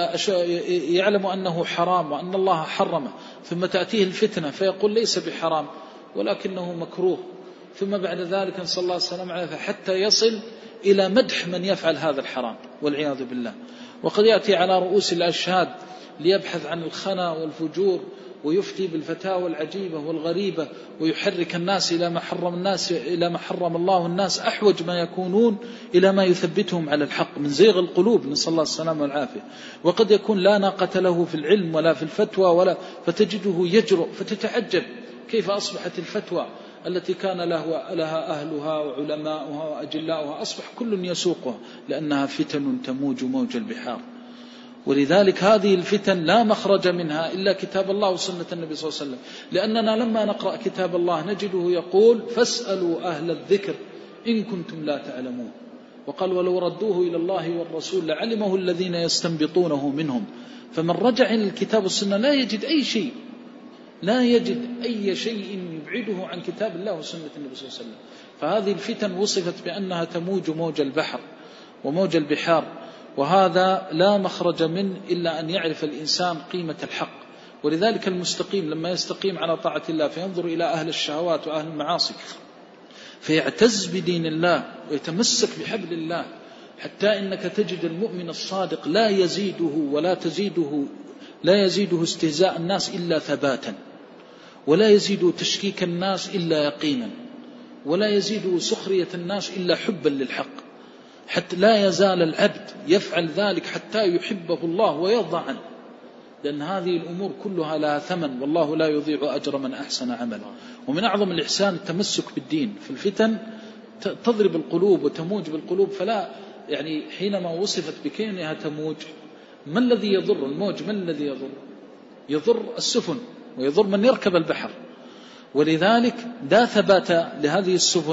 يعلم أنه حرام وأن الله حرمه، ثم تأتيه الفتنة فيقول ليس بحرام ولكنه مكروه، ثم بعد ذلك نسأل الله السلامة عليه حتى يصل إلى مدح من يفعل هذا الحرام والعياذ بالله. وقد يأتي على رؤوس الأشهاد ليبحث عن الخنا والفجور ويفتي بالفتاوى العجيبة والغريبة ويحرك الناس إلى ما حرم الله الناس، أحوج ما يكونون إلى ما يثبتهم على الحق من زيغ القلوب، نسأل الله السلامة والعافية. وقد يكون لا ناقة له في العلم ولا في الفتوى فتجده يجرؤ، فتتعجب كيف أصبحت الفتوى التي كان لها أهلها وعلماؤها وأجلاؤها أصبح كل يسوقها، لأنها فتن تموج موج البحار. ولذلك هذه الفتن لا مخرج منها إلا كتاب الله وسنة النبي صلى الله عليه وسلم، لأننا لما نقرأ كتاب الله نجده يقول: فاسألوا أهل الذكر إن كنتم لا تعلمون. وقال: ولو ردوه إلى الله والرسول لعلمه الذين يستنبطونه منهم. فمن رجع إلى الكتاب والسنة لا يجد أي شيء يبعده عن كتاب الله وسنة النبي صلى الله عليه وسلم. فهذه الفتن وصفت بأنها تموج موج البحر وموج البحار، وهذا لا مخرج منه إلا أن يعرف الإنسان قيمة الحق. ولذلك المستقيم لما يستقيم على طاعة الله فينظر إلى أهل الشهوات وأهل المعاصي فيعتز بدين الله ويتمسك بحبل الله، حتى إنك تجد المؤمن الصادق لا يزيده استهزاء الناس إلا ثباتا، ولا يزيده تشكيك الناس إلا يقينا، ولا يزيده سخرية الناس إلا حبا للحق. حتى لا يزال العبد يفعل ذلك حتى يحبه الله ويرضى عنه، لأن هذه الأمور كلها لها ثمن، والله لا يضيع أجر من أحسن عملا. ومن أعظم الإحسان التمسك بالدين. في الفتن تضرب القلوب وتموج بالقلوب، فلا حينما وصفت بكونها تموج، ما الذي يضر الموج؟ ما الذي يضر السفن ويضر من يركب البحر. ولذلك لا ثبات لهذه السفن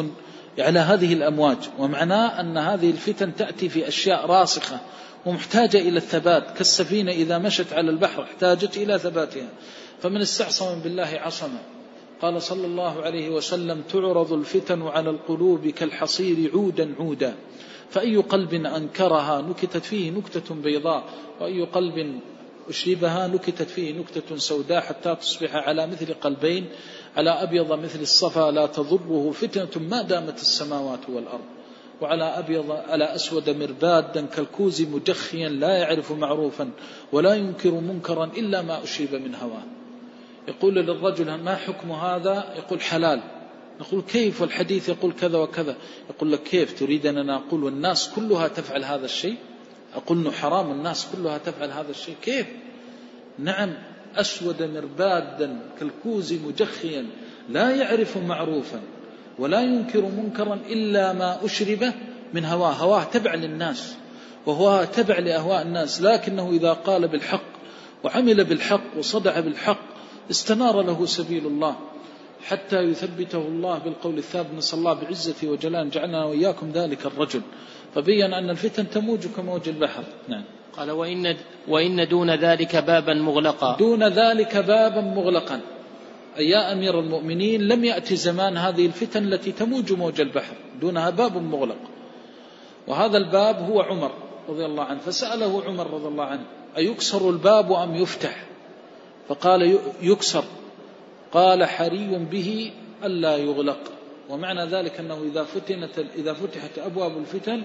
على هذه الأمواج. ومعناه أن هذه الفتن تأتي في أشياء راسخة ومحتاجة إلى الثبات، كالسفينة إذا مشت على البحر احتاجت إلى ثباتها. فمن استعصم بالله عصم. قال صلى الله عليه وسلم: تعرض الفتن على القلوب كالحصير عودا عودا، فأي قلب أنكرها نكتت فيه نكتة بيضاء، وأي قلب أشربها نكتت فيه نكتة سوداء، حتى تصبح على مثل قلبين على أبيض مثل الصفا لا تضره فتنة ما دامت السماوات والأرض، وعلى أبيض على أسود مربادا كالكوز مجخيا لا يعرف معروفا ولا ينكر منكرا إلا ما أشرب من هواه. يقول للرجل: ما حكم هذا؟ يقول: حلال. نقول: كيف؟ والحديث يقول كذا وكذا. يقول لك: كيف تريد أن أقول والناس كلها تفعل هذا الشيء؟ أقول إنه حرام والناس كلها تفعل هذا الشيء؟ كيف؟ نعم، أسود مربادا كالكوز مجخيا لا يعرف معروفا ولا ينكر منكرا إلا ما أشرب من هواه. هواه تبع للناس وهو تبع لأهواء الناس، لكنه إذا قال بالحق وعمل بالحق وصدع بالحق استنار له سبيل الله حتى يثبته الله بالقول الثابت. نسأل الله بعزته وجلاله جعلنا وإياكم ذلك الرجل. فبين أن الفتن تموج كموج البحر. نعم. قال: وإن دون ذلك بابا مغلقا. دون ذلك بابا مغلقا، أي يا أمير المؤمنين لم يأتي زمان هذه الفتن التي تموج موج البحر، دونها باب مغلق. وهذا الباب هو عمر رضي الله عنه، فسأله عمر رضي الله عنه: أيكسر الباب أم يفتح؟ فقال: يكسر. قال: حري به ألا يغلق. ومعنى ذلك أنه إذا فتحت أبواب الفتن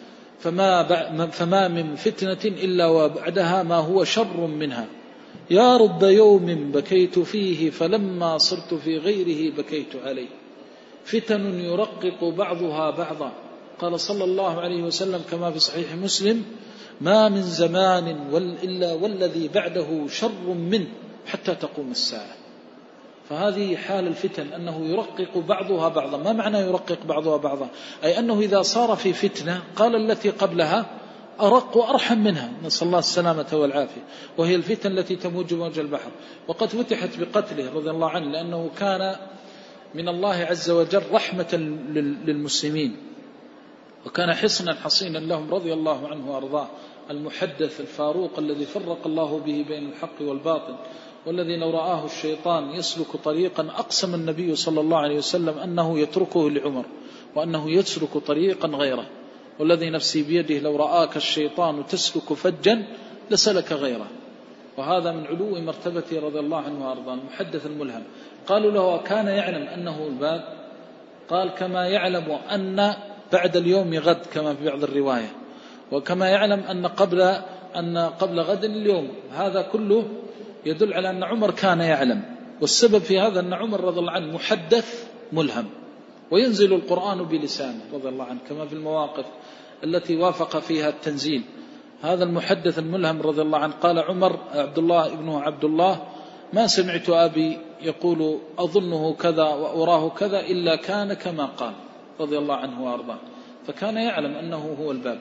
فما من فتنة إلا وبعدها ما هو شر منها. يا رب يوم بكيت فيه فلما صرت في غيره بكيت عليه، فتن يرقق بعضها بعضا. قال صلى الله عليه وسلم كما في صحيح مسلم: ما من زمان إلا والذي بعده شر منه حتى تقوم الساعة. فهذه حال الفتن، أنه يرقق بعضها بعضا. ما معنى يرقق بعضها بعضا؟ أي أنه إذا صار في فتنة قال التي قبلها أرق وأرحم منها، نسأل الله السلامة والعافية، وهي الفتن التي تموج موج البحر. وقد فتحت بقتله رضي الله عنه، لأنه كان من الله عز وجل رحمة للمسلمين، وكان حصنا حصينا لهم رضي الله عنه وأرضاه. المحدث الفاروق الذي فرق الله به بين الحق والباطل، والذي لو رآه الشيطان يسلك طريقا أقسم النبي صلى الله عليه وسلم أنه يتركه لعمر، وأنه يسلك طريقا غيره. والذي نفسي بيده لو رآك الشيطان تسلك فجا لسلك غيره. وهذا من علو مرتبته رضي الله عنه وأرضاه، المحدث الملهم. قالوا له: كان يعلم أنه الباب؟ قال: كما يعلم أن بعد اليوم غد، كما في بعض الرواية، وكما يعلم أن قبل غد اليوم. هذا كله يدل على أن عمر كان يعلم. والسبب في هذا أن عمر رضي الله عنه محدث ملهم، وينزل القرآن بلسانه رضي الله عنه، كما في المواقف التي وافق فيها التنزيل. هذا المحدث الملهم رضي الله عنه قال عمر عبد الله ابنه عبد الله: ما سمعت أبي يقول أظنه كذا وأراه كذا إلا كان كما قال رضي الله عنه وأرضاه. فكان يعلم أنه هو الباب.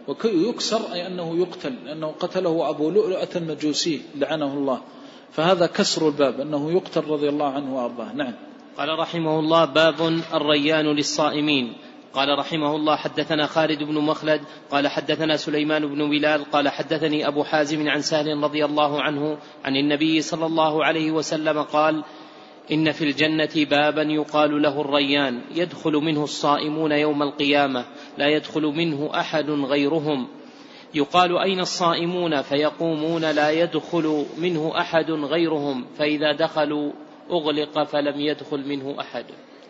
ويكسر أي أنه يقتل، لأنه قتله أبو لؤلؤة المجوسي لعنه الله. فهذا كسر الباب، أنه يقتل رضي الله عنه وأرضاه. نعم. قال رحمه الله: باب الريان للصائمين. قال رحمه الله: حدثنا خالد بن مخلد قال حدثنا سليمان بن بلال قال حدثني أبو حازم عن سهل رضي الله عنه عن النبي صلى الله عليه وسلم قال: إن في الجنة بابا يقال له الريان، يدخل منه الصائمون يوم القيامة لا يدخل منه أحد غيرهم. يقال: أين الصائمون؟ فيقومون: لا يدخل منه أحد غيرهم، فإذا دخلوا أغلق فلم يدخل منه أحد.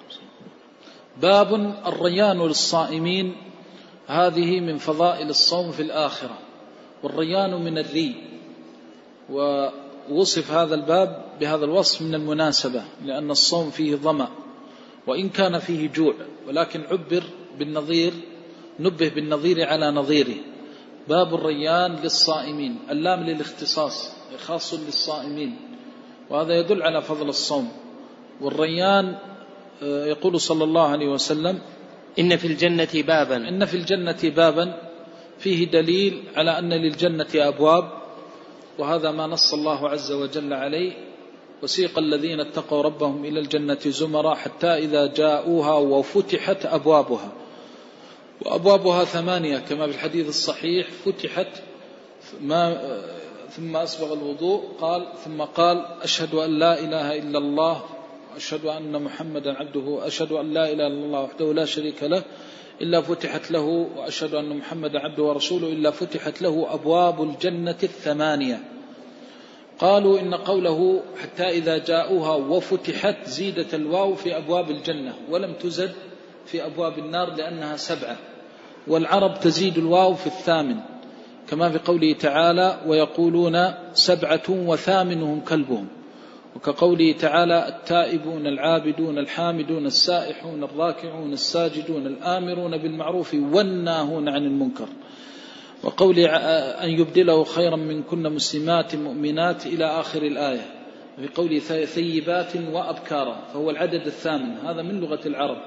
باب الريان للصائمين. هذه من فضائل الصوم في الآخرة، والريان من الري. ووصف هذا الباب بهذا الوصف من المناسبة، لأن الصوم فيه ظمأ وإن كان فيه جوع، ولكن عبر بالنظير، نبه بالنظير على نظيره. باب الريان للصائمين، اللام للاختصاص، خاص للصائمين، وهذا يدل على فضل الصوم. والريان يقول صلى الله عليه وسلم: إن في الجنة بابا. إن في الجنة بابا، فيه دليل على أن للجنة أبواب، وهذا ما نص الله عز وجل عليه وسيق الذين اتقوا ربهم إلى الجنة زمرا حتى إذا جاءوها وفتحت أبوابها، وأبوابها 8 كما في الحديث الصحيح، فتحت ثم أسبغ الوضوء ثم قال أشهد أن لا إله إلا الله وأشهد أن محمدا عبده، أشهد أن لا إله إلا الله وحده لا شريك له إلا فتحت له، وأشهد أن محمدا عبده ورسوله إلا فتحت له أبواب الجنة 8. قالوا إن قوله حتى إذا جاءوها وفتحت زيدت الواو في أبواب الجنة ولم تزد في أبواب النار لأنها 7، والعرب تزيد الواو في 8 كما في قوله تعالى ويقولون 7 وثامنهم كلبهم، وكقوله تعالى التائبون العابدون الحامدون السائحون الراكعون الساجدون الآمرون بالمعروف والناهون عن المنكر، وقوله أن يبدله خيرا من كن مسلمات مؤمنات إلى آخر الآية، في قوله ثيبات وأبكارا، فهو العدد 8، هذا من لغة العرب.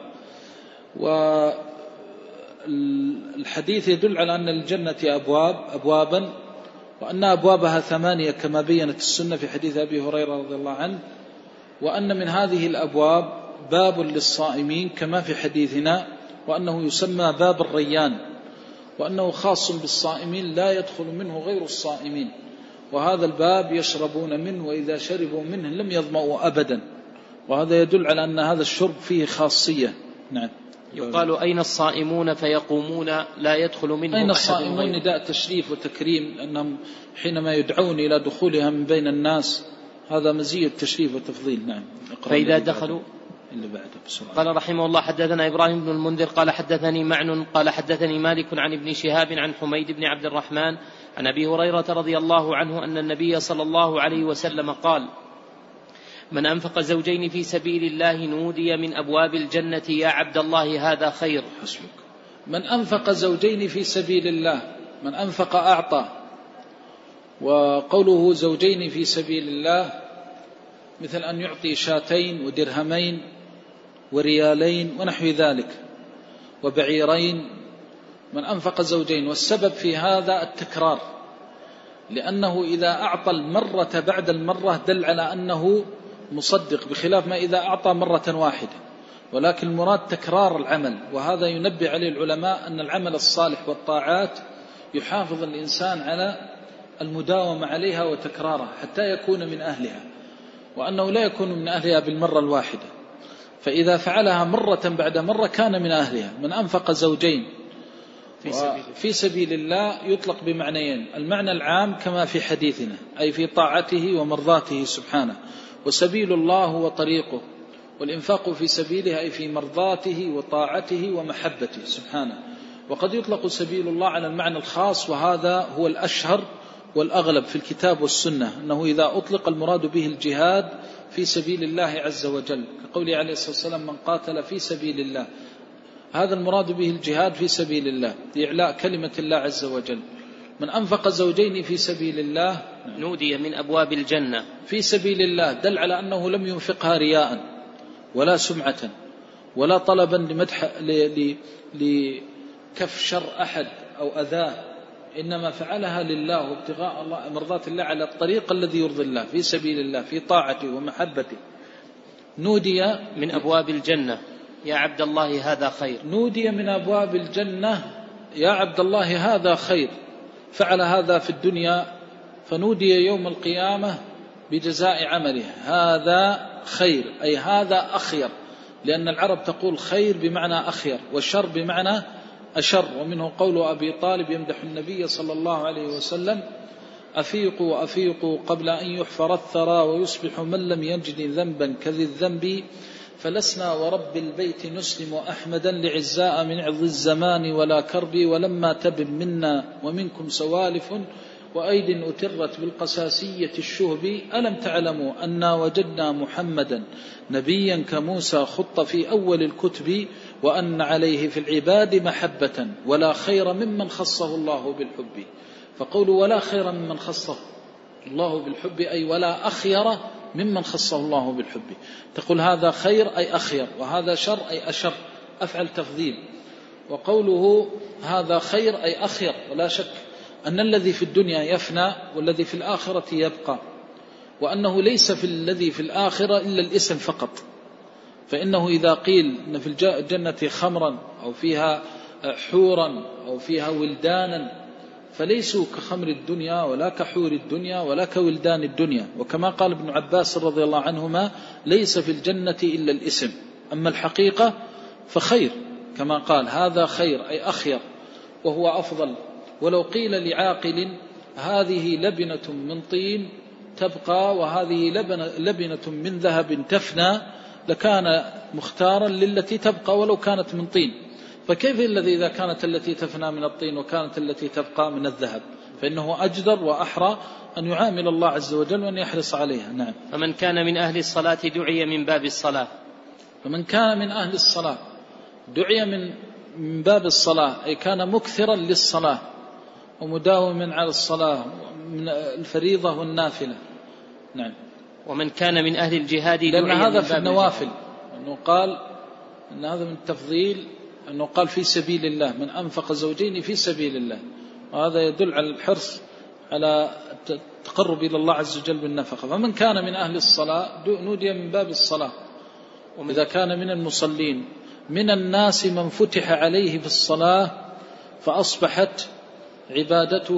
والحديث يدل على أن الجنة أبوابا وأن أبوابها 8 كما بينت السنة في حديث أبي هريرة رضي الله عنه، وأن من هذه الأبواب باب للصائمين كما في حديثنا، وأنه يسمى باب الريان، وأنه خاص بالصائمين لا يدخل منه غير الصائمين، وهذا الباب يشربون منه وإذا شربوا منه لم يظمأوا أبدا، وهذا يدل على أن هذا الشرب فيه خاصية. نعم. يقال أين الصائمون فيقومون لا يدخل منهم أين الصائمون نداء تشريف وتكريم، لأنهم حينما يدعون إلى دخولها من بين الناس هذا مزية تشريف وتفضيل. نعم. فإذا دخلوا اللي بعده بسرعة. قال رحمه الله حدثنا إبراهيم بن المنذر قال حدثني معن قال حدثني مالك عن ابن شهاب عن حميد بن عبد الرحمن عن أبي هريرة رضي الله عنه أن النبي صلى الله عليه وسلم قال من أنفق زوجين في سبيل الله نودي من أبواب الجنة يا عبد الله هذا خير. من أنفق زوجين في سبيل الله، من أنفق أعطى، وقوله زوجين في سبيل الله مثل أن يعطي 2 ودرهمين وريالين ونحو ذلك وبعيرين، من أنفق زوجين، والسبب في هذا التكرار، لأنه إذا أعطى المرة بعد المرة دل على أنه مصدق، بخلاف ما إذا أعطى مرة واحدة، ولكن المراد تكرار العمل، وهذا ينبه عليه العلماء أن العمل الصالح والطاعات يحافظ الإنسان على المداومة عليها وتكرارها حتى يكون من أهلها، وأنه لا يكون من أهلها بالمرة الواحدة، فإذا فعلها مرة بعد مرة كان من أهلها. من أنفق زوجين في سبيل الله يطلق بمعنيين، المعنى العام كما في حديثنا أي في طاعته ومرضاته سبحانه، وسبيل الله هو طريقه، والإنفاق في سبيله أي في مرضاته وطاعته ومحبته سبحانه. وقد يطلق سبيل الله على المعنى الخاص، وهذا هو الأشهر والأغلب في الكتاب والسنة، أنه إذا أطلق المراد به الجهاد في سبيل الله عز وجل، كقوله عليه الصلاة والسلام من قاتل في سبيل الله، هذا المراد به الجهاد في سبيل الله لإعلاء كلمة الله عز وجل. من أنفق زوجين في سبيل الله نودي من أبواب الجنة في سبيل الله، دل على أنه لم ينفقها رياء ولا سمعة ولا طلبا لكف شر أحد أو أذاه، إنما فعلها لله وابتغاء الله مرضات الله على الطريق الذي يرضي الله في سبيل الله في طاعته ومحبته. نودي من أبواب الجنة يا عبد الله هذا خير. نودي من أبواب الجنة يا عبد الله هذا خير، فعل هذا في الدنيا فنودي يوم القيامة بجزاء عمله هذا خير، أي هذا أخير، لأن العرب تقول خير بمعنى أخير والشر بمعنى أشر. ومنه قول أبي طالب يمدح النبي صلى الله عليه وسلم أفيقوا أفيقوا قبل أن يحفر الثرى ويصبح من لم يجد ذنبا كذي الذنب، فلسنا ورب البيت نسلم أحمدا لعزاء من عظ الزمان ولا كرب، ولما تبن منا ومنكم سوالف وأيد أترت بالقساسية الشهب، ألم تعلموا أنا وجدنا محمدا نبيا كموسى خط في أول الكتب، وأن عليه في العباد محبة ولا خير ممن خصه الله بالحب. فقولوا ولا خير ممن خصه الله بالحب أي ولا أخير ممن خصه الله بالحب، تقول هذا خير أي أخير، وهذا شر أي أشر، أفعل تفضيل. وقوله هذا خير أي أخير، ولا شك أن الذي في الدنيا يفنى والذي في الآخرة يبقى، وأنه ليس في الذي في الآخرة إلا الاسم فقط. فإنه إذا قيل أن في الجنة خمرا أو فيها حورا أو فيها ولدانا فليسوا كخمر الدنيا ولا كحور الدنيا ولا كولدان الدنيا. وكما قال ابن عباس رضي الله عنهما ليس في الجنة إلا الاسم، أما الحقيقة فخير، كما قال هذا خير أي أخير وهو أفضل. ولو قيل لعاقل هذه لبنة من طين تبقى وهذه لبنة من ذهب تفنى لكان مختارا للتي تبقى ولو كانت من طين. فكيف الذي إذا كانت التي تفنى من الطين وكانت التي تبقى من الذهب؟ فإنه أجدر وأحرى أن يعامل الله عز وجل وأن يحرص عليها. نعم. فمن كان من أهل الصلاة دعي من باب الصلاة. فمن كان من أهل الصلاة دعي من باب الصلاة، أي كان مكثرا للصلاة ومداوما على الصلاة من الفريضة والنافلة. نعم. ومن كان من أهل الجهاد لأن هذا في النوافل، أنه قال أن هذا من التفضيل، أنه قال في سبيل الله من أنفق زوجين في سبيل الله، وهذا يدل على الحرص على التقرب إلى الله عز وجل بالنفقة. فمن كان من أهل الصلاة نودي من باب الصلاة. وإذا كان من المصلين من الناس من فتح عليه في الصلاة فأصبحت عبادته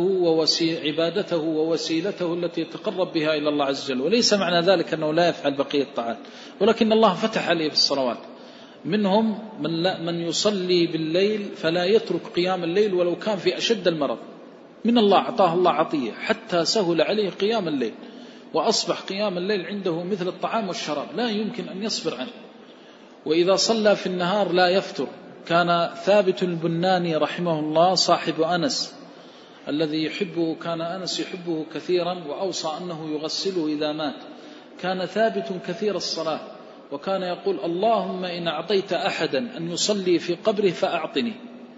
ووسيلته التي يتقرب بها إلى الله عز وجل. وليس معنى ذلك أنه لا يفعل بقية الطاعات، ولكن الله فتح عليه في الصلوات. منهم من يصلي بالليل فلا يترك قيام الليل ولو كان في أشد المرض، من الله أعطاه الله عطية حتى سهل عليه قيام الليل، وأصبح قيام الليل عنده مثل الطعام والشراب لا يمكن أن يصبر عنه. وإذا صلى في النهار لا يفتر. كان ثابت البناني رحمه الله صاحب أنس الذي يحبه، كان أنس يحبه كثيرا وأوصى أنه يغسله إذا مات. كان ثابت كثير الصلاة، وكان يقول اللهم إن أعطيت أحدا أن يصلي في قبره فأعطني.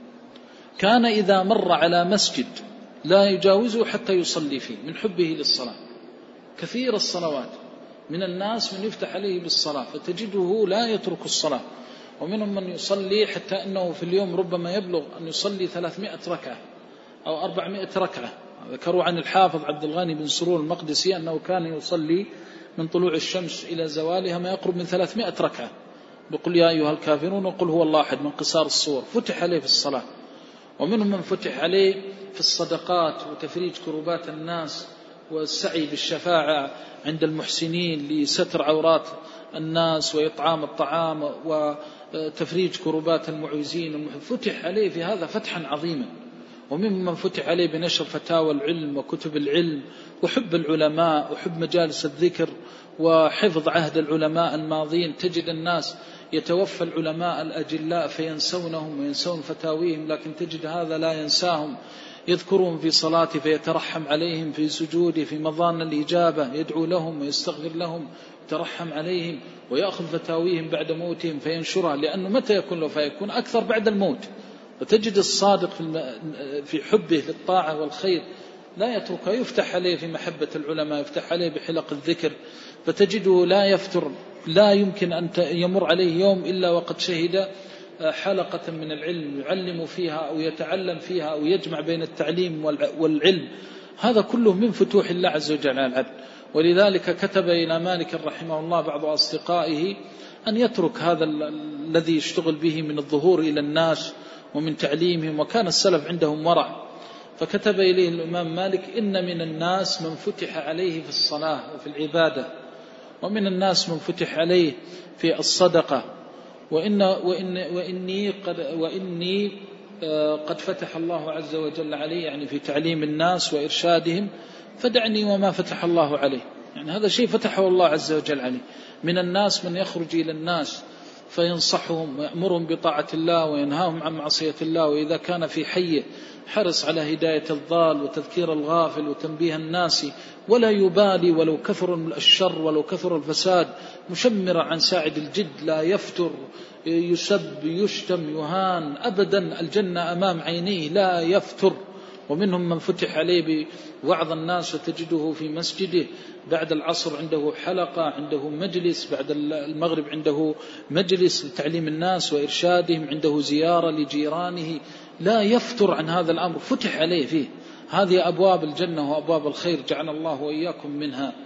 كان إذا مر على مسجد لا يجاوزه حتى يصلي فيه من حبه للصلاة. كثير الصلوات، من الناس من يفتح عليه بالصلاة فتجده لا يترك الصلاة، ومنهم من يصلي حتى أنه في اليوم ربما يبلغ أن يصلي 300 ركعة أو 400 ركعة. ذكروا عن الحافظ عبد الغني بن سرور المقدسي أنه كان يصلي من طلوع الشمس إلى زوالها ما يقرب من 300 ركعة، بقول يا أيها الكافرون وقل هو الله أحد من قصار الصور. فتح عليه في الصلاة. ومنهم من فتح عليه في الصدقات وتفريج كروبات الناس والسعي بالشفاعة عند المحسنين لستر عورات الناس وإطعام الطعام وتفريج كروبات المعوزين. فتح عليه في هذا فتحا عظيما. وممن فتح عليه بنشر فتاوى العلم وكتب العلم وحب العلماء وحب مجالس الذكر وحفظ عهد العلماء الماضين. تجد الناس يتوفى العلماء الأجلاء فينسونهم وينسون فتاويهم، لكن تجد هذا لا ينساهم، يذكرهم في صلاته فيترحم عليهم، في سجوده في مظان الإجابة يدعو لهم ويستغفر لهم يترحم عليهم، ويأخذ فتاويهم بعد موتهم فينشرها، لأنه متى يكون له فيكون أكثر بعد الموت. وتجد الصادق في حبه للطاعة والخير لا يتركها، يفتح عليه في محبة العلماء، يفتح عليه بحلق الذكر، فتجده لا يفتر. لا يمكن أن يمر عليه يوم إلا وقد شهد حلقة من العلم يعلم فيها أو يتعلم فيها أو يجمع بين التعليم والعلم. هذا كله من فتوح الله عز وجل على العبد. ولذلك كتب إلى مالك رحمه الله بعض أصدقائه أن يترك هذا الذي يشتغل به من الظهور إلى الناس ومن تعليمهم، وكان السلف عندهم ورع. فكتب إليه الإمام مالك إن من الناس من فتح عليه في الصلاة وفي العبادة، ومن الناس من فتح عليه في الصدقة، وإني قد فتح الله عز وجل عليه، يعني في تعليم الناس وإرشادهم، فدعني وما فتح الله عليه. يعني هذا شيء فتحه الله عز وجل عليه. من الناس من يخرج إلى الناس فينصحهم ويأمرهم بطاعة الله وينهاهم عن معصية الله، وإذا كان في حيه حرص على هداية الضال وتذكير الغافل وتنبيه الناس، ولا يبالي ولو كثر الشر ولو كثر الفساد، مشمرا عن ساعد الجد، لا يفتر، يسب يشتم يهان أبدا، الجنة أمام عينيه لا يفتر. ومنهم من فتح عليه بوعظ الناس وتجده في مسجده بعد العصر عنده حلقة، عنده مجلس، بعد المغرب عنده مجلس لتعليم الناس وإرشادهم، عنده زيارة لجيرانه، لا يفتر عن هذا الأمر، فتح عليه فيه. هذه أبواب الجنة وأبواب الخير، جعل الله وإياكم منها.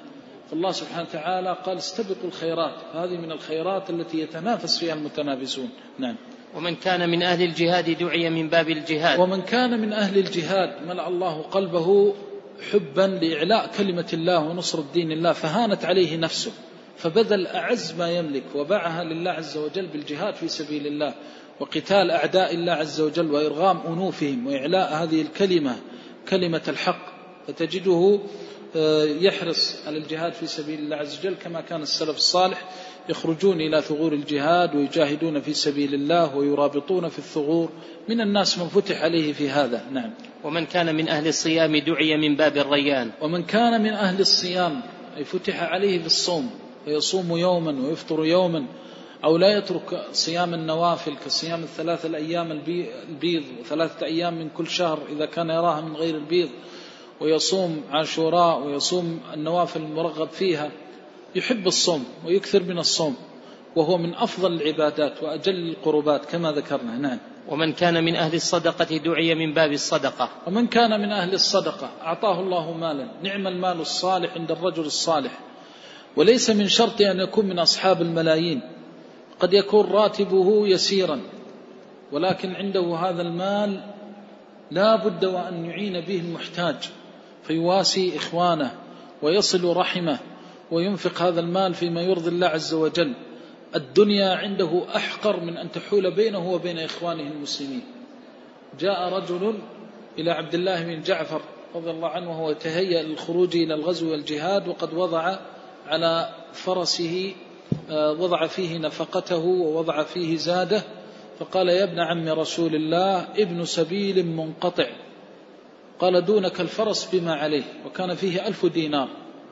فالله سبحانه وتعالى قال استبقوا الخيرات، هذه من الخيرات التي يتنافس فيها المتنافسون. نعم. ومن كان من أهل الجهاد دعي من باب الجهاد. ومن كان من أهل الجهاد ملأ الله قلبه حبا لإعلاء كلمة الله ونصر الدين الله، فهانت عليه نفسه فبذل أعز ما يملك وباعها لله عز وجل بالجهاد في سبيل الله وقتال أعداء الله عز وجل وإرغام أنوفهم وإعلاء هذه الكلمة، كلمة الحق، فتجده يحرص على الجهاد في سبيل الله عز وجل كما كان السلف الصالح يخرجون إلى ثغور الجهاد ويجاهدون في سبيل الله ويرابطون في الثغور. من الناس من فتح عليه في هذا. نعم. ومن كان من أهل الصيام دعي من باب الريان. ومن كان من أهل الصيام أي فتح عليه بالصوم فيصوم يوما ويفطر يوما، أو لا يترك صيام النوافل كصيام 3 أيام البيض و3 أيام من كل شهر إذا كان يراها من غير البيض، ويصوم عاشوراء ويصوم النوافل المرغب فيها، يحب الصوم ويكثر من الصوم وهو من أفضل العبادات وأجل القربات كما ذكرنا. نعم. ومن كان من أهل الصدقة دعي من باب الصدقة. ومن كان من أهل الصدقة أعطاه الله مالا، نعم المال الصالح عند الرجل الصالح، وليس من شرط أن يكون من أصحاب الملايين، قد يكون راتبه يسيرا ولكن عنده هذا المال لا بد وأن يعين به المحتاج فيواسي إخوانه ويصل رحمه وينفق هذا المال فيما يرضي الله عز وجل. الدنيا عنده أحقر من أن تحول بينه وبين إخوانه المسلمين. جاء رجل إلى عبد الله بن جعفر رضي الله عنه وهو يتهيأ للخروج إلى الغزو والجهاد، وقد وضع على فرسه وضع فيه نفقته ووضع فيه زاده، فقال يا ابن عم رسول الله ابن سبيل منقطع، قال دونك الفرس بما عليه، وكان فيه 1000 دينار.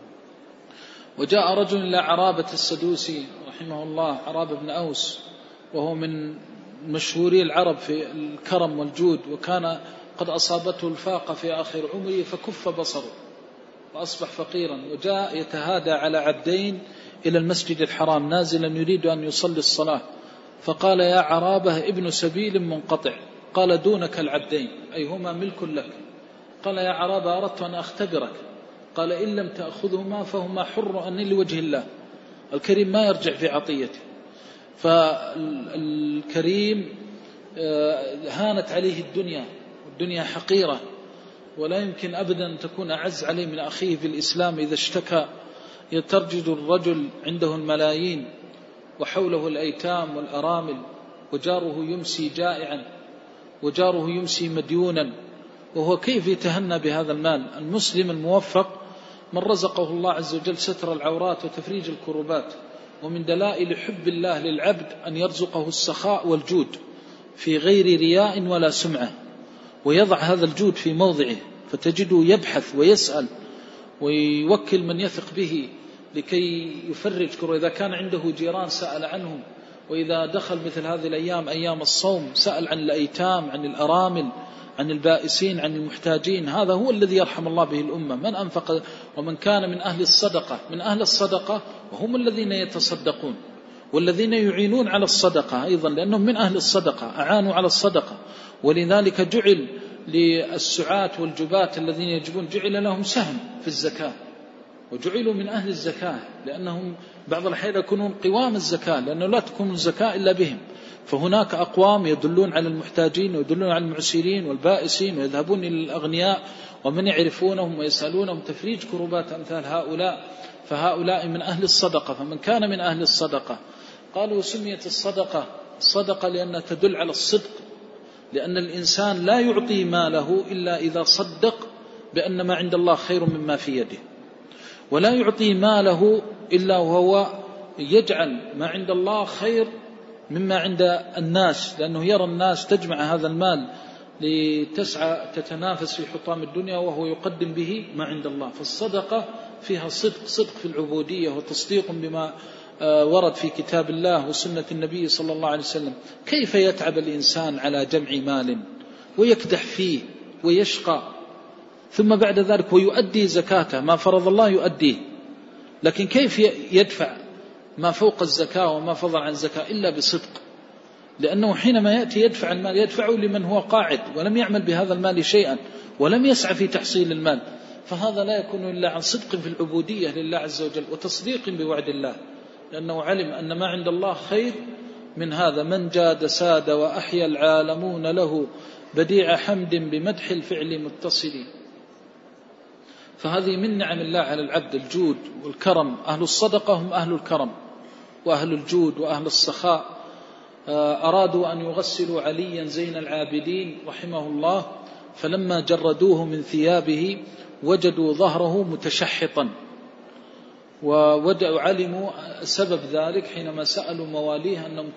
وجاء رجل إلى عرابة السدوسي رحمه الله، عرابة بن أوس، وهو من مشهوري العرب في الكرم والجود، وكان قد أصابته الفاقة في آخر عمره فكف بصره وأصبح فقيرا، وجاء يتهادى على عبدين إلى المسجد الحرام نازلا يريد أن يصلي الصلاة، فقال يا عرابة ابن سبيل منقطع، قال دونك العبدين أي هما ملك لك. قال يا عرابة أردت أن أختبرك، قال إن لم تأخذهما فهما حر أن لوجه الله، الكريم ما يرجع في عطيته. فالكريم هانت عليه الدنيا، والدنيا حقيرة ولا يمكن أبدا أن تكون أعز عليه من أخيه في الإسلام. إذا اشتكى يترجد الرجل عنده الملايين وحوله الأيتام والأرامل، وجاره يمسي جائعا وجاره يمسي مديونا، وهو كيف يتهنى بهذا المال؟ المسلم الموفق من رزقه الله عز وجل ستر العورات وتفريج الكربات، ومن دلائل حب الله للعبد أن يرزقه السخاء والجود في غير رياء ولا سمعة، ويضع هذا الجود في موضعه، فتجده يبحث ويسأل ويوكل من يثق به لكي يفرج كربه. إذا كان عنده جيران سأل عنهم، وإذا دخل مثل هذه الأيام أيام الصوم سأل عن الأيتام، عن الأرامل، عن البائسين، عن المحتاجين. هذا هو الذي يرحم الله به الأمة. من أنفق. ومن كان من أهل الصدقة، من أهل الصدقة وهم الذين يتصدقون والذين يعينون على الصدقة أيضا، لأنهم من أهل الصدقة أعانوا على الصدقة. ولذلك جعل للسعاة والجبات الذين يجبون جعل لهم سهم في الزكاة، وجعلوا من أهل الزكاة، لأنهم بعض الأحيان يكونون قوام الزكاة، لأنه لا تكون الزكاة إلا بهم. فهناك أقوام يدلون على المحتاجين ويدلون على المعسرين والبائسين، ويذهبون إلى الأغنياء ومن يعرفونهم ويسألونهم تفريج كربات أمثال هؤلاء، فهؤلاء من أهل الصدقة. فمن كان من أهل الصدقة، قالوا سميت الصدقة لأنها تدل على الصدق، لأن الإنسان لا يعطي ماله إلا إذا صدق بأن ما عند الله خير مما في يده، ولا يعطي ماله إلا وهو يجعل ما عند الله خير مما عند الناس، لأنه يرى الناس تجمع هذا المال لتسعى تتنافس في حطام الدنيا، وهو يقدم به ما عند الله. فالصدقة فيها صدق في العبودية وتصديق بما ورد في كتاب الله وسنة النبي صلى الله عليه وسلم. كيف يتعب الإنسان على جمع مال ويكدح فيه ويشقى، ثم بعد ذلك ويؤدي زكاته، ما فرض الله يؤديه، لكن كيف يدفع ما فوق الزكاة وما فضل عن الزكاة إلا بصدق؟ لأنه حينما يأتي يدفع المال يدفعه لمن هو قاعد ولم يعمل بهذا المال شيئا ولم يسعى في تحصيل المال، فهذا لا يكون إلا عن صدق في العبودية لله عز وجل وتصديق بوعد الله، لأنه علم أن ما عند الله خير من هذا. من جاد ساد وأحيا العالمون له بديع حمد بمدح الفعل متصل. فهذه من نعم الله على العبد الجود والكرم. أهل الصدقة هم أهل الكرم وأهل الجود وأهل السخاء. أرادوا أن يغسلوا عليا زين العابدين رحمه الله، فلما جردوه من ثيابه وجدوا ظهره متشحطا، وعلموا سبب ذلك حينما سألوا مواليه أنهم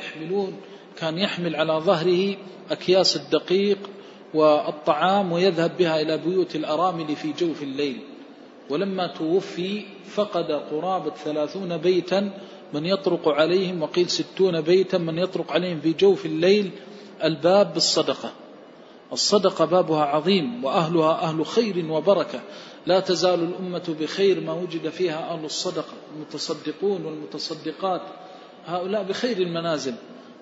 كان يحمل على ظهره أكياس الدقيق والطعام ويذهب بها إلى بيوت الأرامل في جوف الليل. ولما توفي فقد قرابة 30 بيتا من يطرق عليهم، وقيل 60 بيتا من يطرق عليهم في جوف الليل الباب بالصدقة. الصدقة بابها عظيم وأهلها أهل خير وبركة. لا تزال الأمة بخير ما وجد فيها أهل الصدقة. المتصدقون والمتصدقات هؤلاء بخير المنازل.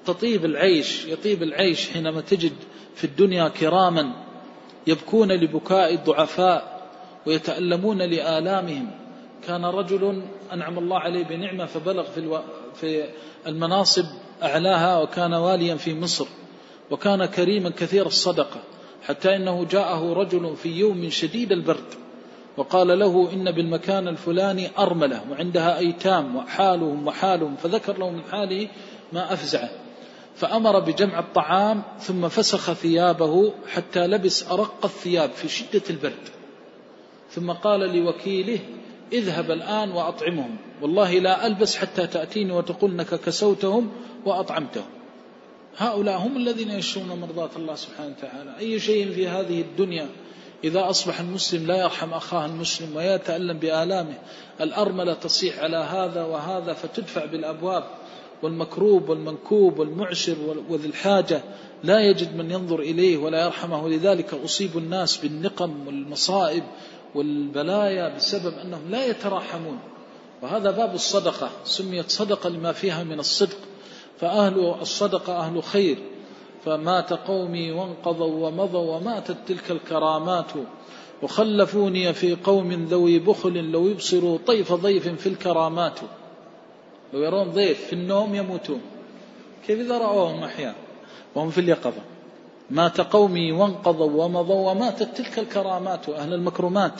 يطيب العيش حينما تجد في الدنيا كراما يبكون لبكاء الضعفاء ويتألمون لآلامهم. كان رجل أنعم الله عليه بنعمة فبلغ في المناصب أعلاها، وكان واليا في مصر، وكان كريما كثير الصدقة، حتى إنه جاءه رجل في يوم شديد البرد وقال له إن بالمكان الفلاني أرملة وعندها أيتام وحالهم، فذكر له من حاله ما أفزعه، فأمر بجمع الطعام ثم فسخ ثيابه حتى لبس أرق الثياب في شدة البرد، ثم قال لوكيله اذهب الآن وأطعمهم، والله لا ألبس حتى تأتيني وتقول أنك كسوتهم وأطعمتهم. هؤلاء هم الذين يشرون مرضاة الله سبحانه وتعالى. أي شيء في هذه الدنيا إذا أصبح المسلم لا يرحم أخاه المسلم ويتألم بآلامه، الأرملة تصيح على هذا وهذا فتدفع بالأبواب، والمكروب والمنكوب والمعسر وذي الحاجة لا يجد من ينظر إليه ولا يرحمه. لذلك أصيب الناس بالنقم والمصائب والبلايا بسبب أنهم لا يتراحمون. وهذا باب الصدقة، سميت صدقة لما فيها من الصدق. فأهل الصدقة أهل خير. فمات قومي وانقضوا ومضوا وماتت تلك الكرامات، وخلفوني في قوم ذوي بخل لو يبصروا طيف ضيف في الكرامات. لو يرون ضيف في النوم يموتون، كيف إذا رأوهم أحياء وهم في اليقظة؟ مات قومي وانقضوا ومضوا وماتت تلك الكرامات. أهل المكرمات.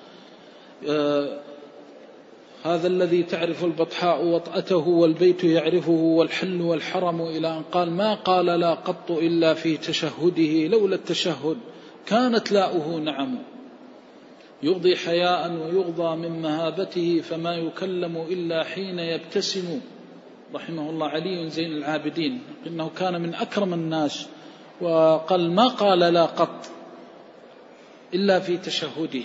هذا الذي تعرف البطحاء وطأته والبيت يعرفه والحل والحرم، إلى أن قال ما قال لا قط إلا في تشهده، لولا التشهد كانت لاؤه نعم. يغضي حياء ويغضى من مهابته، فما يكلم إلا حين يبتسم. رحمه الله علي زين العابدين إنه كان من أكرم الناس، وقال ما قال لا قط إلا في تشهده،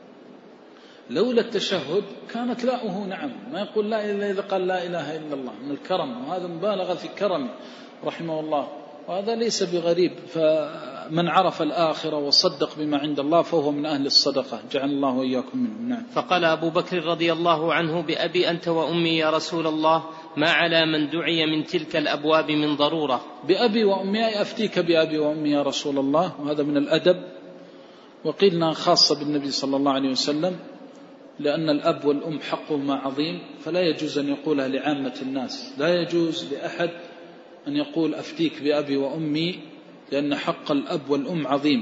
لولا التشهد كانت لاؤه نعم. ما يقول لا إلا إذا قال لا إله إلا الله، من الكرم، وهذا مبالغة في كرمه رحمه الله، وهذا ليس بغريب. فمن عرف الآخرة وصدق بما عند الله فهو من أهل الصدقة، جعل الله وإياكم منهم. نعم. فقال أبو بكر رضي الله عنه بأبي أنت وأمي يا رسول الله، ما على من دعي من تلك الأبواب من ضرورة. بأبي وأمي أفتيك بأبي وأمي يا رسول الله، وهذا من الأدب، وقيلنا خاصة بالنبي صلى الله عليه وسلم، لأن الأب والأم حقهما عظيم، فلا يجوز أن يقولها لعامة الناس. لا يجوز لأحد أن يقول أفتيك بأبي وأمي، لأن حق الأب والأم عظيم.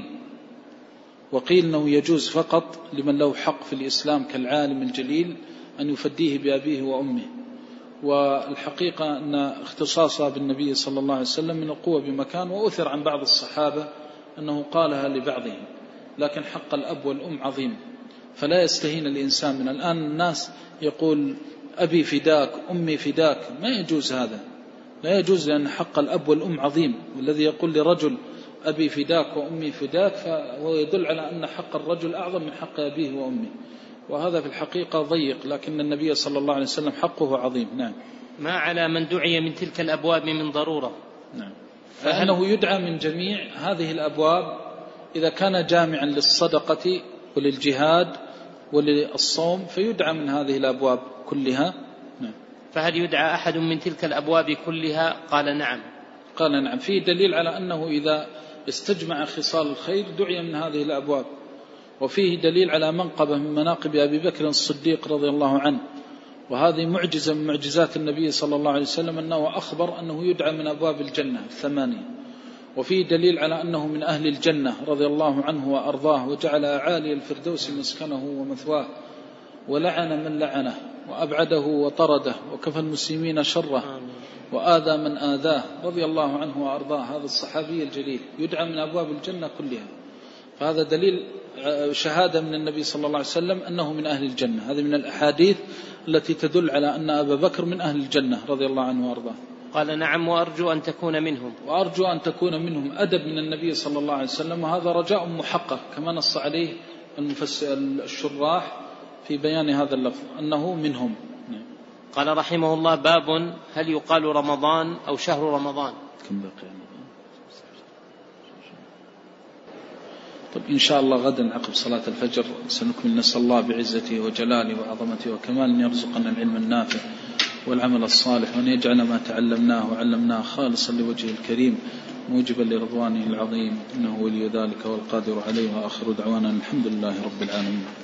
وقيل أنه يجوز فقط لمن له حق في الإسلام كالعالم الجليل أن يفديه بأبيه وأمه. والحقيقة أن اختصاصها بالنبي صلى الله عليه وسلم من القوة بمكان، وأثر عن بعض الصحابة أنه قالها لبعضهم، لكن حق الأب والأم عظيم، فلا يستهين الإنسان. من الآن الناس يقول أبي فداك أمي فداك، ما يجوز هذا، لا يجوز، لأن حق الأب والأم عظيم. والذي يقول لرجل أبي فداك وأمي فداك فهو يدل على أن حق الرجل أعظم من حق أبيه وأمه، وهذا في الحقيقة ضيق، لكن النبي صلى الله عليه وسلم حقه عظيم. نعم. ما على من دعي من تلك الأبواب من ضرورة. نعم. فأنه يدعى من جميع هذه الأبواب إذا كان جامعا للصدقة وللجهاد وللصوم، فيدعى من هذه الأبواب كلها. نعم. فهل يدعى أحد من تلك الأبواب كلها؟ قال نعم. قال نعم. فيه دليل على أنه إذا استجمع خصال الخير دعي من هذه الأبواب. وفيه دليل على منقبة من مناقب أبي بكر الصديق رضي الله عنه، وهذه معجزة من معجزات النبي صلى الله عليه وسلم أنه أخبر أنه يدعى من أبواب الجنة 8. وفيه دليل على أنه من أهل الجنة رضي الله عنه وأرضاه، وجعل عالي الفردوس مسكنه ومثواه، ولعن من لعنه وأبعده وطرده وكفى المسلمين شره وآذى من آذاه رضي الله عنه وأرضاه. هذا الصحابي الجليل يدعى من أبواب الجنة كلها، فهذا دليل شهادة من النبي صلى الله عليه وسلم أنه من أهل الجنة. هذه من الأحاديث التي تدل على أن أبا بكر من أهل الجنة رضي الله عنه وأرضاه. قال نعم وأرجو أن تكون منهم. وأرجو أن تكون منهم أدب من النبي صلى الله عليه وسلم، وهذا رجاء محقق كما نص عليه الشراح في بيان هذا اللفظ أنه منهم. قال رحمه الله: باب هل يقال رمضان أو شهر رمضان؟ كم بقي؟ طب إن شاء الله غدا عقب صلاة الفجر سنكمل. نسأل الله بعزته وجلاله وعظمته وكمال أن يرزقنا العلم النافع والعمل الصالح، وأن يجعل ما تعلمناه وعلمناه خالصا لوجهه الكريم موجبا لرضوانه العظيم، إنه ولي ذلك والقادر عليه. وآخر دعوانا الحمد لله رب العالمين.